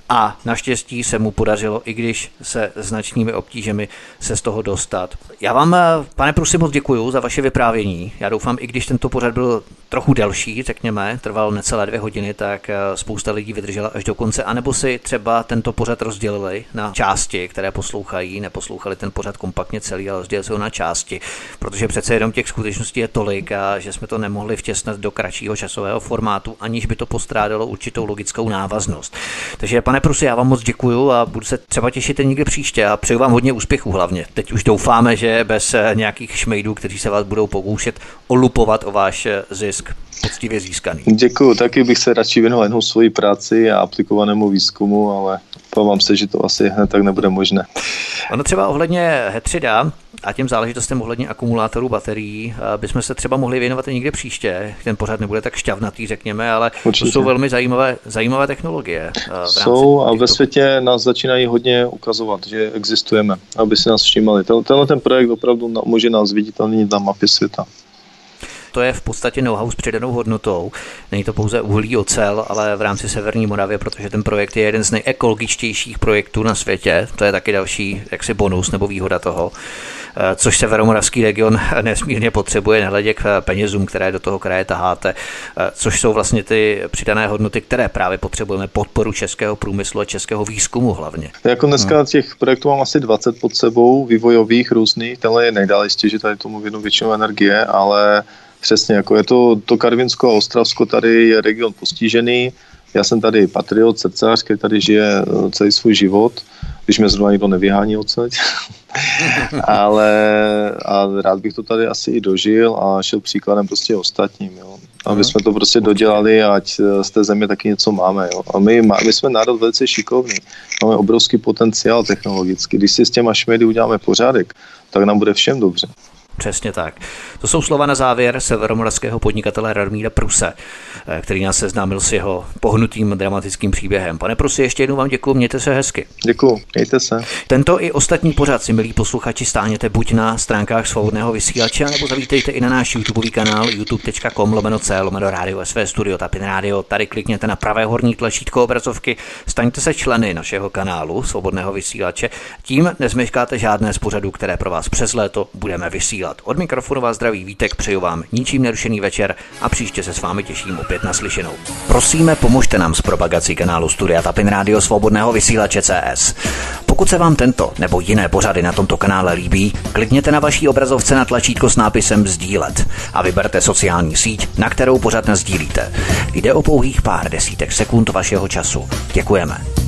a naštěstí se mu podařilo, i když se značnými obtížemi, se z toho dostat. Já vám, pane Prusi, moc děkuju za vaše vyprávění. Já doufám, i když tento pořad byl trochu delší, řekněme, trval necelé 2 hodiny, tak spousta lidí vydržela až do konce, anebo si třeba tento pořad rozdělili na části, které poslouchají, neposlouchali ten pořad kompaktně celý, ale rozdělili se ho na části, protože přece jenom těch skutečností je tolik a že jsme to nemohli vtěsnat do kratšího časového formátu, aniž by to postrádalo určitou logickou návaznost. Takže pane Prusi, já vám moc děkuju a budu se třeba těšit někdy příště a přeju vám hodně úspěchů hlavně. Teď už doufáme, že bez nějakých šmejdů, kteří se vás budou pokoušet olupovat o váš zisk poctivě získaný. Děkuju, taky bych se radši věnoval jenom svoji práci a aplikovanému výzkumu, ale obávám se, že to asi hned tak nebude možné. Ono třeba ohledně hetrida a těm záležitostem ohledně akumulátorů baterií bychom se třeba mohli věnovat i někde příště. Ten pořad nebude tak šťavnatý, řekněme, ale určitě. To jsou velmi zajímavé technologie. Jsou a ve světě nás začínají hodně ukazovat, že existujeme, aby si nás všímali. Tenhle ten projekt opravdu může nás viditelnit na mapě světa. To je v podstatě know-how s přidanou hodnotou. Není to pouze uhlí, ocel, ale v rámci Severní Moravy, protože ten projekt je jeden z nejekologičtějších projektů na světě. To je taky další jaksi bonus nebo výhoda toho, což severomoravský region nesmírně potřebuje, nehledě k penězům, které do toho kraje taháte, což jsou vlastně ty přidané hodnoty, které právě potřebujeme, podporu českého průmyslu a českého výzkumu hlavně. Jako dneska těch projektů mám asi 20 pod sebou, vývojových různých, tenhle je nejdál jistě, že tady tomu věnu většinu energie, ale přesně, jako je to Karvinsko a Ostravsko, tady je region postižený. Já jsem tady patriot, srdcař, který tady žije celý svůj život, když mě zrovna nikdo nevyhání odsaď. Ale a rád bych to tady asi i dožil a šel příkladem prostě ostatním, jo. Aby jsme to prostě dodělali, ať z té země taky něco máme, jo. A my jsme národ velice šikovný. Máme obrovský potenciál technologický. Když si s těma šmejdy uděláme pořádek, tak nám bude všem dobře. Přesně tak. To jsou slova na závěr severomoravského podnikatele Radomíra Pruse, který nás seznámil s jeho pohnutým dramatickým příběhem. Pane Prusi, ještě jednou vám děkuji, mějte se hezky. Děkuji, mějte se. Tento i ostatní pořad si, milí posluchači, stáhněte buď na stránkách Svobodného vysílače, nebo zavítejte i na náš YouTubeový kanál youtube.com/Radio SV Studio Tapin Radio. Tady klikněte na pravé horní tlačítko obrazovky, staňte se členy našeho kanálu Svobodného vysílače. Tím nezmeškáte žádné z pořadů, které pro vás přes léto budeme vysílat. Od mikrofonu vás zdraví Vítek, přeju vám ničím nerušený večer a příště se s vámi těším opět naslyšenou. Prosíme, pomožte nám s propagací kanálu Studia Tapin Radio Svobodného vysílače CS. Pokud se vám tento nebo jiné pořady na tomto kanále líbí, klikněte na vaší obrazovce na tlačítko s nápisem sdílet a vyberte sociální síť, na kterou pořad nasdílíte. Jde o pouhých pár desítek sekund vašeho času. Děkujeme.